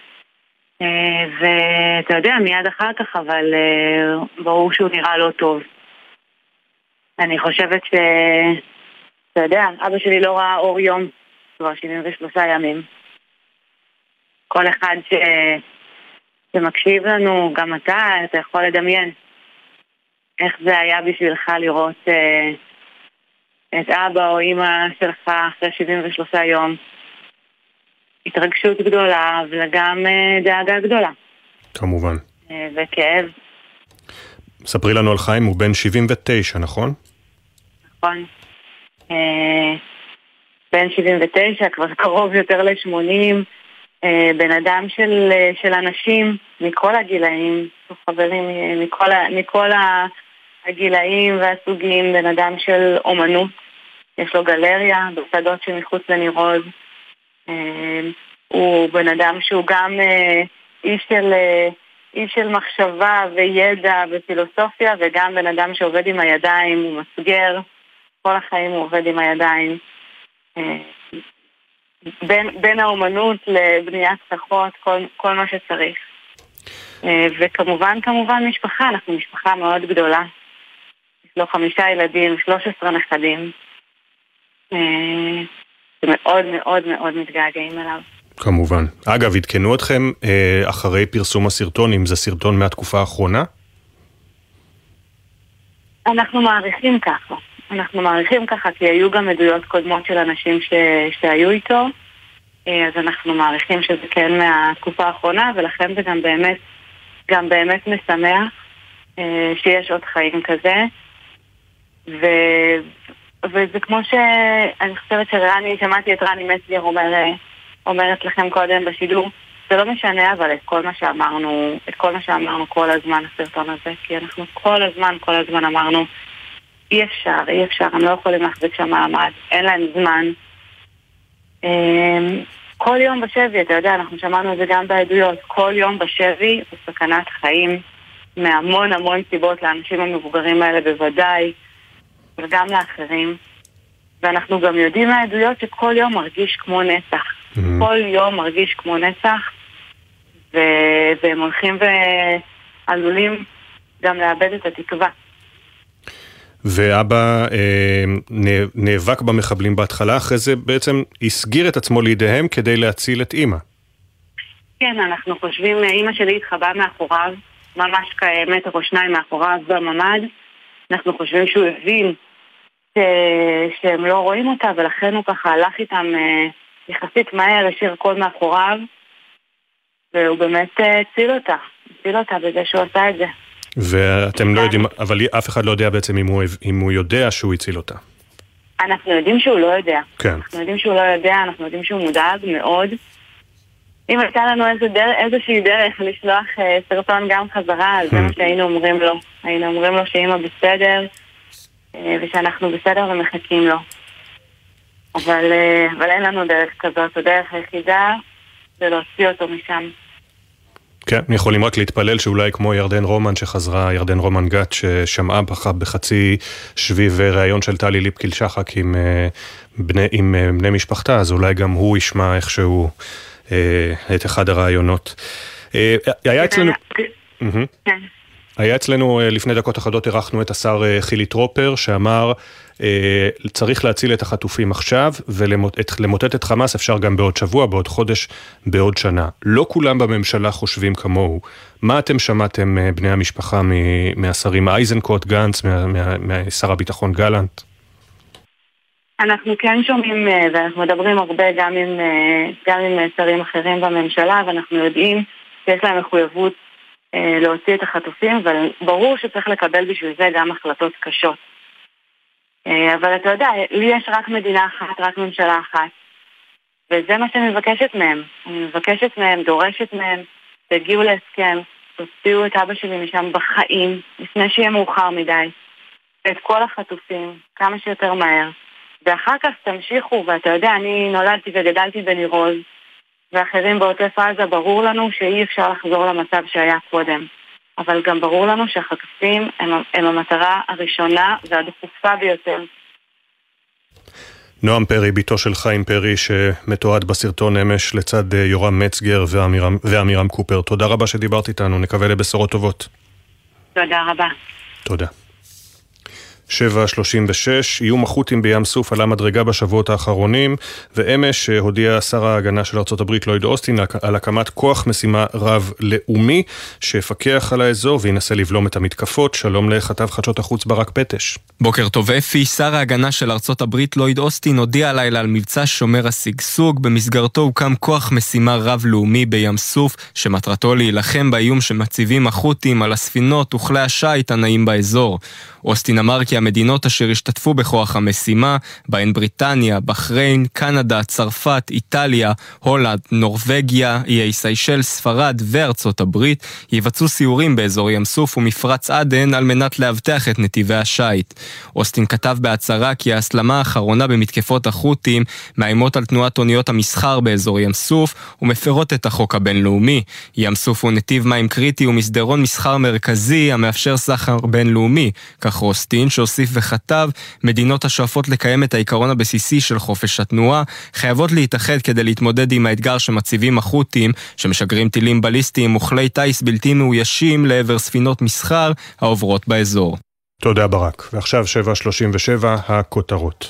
ואתה יודע, מיד אחר כך, אבל ברור שהוא נראה לא טוב. אני חושבת ש... אתה יודע, אבא שלי לא ראה אור יום כבר שבעים ושלושה ימים. כל אחד ש... שמקשיב לנו, גם אתה, אתה יכול לדמיין איך זה היה בשבילך לראות אה, את אבא או אמא שלך אחרי שבעים ושלושה יום. התרגשות גדולה וגם אה, דאגה גדולה. כמובן. אה, וכאב. ספרי לנו על חיים, הוא בן שבעים ותשע, נכון? נכון. אה, בן שבעים ותשע, כבר קרוב יותר ל-שמונים, בן אדם של, של אנשים מכל הגילאים, חברים מכל, מכל הגילאים והסוגים, בן אדם של אומנות, יש לו גלריה בשדות שמחוץ לניר עוז, הוא בן אדם שהוא גם איש של, איש של מחשבה וידע ופילוסופיה, וגם בן אדם שעובד עם הידיים, הוא מסגר, כל החיים הוא עובד עם הידיים. בין, בין האומנות לבניית שפות, כל, כל מה שצריך. וכמובן, כמובן משפחה, אנחנו משפחה מאוד גדולה. יש לו חמישה ילדים, שלוש עשרה נכדים. מאוד מאוד מאוד מתגעגעים אליו. כמובן. אגב, עדכנו אתכם אחרי פרסום הסרטון, אם זה סרטון מהתקופה האחרונה? אנחנו מעריכים ככה. אנחנו מעריכים ככה, כי היו גם עדויות קודמות של אנשים ש... שהיו איתו, אז אנחנו מעריכים שזה כן מהתקופה האחרונה, ולכן זה גם באמת, גם באמת משמח שיש עוד חיים כזה. ו... וזה כמו שאני חושבת שרני, שמעתי את רני מצגר אומר, אומרת לכם קודם בשידור, זה לא משנה, אבל את כל מה שאמרנו, את כל מה שאמרנו כל הזמן הסרטון הזה, כי אנחנו כל הזמן, כל הזמן אמרנו, אי אפשר, אי אפשר, הם לא יכולים להחזיק שם מעמד, אין להם זמן. כל יום בשבי, אתה יודע, אנחנו שמענו את זה גם בעדויות, כל יום בשבי הוא סכנת חיים, מהמון המון סיבות לאנשים המבוגרים האלה בוודאי, וגם לאחרים. ואנחנו גם יודעים מהעדויות שכל יום מרגיש כמו נצח. Mm-hmm. כל יום מרגיש כמו נצח, ו... והם הולכים ועלולים גם לאבד את התקווה. ואבא אה, נאבק במחבלים בהתחלה, אחרי זה בעצם הסגיר את עצמו לידיהם כדי להציל את אמא. כן, אנחנו חושבים, אמא שלי התחבאה מאחוריו, ממש כאמת ראשניים מאחוריו בממד. אנחנו חושבים שהוא הבין ש... שהם לא רואים אותה, ולכן הוא ככה הלך איתם אה, יחסית מהר, השאיר קול מאחוריו, והוא באמת הציל אותה, הציל אותה בזה שהוא עשה את זה. ואתם לא יודעים, אבל אף אחד לא יודע בעצם אם הוא, אם הוא יודע שהוא הציל אותה. אנחנו יודעים שהוא לא יודע. כן. אנחנו יודעים שהוא לא יודע, אנחנו יודעים שהוא מודאג מאוד. אם הייתה לנו איזו דרך, איזושהי דרך לשלוח אה, סרטון גם חזרה, אז זה מה שהיינו אומרים לו. היינו אומרים לו שאמא בסדר, אה, ושאנחנו בסדר ומחכים לו. אבל, אה, אבל אין לנו דרך כזאת, הדרך היחידה זה להוציא אותו משם. כן, יכולים רק להתפלל שאולי כמו ירדן רומן שחזרה, ירדן רומן גת ששמעה בחצי שביב ראיון של טלי ליפקיל שחק עם בני, עם בני משפחתה, אז אולי גם הוא ישמע איכשהו את אחד הרעיונות. היה אצלנו... כן. היה אצלנו לפני דקות אחדות ערכנו את השר חילי טרופר שאמר צריך להציל את החטופים עכשיו ולמוטט את חמאס אפשר גם בעוד שבוע, בעוד חודש, בעוד שנה. לא כולם בממשלה חושבים כמוהו. מה אתם שמעתם בני המשפחה מהשרים אייזנקוט, גנץ, מהשר הביטחון גלנט? אנחנו כן שומעים ואנחנו מדברים הרבה גם עם, גם עם שרים אחרים בממשלה, ואנחנו יודעים שיש להם מחויבות להוציא את החטופים, אבל ברור שצריך לקבל בשביל זה גם החלטות קשות. אבל אתה יודע, לי יש רק מדינה אחת, רק ממשלה אחת, וזה מה שאני מבקשת מהם. אני מבקשת מהם, דורשת מהם, תגיעו להסכם, תוציאו את אבא שלי משם בחיים, לפני שיהיה מאוחר מדי, ואת כל החטופים, כמה שיותר מהר, ואחר כך תמשיכו, ואתה יודע, אני נולדתי וגדלתי בניר עוז, ואחרים בעוטף עזה, ברור לנו שאי אפשר לחזור למצב שהיה קודם. אבל גם ברור לנו שהחטופים הם, הם המטרה הראשונה והדחופה ביותר. נועם פרי, ביתו של חיים פרי, שמתועד בסרטון אמש לצד יורם מצגר ואמירם, ואמירם קופר. תודה רבה שדיברת איתנו, נקווה לבשורות טובות. תודה רבה. תודה. שבע שלושים ושש, איום החות'ים בים סוף עלה מדרגה בשבועות האחרונים, ואמש הודיע שר ההגנה של ארצות הברית לויד אוסטין על הקמת כוח משימה רב-לאומי שיפקח על האזור וינסה לבלום את המתקפות. שלום לכתב חדשות החוץ ברק פטש. בוקר טוב אפי, שר ההגנה של ארצות הברית לויד אוסטין הודיע הלילה על מבצע שומר השגשוג, במסגרתו הוקם כוח משימה רב-לאומי בים סוף, שמטרתו להילחם באיום שמציבים החות'ים על הספינות וכלי השיט הנעים באזור. אוסטין אמר כי המדינות אשר השתתפו בכוח המשימה, בהן בריטניה, בחריין, קנדה, צרפת, איטליה, הולנד, נורווגיה, איי סיישל, ספרד וארצות הברית, יבצעו סיורים באזור ים סוף ומפרץ עדן על מנת להבטח את נתיבי השיט. אוסטין כתב בהצהרה כי ההסלמה האחרונה במתקפות החות'ים מאיימות על תנועת אוניות המסחר באזור ים סוף ומפרות את החוק הבינלאומי. ים סוף הוא נתיב מים קריטי ומסדרון מסחר מרכזי המאפשר סחר בינלאומי, כך אוסטין שהוסיף וכתב, מדינות השואפות לקיים את העיקרון הבסיסי של חופש התנועה חייבות להתאחד כדי להתמודד עם האתגר שמציבים החות'ים שמשגרים טילים בליסטיים וכלי טייס בלתי מאוישים לעבר ספינות מסחר העוברות באזור. תודה ברק. ועכשיו שבע שלושים ושבע, הכותרות.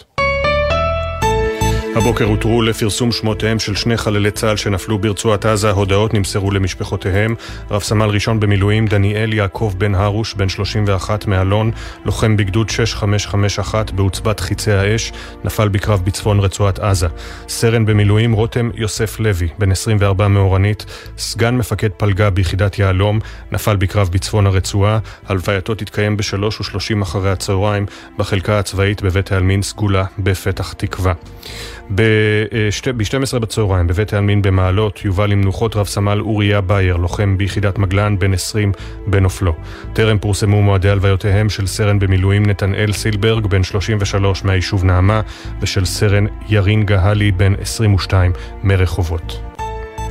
הבוקר הותרו לפרסום שמותיהם של שני חללי צה"ל שנפלו ברצועת עזה. הודעות נמסרו למשפחותיהם. רב סמל ראשון במילואים דניאל יעקב בן הרוש, בן שלושים ואחת מאלון, לוחם בגדוד שש חמש חמש אחת בעוצבת חיצי האש, נפל בקרב בצפון רצועת עזה. סרן במילואים רותם יוסף לוי, בן עשרים וארבע מאורנית, סגן מפקד פלגה ביחידת יעלום, נפל בקרב בצפון הרצועה. הלווייתו תתקיים בשלוש ושלושים אחרי הצהריים בחלקה הצבאית בבית העלמין סגולה בפתח תקווה. ב-שתים עשרה בצהריים בבית העלמין במעלות יובל למנוחות רב סמל אוריה בייר, לוחם ביחידת מגלן, בן עשרים בנופלו. טרם פורסמו מועדי הלוויותיהם של סרן במילואים נתנאל סילברג, בן שלושים ושלוש מהיישוב נעמה, ושל סרן ירין גהלי, בן עשרים ושתיים מרחובות.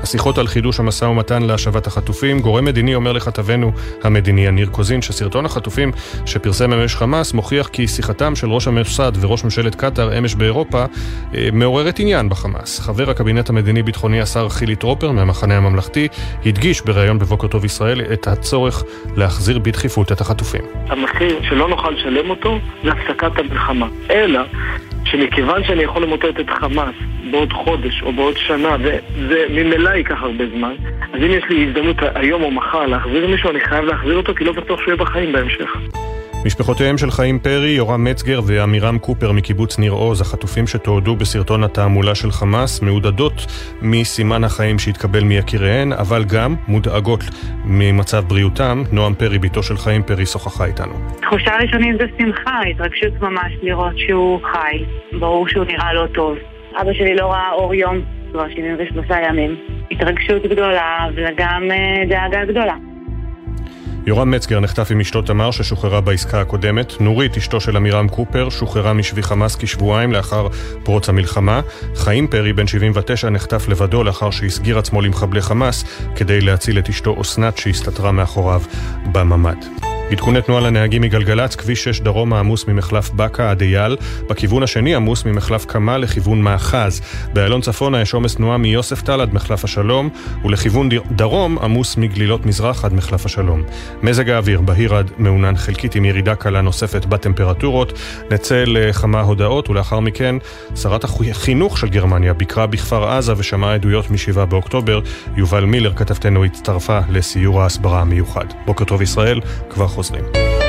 השיחות על חידוש המשא ומתן להשבת החטופים. גורם מדיני אומר לכתבנו המדיני יניר קוזין שסרטון החטופים שפרסם אמש חמאס מוכיח כי שיחתם של ראש המוסד וראש ממשלת קטר אמש באירופה מעוררת עניין בחמאס. חבר הקבינט המדיני-ביטחוני השר חילי טרופר מהמחנה הממלכתי הדגיש בראיון בבוקר טוב ישראל את הצורך להחזיר בדחיפות את החטופים. המחיר שלא נוכל לשלם אותו זה הפסקת המלחמה. אלא שמכיוון שאני יכול למוטט את חמאס בעוד חודש או בעוד שנה, וזה ממילא ייקח הרבה זמן, אז אם יש לי הזדמנות היום או מחר להחזיר מישהו, אני חייב להחזיר אותו, כי לא בטוח שהוא יהיה בחיים בהמשך. משפחותיהם של חיים פרי, יורם מצגר ואמירם קופר מקיבוץ ניר עוז, החטופים שתועדו בסרטון התעמולה של חמאס, מעודדות מסימן החיים שהתקבל מיקיריהן, אבל גם מודאגות ממצב בריאותם. נועם פרי, ביתו של חיים פרי, שוחחה איתנו. תחושה ראשונית זה שמחה, התרגשות ממש לראות שהוא חי. ברור שהוא נראה לא טוב. אבא שלי לא ראה אור יום כבר שבעים ושלושה ימים. התרגשות גדולה וגם דאגה גדולה. יורם מצגר נחטף עם אשתו תמר ששוחררה בעסקה הקודמת. נורית, אשתו של אמירם קופר, שוחררה משבי חמאס כשבועיים לאחר פרוץ המלחמה. חיים פרי, בן שבעים ותשע, נחטף לבדו לאחר שהסגיר עצמו למחבלי חמאס כדי להציל את אשתו אסנת שהסתתרה מאחוריו בממד. עדכוני תנועה לנהגים מגלגלץ, כביש שש דרום העמוס ממחלף בקה עד אייל, בכיוון השני עמוס ממחלף קמה לכיוון מאחז. באלון צפונה יש עומס תנועה מיוסף טל עד מחלף השלום, ולכיוון דרום עמוס מגלילות מזרח עד מחלף השלום. מזג האוויר בהיר עד מעונן חלקית עם ירידה קלה נוספת בטמפרטורות. נצא לכמה הודעות ולאחר מכן שרת החינוך של גרמניה ביקרה בכפר עזה ושמעה עדויות משבעה באוקטובר. יובל מילר כתבתנו הצטרפה לסיור ההסברה המיוחד. בוקר טוב ישראל, כבר חוזרים.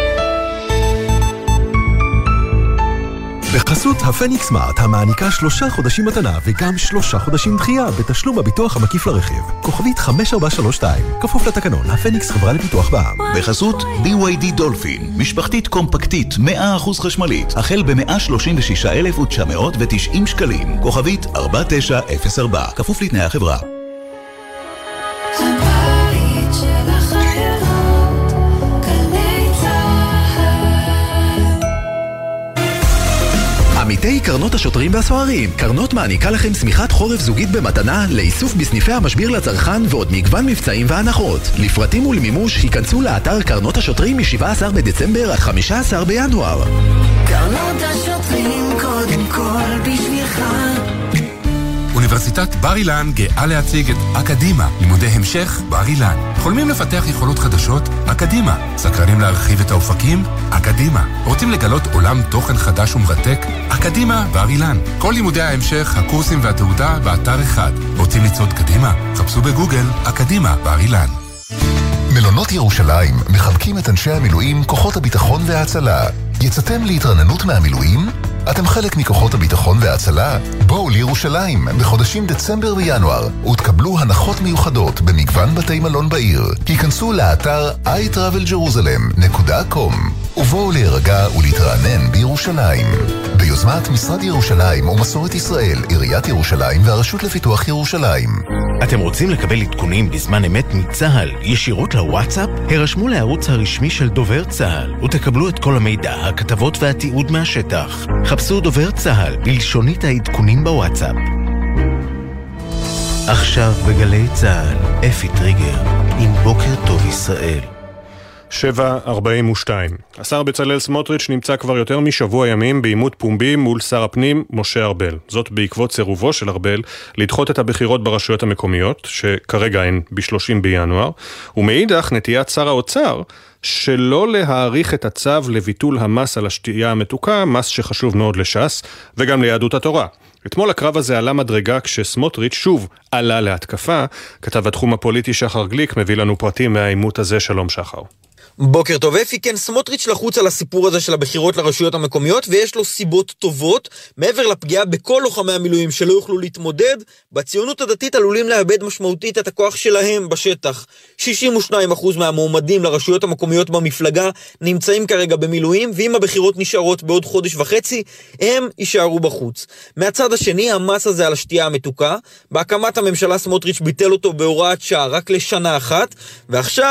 בחסות הפניקס סמארט המעניקה שלושה חודשים מתנה וגם שלושה חודשים דחייה בתשלום הביטוח המקיף לרכיב. כוכבית חמש ארבע שלוש שתיים, כפוף לתקנון. הפניקס חברה לפיתוח בע"מ. בחסות בי וואי די דולפין, משפחתית קומפקטית מאה אחוז חשמלית, החל ב-מאה שלושים ושישה אלף ותשע מאות ותשעים שקלים. כוכבית ארבע תשע אפס ארבע, כפוף לתנאי החברה. עמיתי קרנות השוטרים והסוהרים, קרנות מעניקה לכם סמיכת חורף זוגית במתנה לאיסוף בסניפי המשביר לצרכן ועוד מגוון מבצעים והנחות. לפרטים ולמימוש היכנסו לאתר קרנות השוטרים מ-שבעה עשר בדצמבר עד חמישה עשר בינואר. קרנות השוטרים קודם כל בשבילך. אוניברסיטת בר אילן גאה להציג את אקדימה, לימודי המשך בר אילן. חולמים לפתח יכולות חדשות? אקדימה. סקרנים להרחיב את האופקים? אקדימה. רוצים לגלות עולם תוכן חדש ומרתק? אקדימה בר אילן. כל לימודי ההמשך, הקורסים והתעודה באתר אחד. רוצים לצעוד קדימה? חפשו בגוגל אקדימה בר אילן. מלונות ירושלים מחבקים את אנשי המילואים, כוחות הביטחון וההצלה. יצאתם להתרננות מהמילואים? אתם חלק מכוחות הביטחון וההצלה? בואו לירושלים בחודשים דצמבר וינואר ותקבלו הנחות מיוחדות במגוון בתי מלון בעיר. היכנסו לאתר איי טראבל ג'רוזלם נקודה קום ובואו להירגע ולהתרענן בירושלים. ביוזמת משרד ירושלים ומסורת ישראל, עיריית ירושלים והרשות לפיתוח ירושלים. אתם רוצים לקבל עדכונים בזמן אמת מצה"ל ישירות לוואטסאפ? הרשמו לערוץ הרשמי של דובר צה"ל ותקבלו את כל המידע, הכתבות והתיעוד מהשטח. חפשו דובר צה"ל בלשונית העדכונים בוואטסאפ. עכשיו בגלי צה"ל, אפי טריגר עם בוקר טוב ישראל. שבע ארבעים ושתיים. השר בצלאל סמוטריץ' נמצא כבר יותר משבוע ימים בעימות פומבי מול שר הפנים משה ארבל. זאת בעקבות סירובו של ארבל לדחות את הבחירות ברשויות המקומיות, שכרגע הן ב-שלושים בינואר, ומאידך נטיית שר האוצר שלא להאריך את הצו לביטול המס על השתייה המתוקה, מס שחשוב מאוד לש"ס וגם ליהדות התורה. אתמול הקרב הזה עלה מדרגה כשסמוטריץ' שוב עלה להתקפה. כתב התחום הפוליטי שחר גליק מביא לנו פרטים מהעימות הזה. שלום שחר. בוקר טוב אפי. כן, סמוטריץ' לחוץ על הסיפור הזה של הבחירות לרשויות המקומיות, ויש לו סיבות טובות. מעבר לפגיעה בכל לוחמי המילואים שלא יוכלו להתמודד, בציונות הדתית עלולים לאבד משמעותית את הכוח שלהם בשטח. שישים ושניים אחוז מהמועמדים לרשויות המקומיות במפלגה נמצאים כרגע במילואים, ואם הבחירות נשארות בעוד חודש וחצי, הם יישארו בחוץ. מהצד השני, המס הזה על השתייה המתוקה, בהקמת הממשלה סמוטריץ' ביטל אותו בהוראת שעה רק לשנה אחת, ועכשיו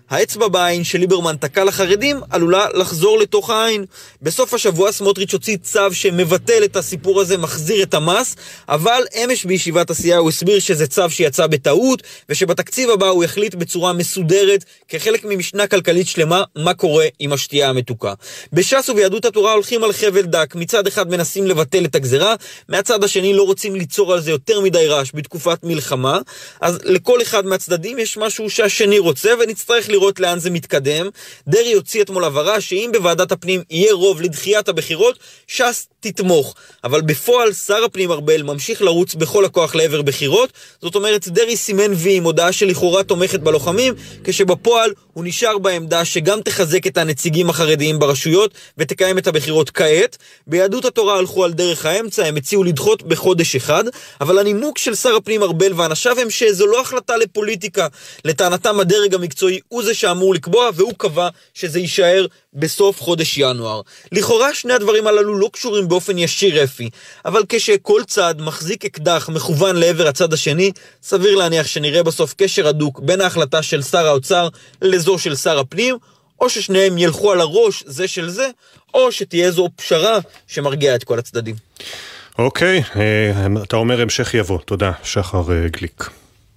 האצבע בעין שליברמן תקע לחרדים עלולה לחזור לתוך העין. בסוף השבוע סמוטריץ' הוציא צו שמבטל את הסיפור הזה, מחזיר את המס, אבל אמש בישיבת הסיעה הוא הסביר שזה צו שיצא בטעות, ושבתקציב הבא הוא יחליט בצורה מסודרת, כחלק ממשנה כלכלית שלמה, מה קורה עם השתייה המתוקה. בש"ס וביהדות התורה הולכים על חבל דק, מצד אחד מנסים לבטל את הגזרה, מהצד השני לא רוצים ליצור על זה יותר מדי רעש בתקופת מלחמה, אז לכל אחד מהצדדים יש משהו שהשני רוצה, ונצטרך לראות לאן זה מתקדם. דרי הוציא אתמול הבהרה שאם בוועדת הפנים יהיה רוב לדחיית הבחירות, ש"ס תתמוך. אבל בפועל שר הפנים ארבל ממשיך לרוץ בכל הכוח לעבר בחירות, זאת אומרת דרי סימן וי עם הודעה שלכאורה תומכת בלוחמים, כשבפועל הוא נשאר בעמדה שגם תחזק את הנציגים החרדיים ברשויות ותקיים את הבחירות כעת. ביהדות התורה הלכו על דרך האמצע, הם הציעו לדחות בחודש אחד, אבל הנימוק של שר הפנים ארבל ואנשיו הם שזו לא החלטה לפוליטיקה. לטענתם הדרג המקצועי הוא זה שאמור לקבוע, והוא קבע שזה יישאר בסוף חודש ינואר. לכאורה שני הדברים הללו לא קשורים באופן ישיר אפי, אבל כשכל צד מחזיק אקדח מכוון לעבר הצד השני, סביר להניח שנראה בסוף קשר הדוק בין ההחלטה של שר האוצר לזו של שר הפנים, או ששניהם ילכו על הראש זה של זה, או שתהיה זו פשרה שמרגיעה את כל הצדדים. אוקיי, אתה אומר המשך יבוא. תודה, שחר גליק.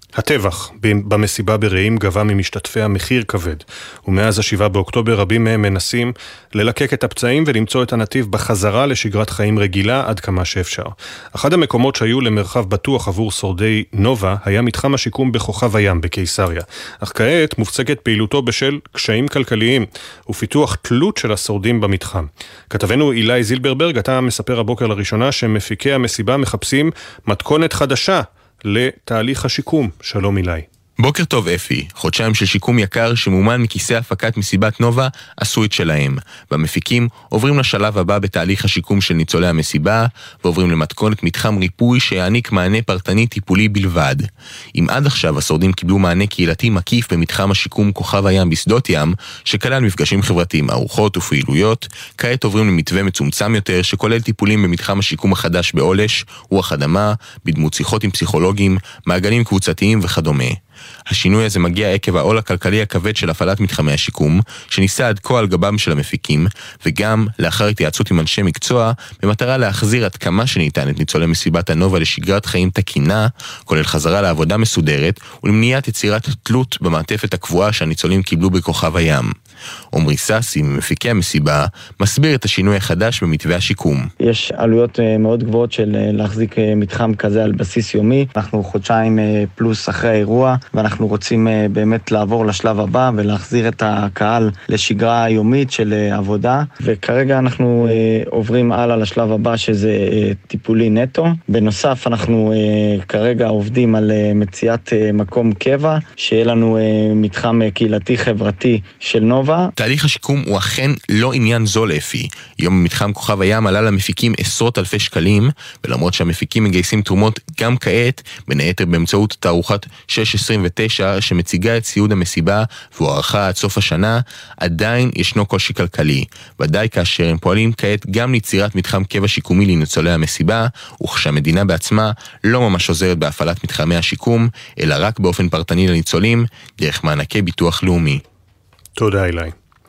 הטבח במסיבה ברעים גבה ממשתתפי המחיר כבד, ומאז השבעה באוקטובר רבים מהם מנסים ללקק את הפצעים ולמצוא את הנתיב בחזרה לשגרת חיים רגילה עד כמה שאפשר. אחד המקומות שהיו למרחב בטוח עבור שורדי נובה היה מתחם השיקום בכוכב הים בקיסריה, אך כעת מופסקת פעילותו בשל קשיים כלכליים ופיתוח תלות של השורדים במתחם. כתבנו אילי זילברברג, אתה מספר הבוקר לראשונה שמפיקי המסיבה מחפשים מתכונת חדשה לתהליך השיקום. שלום אילי. בוקר טוב אפי, חודשיים של שיקום יקר שמומן מכיסי הפקת מסיבת נובה עשו את שלהם. במפיקים עוברים לשלב הבא בתהליך השיקום של ניצולי המסיבה, ועוברים למתכונת מתחם ריפוי שיעניק מענה פרטני טיפולי בלבד. אם עד עכשיו השורדים קיבלו מענה קהילתי מקיף במתחם השיקום כוכב הים בשדות ים, שכלל מפגשים חברתיים, ארוחות ופעילויות, כעת עוברים למתווה מצומצם יותר שכולל טיפולים במתחם השיקום החדש בעולש, רוח אדמה, בדמות שיחות עם פסיכולוגים, מעגלים קבוצתיים וכדומה. השינוי הזה מגיע עקב העול הכלכלי הכבד של הפעלת מתחמי השיקום, שניסה עד כה על גבם של המפיקים, וגם לאחר התייעצות עם אנשי מקצוע, במטרה להחזיר עד כמה שניתן את ניצולי מסיבת הנובה לשגרת חיים תקינה, כולל חזרה לעבודה מסודרת, ולמניעת יצירת תלות במעטפת הקבועה שהניצולים קיבלו בכוכב הים. עומרי ססי, ממפיקי המסיבה, מסביר את השינוי החדש במתווה השיקום. יש עלויות מאוד גבוהות של להחזיק מתחם כזה על בסיס יומי. אנחנו חודשיים פלוס אחרי האירוע, ואנחנו רוצים באמת לעבור לשלב הבא ולהחזיר את הקהל לשגרה יומית של עבודה. וכרגע אנחנו עוברים הלאה לשלב הבא שזה טיפולי נטו. בנוסף אנחנו כרגע עובדים על מציאת מקום קבע, שיהיה לנו מתחם קהילתי חברתי של נובה. תהליך השיקום הוא אכן לא עניין זול אפי. יום במתחם כוכב הים עלה למפיקים עשרות אלפי שקלים, ולמרות שהמפיקים מגייסים תרומות גם כעת, בין היתר באמצעות תערוכת שש עשרים ותשע שמציגה את ציוד המסיבה והוערכה עד סוף השנה, עדיין ישנו קושי כלכלי. ודאי כאשר הם פועלים כעת גם ליצירת מתחם קבע שיקומי לניצולי המסיבה, וכשהמדינה בעצמה לא ממש עוזרת בהפעלת מתחמי השיקום, אלא רק באופן פרטני לניצולים, דרך מענקי ביטוח לאומי. תודה אילי.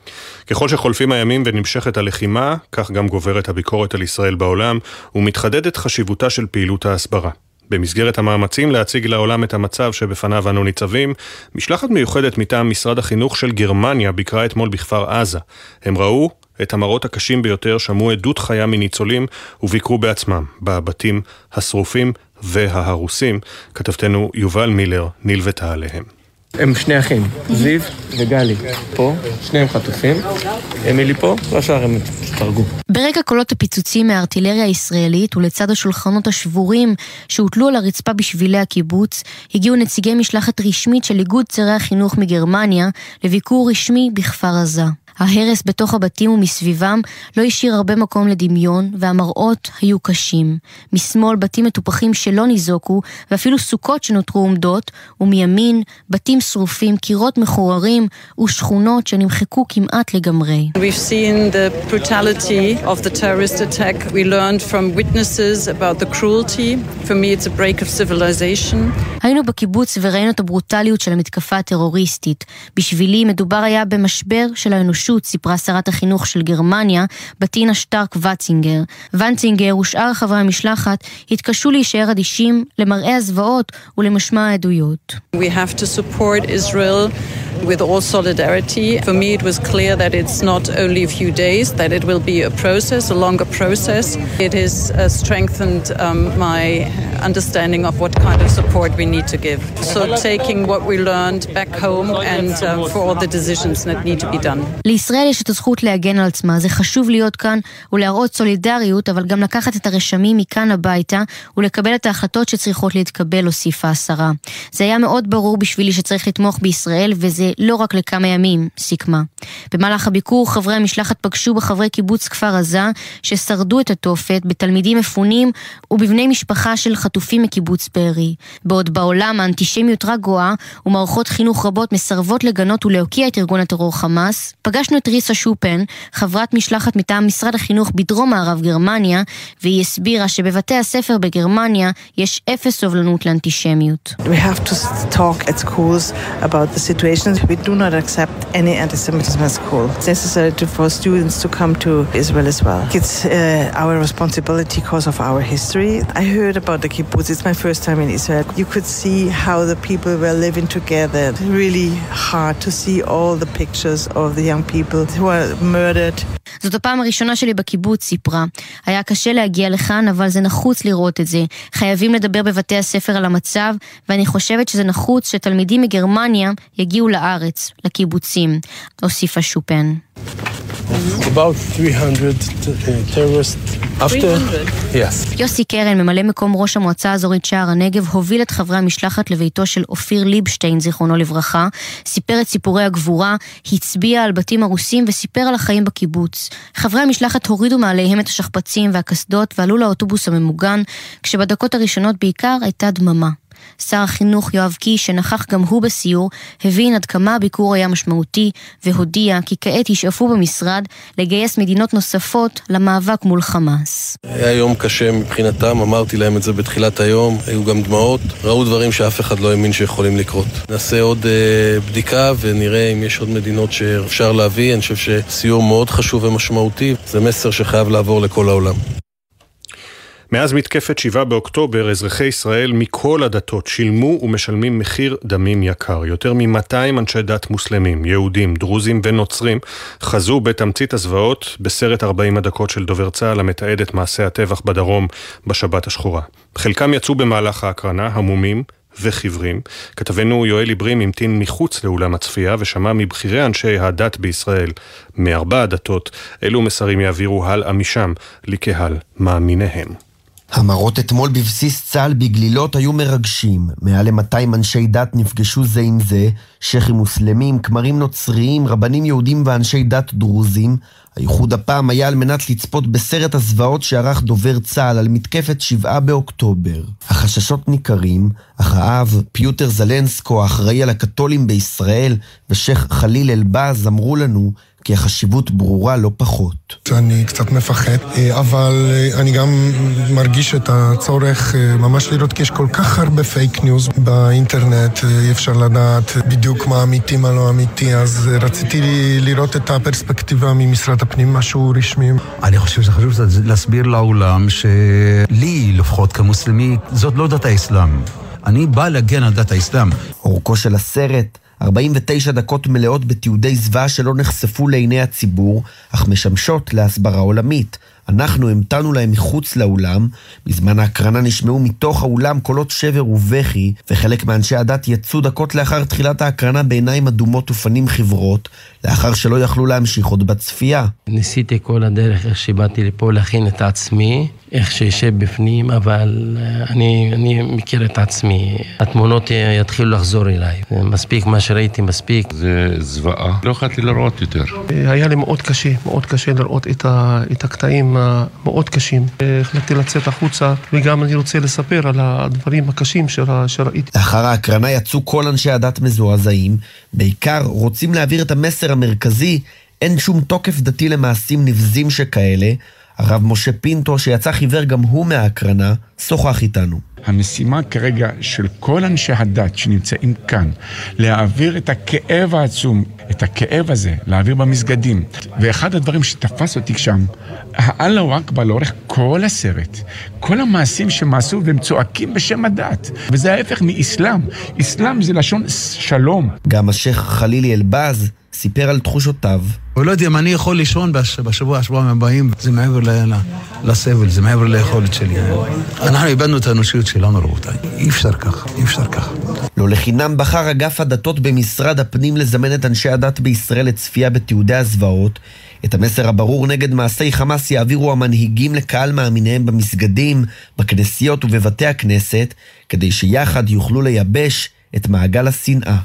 ככל שחולפים הימים ונמשכת הלחימה, כך גם גוברת הביקורת על ישראל בעולם, ומתחדדת חשיבותה של פעילות ההסברה. במסגרת המאמצים להציג לעולם את המצב שבפניו אנו ניצבים, משלחת מיוחדת מטעם משרד החינוך של גרמניה ביקרה אתמול בכפר עזה. הם ראו את המראות הקשים ביותר, שמעו עדות חיה מניצולים וביקרו בעצמם בבתים השרופים וההרוסים. כתבתנו יובל מילר נלוותה עליהם. הם שני אחים, זיו וגלי, פה, שניהם חטופים, אמילי פה, והשאר הם תרגו. ברקע קולות הפיצוצים מהארטילריה הישראלית ולצד השולחנות השבורים שהוטלו על הרצפה בשבילי הקיבוץ, הגיעו נציגי משלחת רשמית של איגוד צירי החינוך מגרמניה לביקור רשמי בכפר עזה. ההרס בתוך הבתים ומסביבם לא השאיר הרבה מקום לדמיון, והמראות היו קשים. משמאל בתים מטופחים שלא ניזוקו, ואפילו סוכות שנותרו עומדות, ומימין בתים שרופים, קירות מחוררים ושכונות שנמחקו כמעט לגמרי. We've seen the brutality of the terrorist attack. We learned from witnesses about the cruelty. For me it's a break of civilization. היינו בקיבוץ וראינו את הברוטליות של המתקפה הטרוריסטית. בשבילי מדובר היה במשבר של האנושות, סיפרה שרת החינוך של גרמניה, בטינה שטרק וצינגר. ונצינגר ושאר חברי המשלחת התקשו להישאר אדישים למראה הזוועות ולמשמע העדויות. We have to support Israel with all solidarity. For me it was clear that it's not only a few days, that it will be a process, a longer process. It has uh, strengthened um, my understanding of what kind of support we need to give. So taking what we learned back home and uh, for all the decisions that need to be done. לישראל יש את הזכות להגן על עצמה, זה חשוב להיות כאן ולהראות סולידריות, אבל גם לקחת את הרשמים מכאן הביתה ולקבל את ההחלטות שצריכות להתקבל, הוסיפה השרה. זה היה מאוד ברור בשבילי שצריך לתמוך בישראל, וזה לא רק לכמה ימים, סיכמה. במהלך הביקור חברי המשלחת פגשו בחברי קיבוץ כפר עזה ששרדו את התופת, בתלמידים מפונים ובבני משפחה של חטופים מקיבוץ בארי. בעוד בעולם האנטישמיות רק גואה ומערכות חינוך רבות מסרבות לגנות ולהוקיע את ארגון הטרור חמאס, פגשנו את ריסה שופן, חברת משלחת מטעם משרד החינוך בדרום מערב גרמניה, והיא הסבירה שבבתי הספר בגרמניה יש אפס סובלנות לאנטישמיות. We have to talk at schools about the situations. We do not accept any anti-Semitism at school. It's necessary to, for students to come to Israel as well. It's uh, our responsibility because of our history. I heard about the kibbutz. It's my first time in Israel. You could see how the people were living together. It's really hard to see all the pictures of the young people who are murdered. זאת הפעם הראשונה שלי בקיבוץ, סיפרה. היה קשה להגיע לכאן, אבל זה נחוץ לראות את זה. חייבים לדבר בבתי הספר על המצב, ואני חושבת שזה נחוץ שתלמידים מגרמניה יגיעו לארץ, לקיבוצים, הוסיפה שופן. About three hundred terrorists after. Yes. יוסי קרן, ממלא מקום ראש המועצה האזורית שער הנגב, הוביל את חברי המשלחת לביתו של אופיר ליבשטיין, זיכרונו לברכה, סיפר את סיפורי הגבורה, הצביע על בתים הרוסים וסיפר על החיים בקיבוץ. חברי המשלחת הורידו מעליהם את השכפצים והקסדות ועלו לאוטובוס הממוגן, כשבדקות הראשונות בעיקר הייתה דממה. שר החינוך יואב קיש, שנכח גם הוא בסיור, הבין עד כמה הביקור היה משמעותי, והודיע כי כעת ישאפו במשרד לגייס מדינות נוספות למאבק מול חמאס. היה יום קשה מבחינתם, אמרתי להם את זה בתחילת היום, היו גם דמעות, ראו דברים שאף אחד לא האמין שיכולים לקרות. נעשה עוד אה, בדיקה ונראה אם יש עוד מדינות שאפשר להביא. אני חושב שסיור מאוד חשוב ומשמעותי, זה מסר שחייב לעבור לכל העולם. מאז מתקפת שבעה באוקטובר, אזרחי ישראל מכל הדתות שילמו ומשלמים מחיר דמים יקר. יותר מ-מאתיים אנשי דת מוסלמים, יהודים, דרוזים ונוצרים חזו בתמצית הזוועות בסרט ארבעים הדקות של דובר צה"ל המתעד את מעשי הטבח בדרום בשבת השחורה. חלקם יצאו במהלך ההקרנה, המומים וחברים. כתבנו יואל עיברים המתין מחוץ לאולם הצפייה ושמע מבחירי אנשי הדת בישראל מארבע הדתות, אילו מסרים יעבירו הלאה משם לקהל מאמיניהם. המראות אתמול בבסיס צה"ל בגלילות היו מרגשים. מעל ל-מאתיים אנשי דת נפגשו זה עם זה, שייחים מוסלמים, כמרים נוצריים, רבנים יהודים ואנשי דת דרוזים. הייחוד הפעם היה על מנת לצפות בסרט הזוועות שערך דובר צה"ל על מתקפת שבעה באוקטובר. החששות ניכרים, אך האב פיוטר זלנסקו, האחראי על הקתולים בישראל, ושייח חליל אלבאז אמרו לנו כי החשיבות ברורה לא פחות. אני קצת מפחד, אבל אני גם מרגיש את הצורך ממש לראות, כי יש כל כך הרבה פייק ניוז באינטרנט, אי אפשר לדעת בדיוק מה אמיתי, מה לא אמיתי, אז רציתי לראות את הפרספקטיבה ממשרד הפנים, משהו רשמי. אני חושב שזה חשוב להסביר לעולם שלי, לפחות כמוסלמי, זאת לא דת האסלאם. אני בא להגן על דת האסלאם. אורכו של הסרט ארבעים ותשע דקות מלאות בתיעודי זוועה שלא נחשפו לעיני הציבור, אך משמשות להסברה עולמית. אנחנו המתנו להם מחוץ לאולם, בזמן ההקרנה נשמעו מתוך האולם קולות שבר ובכי, וחלק מאנשי הדת יצאו דקות לאחר תחילת ההקרנה בעיניים אדומות ופנים חברות, לאחר שלא יכלו להמשיך עוד בצפייה. ניסיתי כל הדרך איך שבאתי לפה להכין את עצמי, איך שישב בפנים, אבל אני, אני מכיר את עצמי. התמונות יתחילו לחזור אליי. מספיק מה שראיתי, מספיק. זה זוועה. לא יכולתי לראות יותר. היה לי מאוד קשה, מאוד קשה לראות את, ה, את הקטעים המאוד קשים. החלטתי לצאת החוצה, וגם אני רוצה לספר על הדברים הקשים שראיתי. לאחר ההקרנה יצאו כל אנשי הדת מזועזעים, בעיקר רוצים להעביר את המסר המרכזי, אין שום תוקף דתי למעשים נבזים שכאלה. הרב משה פינטו, שיצא חיוור גם הוא מההקרנה, שוחח איתנו. המשימה כרגע של כל אנשי הדת שנמצאים כאן, להעביר את הכאב העצום, את הכאב הזה, להעביר במסגדים. ואחד הדברים שתפס אותי שם, האללה אכבר לאורך כל הסרט, כל המעשים שמעשו והם צועקים בשם הדת. וזה ההפך מאסלאם. אסלאם זה לשון שלום. גם השייח חלילי אלבז סיפר על תחושותיו. הוא לא יודע אם אני יכול לישון בשבוע, השבוע הבאים, זה מעבר לסבל, זה מעבר ליכולת שלי. אנחנו איבדנו את האנושיות שלנו, רבותיי. אי אפשר כך, אי אפשר כך. לא לחינם בחר אגף הדתות במשרד הפנים לזמן את אנשי הדת בישראל לצפייה בתיעודי הזוועות. את המסר הברור נגד מעשי חמאס יעבירו המנהיגים לקהל מאמיניהם במסגדים, בכנסיות ובבתי הכנסת, כדי שיחד יוכלו לייבש את מעגל השנאה.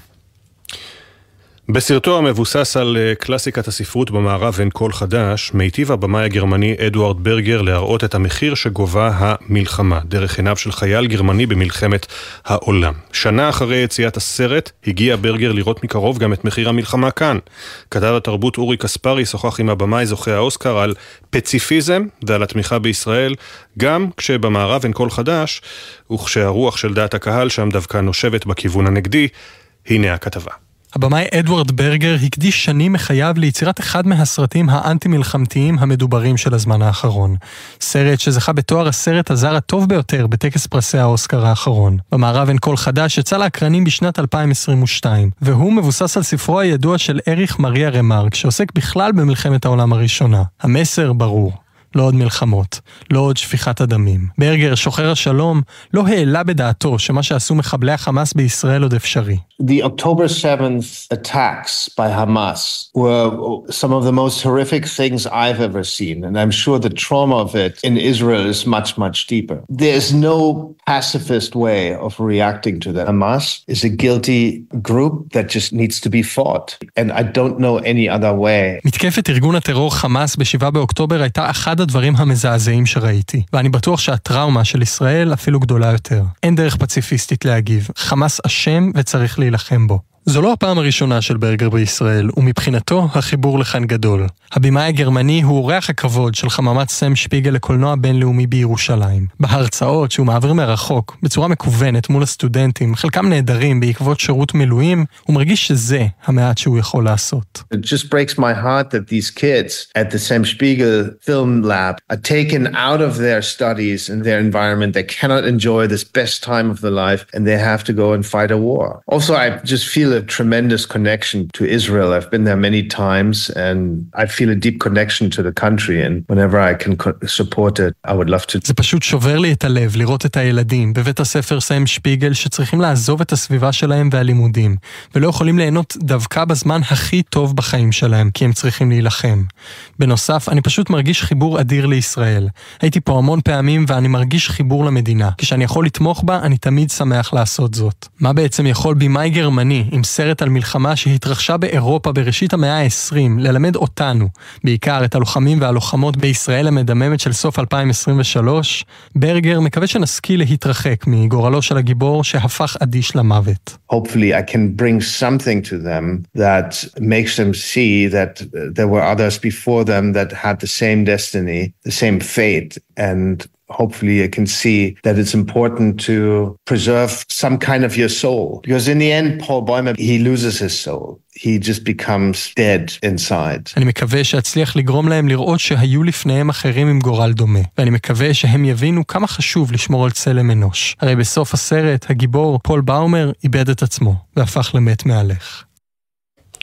בסרטו המבוסס על קלאסיקת הספרות במערב אין קול חדש, מיטיב הבמאי הגרמני אדוארד ברגר להראות את המחיר שגובה המלחמה, דרך עיניו של חייל גרמני במלחמת העולם. שנה אחרי יציאת הסרט, הגיע ברגר לראות מקרוב גם את מחיר המלחמה כאן. כתב התרבות אורי קספרי שוחח עם הבמאי זוכה האוסקר על פציפיזם ועל התמיכה בישראל, גם כשבמערב אין קול חדש, וכשהרוח של דעת הקהל שם דווקא נושבת בכיוון הנגדי. הנה הכתבה. הבמאי אדוארד ברגר הקדיש שנים מחייו ליצירת אחד מהסרטים האנטי-מלחמתיים המדוברים של הזמן האחרון. סרט שזכה בתואר הסרט הזר הטוב ביותר בטקס פרסי האוסקר האחרון. במערב אין קול חדש יצא לאקרנים בשנת אלפיים עשרים ושתיים, והוא מבוסס על ספרו הידוע של אריך מריה רמארק, שעוסק בכלל במלחמת העולם הראשונה. המסר ברור. לא עוד מלחמות, לא עוד שפיכת הדמים. ברגר, שוחר השלום, לא העלה בדעתו שמה שעשו מחבלי החמאס בישראל עוד אפשרי. The October seventh attacks by Hamas were some of the most horrific things I've ever seen, and I'm sure the trauma of it in Israel is much, much deeper. There's no pacifist way of reacting to that. Hamas is a guilty group that just needs to be fought, and I don't know any other way. מתקפת ארגון הטרור חמאס בשבעה באוקטובר הייתה אחד הדברים המזעזעים שראיתי, ואני בטוח שהטראומה של ישראל אפילו גדולה יותר. אין דרך פציפיסטית להגיב. חמאס אשם וצריך להילחם בו. זו לא הפעם הראשונה של ברגר בישראל, ומבחינתו החיבור לכאן גדול. הבמאי הגרמני הוא אורח הכבוד של חממת סם שפיגל לקולנוע בינלאומי בירושלים. בהרצאות שהוא מעביר מרחוק, בצורה מקוונת מול הסטודנטים, חלקם נהדרים בעקבות שירות מילואים, הוא מרגיש שזה המעט שהוא יכול לעשות. It just breaks my heart that these kids at the Sam Spiegel film lab are taken out of their studies and their environment. They cannot enjoy this best time of their life and they have to go and fight a war. Also, I just feel a tremendous connection to Israel. I've been there many times and I feel a deep connection to the country and whenever I can support it, I would love to. זה פשוט שובר לי את הלב לראות את הילדים בבית הספר סם שפיגל שצריכים לעזוב את הסביבה שלהם והלימודים ולא יכולים ליהנות דווקא בזמן הכי טוב בחיים שלהם כי הם צריכים להילחם. בנוסף, אני פשוט מרגיש חיבור אדיר לישראל. הייתי פה המון פעמים ואני מרגיש חיבור למדינה. כשאני יכול לתמוך בה, אני תמיד שמח לעשות זאת. מה בעצם יכול במאי גרמני עם סרט על מלחמה שהתרחשה באירופה בראשית המאה ה-עשרים ללמד אותנו, בעיקר את הלוחמים והלוחמות בישראל המדממת של סוף אלפיים עשרים ושלוש? ברגר מקווה שנשכיל להתרחק מגורלו של הגיבור שהפך אדיש למוות. Hopefully I can bring something to them that makes them see that there were others before them that had the same destiny, the same fate, and hopefully I can see that it's important to preserve some kind of your soul. Because in the end, Paul Bäumer, he loses his soul. He just becomes dead inside. אני מקווה שאצליח לגרום להם לראות שהיו לפניהם אחרים עם גורל דומה. ואני מקווה שהם יבינו כמה חשוב לשמור על צלם אנוש. הרי בסוף הסרט, הגיבור, פול באומר, איבד את עצמו והפך למת מהלך.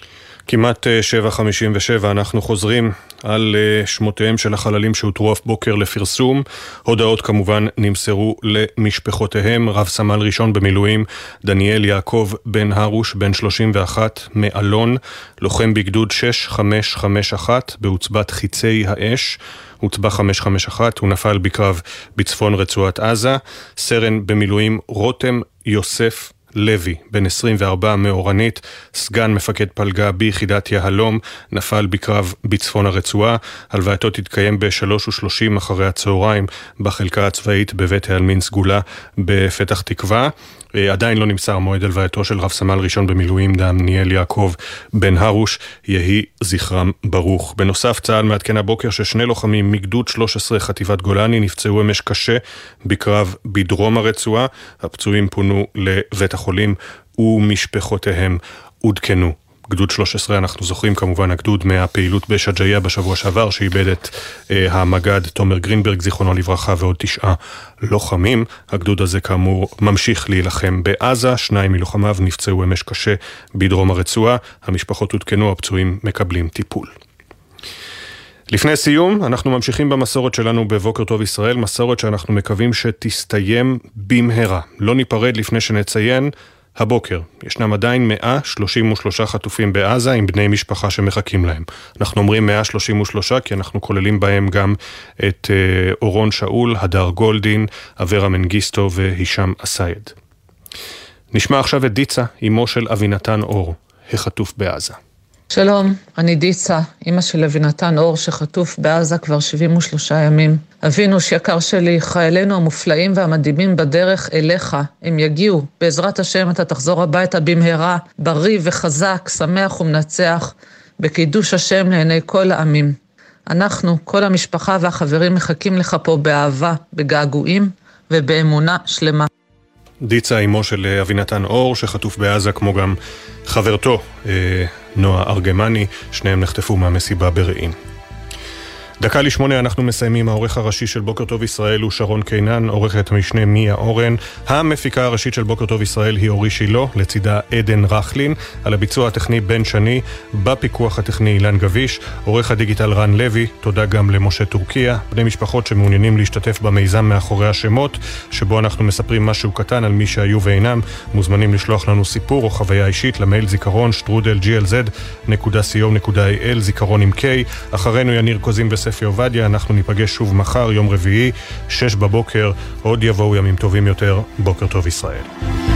כמעט שבע חמישים ושבע, אנחנו חוזרים על שמותיהם של החללים שהותרו אף בוקר לפרסום. הודעות כמובן נמסרו למשפחותיהם. רב סמל ראשון במילואים דניאל יעקב בן הרוש, בן שלושים ואחת, מאלון, לוחם בגדוד שש חמש חמש אחת בעוצבת חיצי האש, עוצבה חמש חמש אחת, הוא נפל בקרב בצפון רצועת עזה. סרן במילואים רותם יוסף לוי, בן עשרים וארבע, מאורנית, סגן מפקד פלגה ביחידת יהלום, נפל בקרב בצפון הרצועה. הלווייתו תתקיים בשלוש ושלושים אחרי הצהריים בחלקה הצבאית בבית העלמין סגולה בפתח תקווה. עדיין לא נמסר מועד הלווייתו של רב סמל ראשון במילואים דניאל יעקב בן הרוש, יהי זכרם ברוך. בנוסף, צה"ל מעדכן הבוקר ששני לוחמים מגדוד שלוש עשרה חטיבת גולני נפצעו אמש קשה בקרב בדרום הרצועה. הפצועים פונו לבית החולים ומשפחותיהם עודכנו. גדוד שלוש עשרה, אנחנו זוכרים כמובן הגדוד מהפעילות בשג'איה בשבוע שעבר, שאיבד את אה, המגד תומר גרינברג, זיכרונו לברכה, ועוד תשעה לוחמים. הגדוד הזה כאמור ממשיך להילחם בעזה, שניים מלוחמיו נפצעו אמש קשה בדרום הרצועה, המשפחות עודכנו, הפצועים מקבלים טיפול. לפני סיום, אנחנו ממשיכים במסורת שלנו בבוקר טוב ישראל, מסורת שאנחנו מקווים שתסתיים במהרה. לא ניפרד לפני שנציין, הבוקר ישנם עדיין מאה שלושים ושלושה חטופים בעזה עם בני משפחה שמחכים להם. אנחנו אומרים מאה שלושים ושלושה כי אנחנו כוללים בהם גם את אה, אורון שאול, הדר גולדין, אברה מנגיסטו והישם אסייד. נשמע עכשיו את דיצה, אמו של אבינתן אור, החטוף בעזה. שלום, אני דיצה, אמא של אבינתן אור שחטוף בעזה כבר שבעים ושלושה ימים. אבינו שיקר שלי, חיילינו המופלאים והמדהימים בדרך אליך, הם יגיעו. בעזרת השם אתה תחזור הביתה במהרה, בריא וחזק, שמח ומנצח, בקידוש השם לעיני כל העמים. אנחנו, כל המשפחה והחברים מחכים לך פה באהבה, בגעגועים ובאמונה שלמה. דיצה, אמו של אבינתן אור שחטוף בעזה, כמו גם חברתו נועה ארגמני, שניהם נחטפו מהמסיבה ברעים. דקה לשמונה אנחנו מסיימים. העורך הראשי של בוקר טוב ישראל הוא שרון קינן, עורכת המשנה מיה אורן, המפיקה הראשית של בוקר טוב ישראל היא אורי שילו, לצידה עדן רחלין, על הביצוע הטכני בן שני, בפיקוח הטכני אילן גביש, עורך הדיגיטל רן לוי. תודה גם למשה טורקיה. בני משפחות שמעוניינים להשתתף במיזם מאחורי השמות, שבו אנחנו מספרים משהו קטן על מי שהיו ואינם, מוזמנים לשלוח לנו סיפור או חוויה אישית למייל זיכרון שטרודל ג'י אל זד נקודה סי או נקודה איי אל, זיכרון עם K. אחרינו יניר קוזין ספי עובדיה. אנחנו ניפגש שוב מחר, יום רביעי, שש בבוקר. עוד יבואו ימים טובים יותר. בוקר טוב ישראל.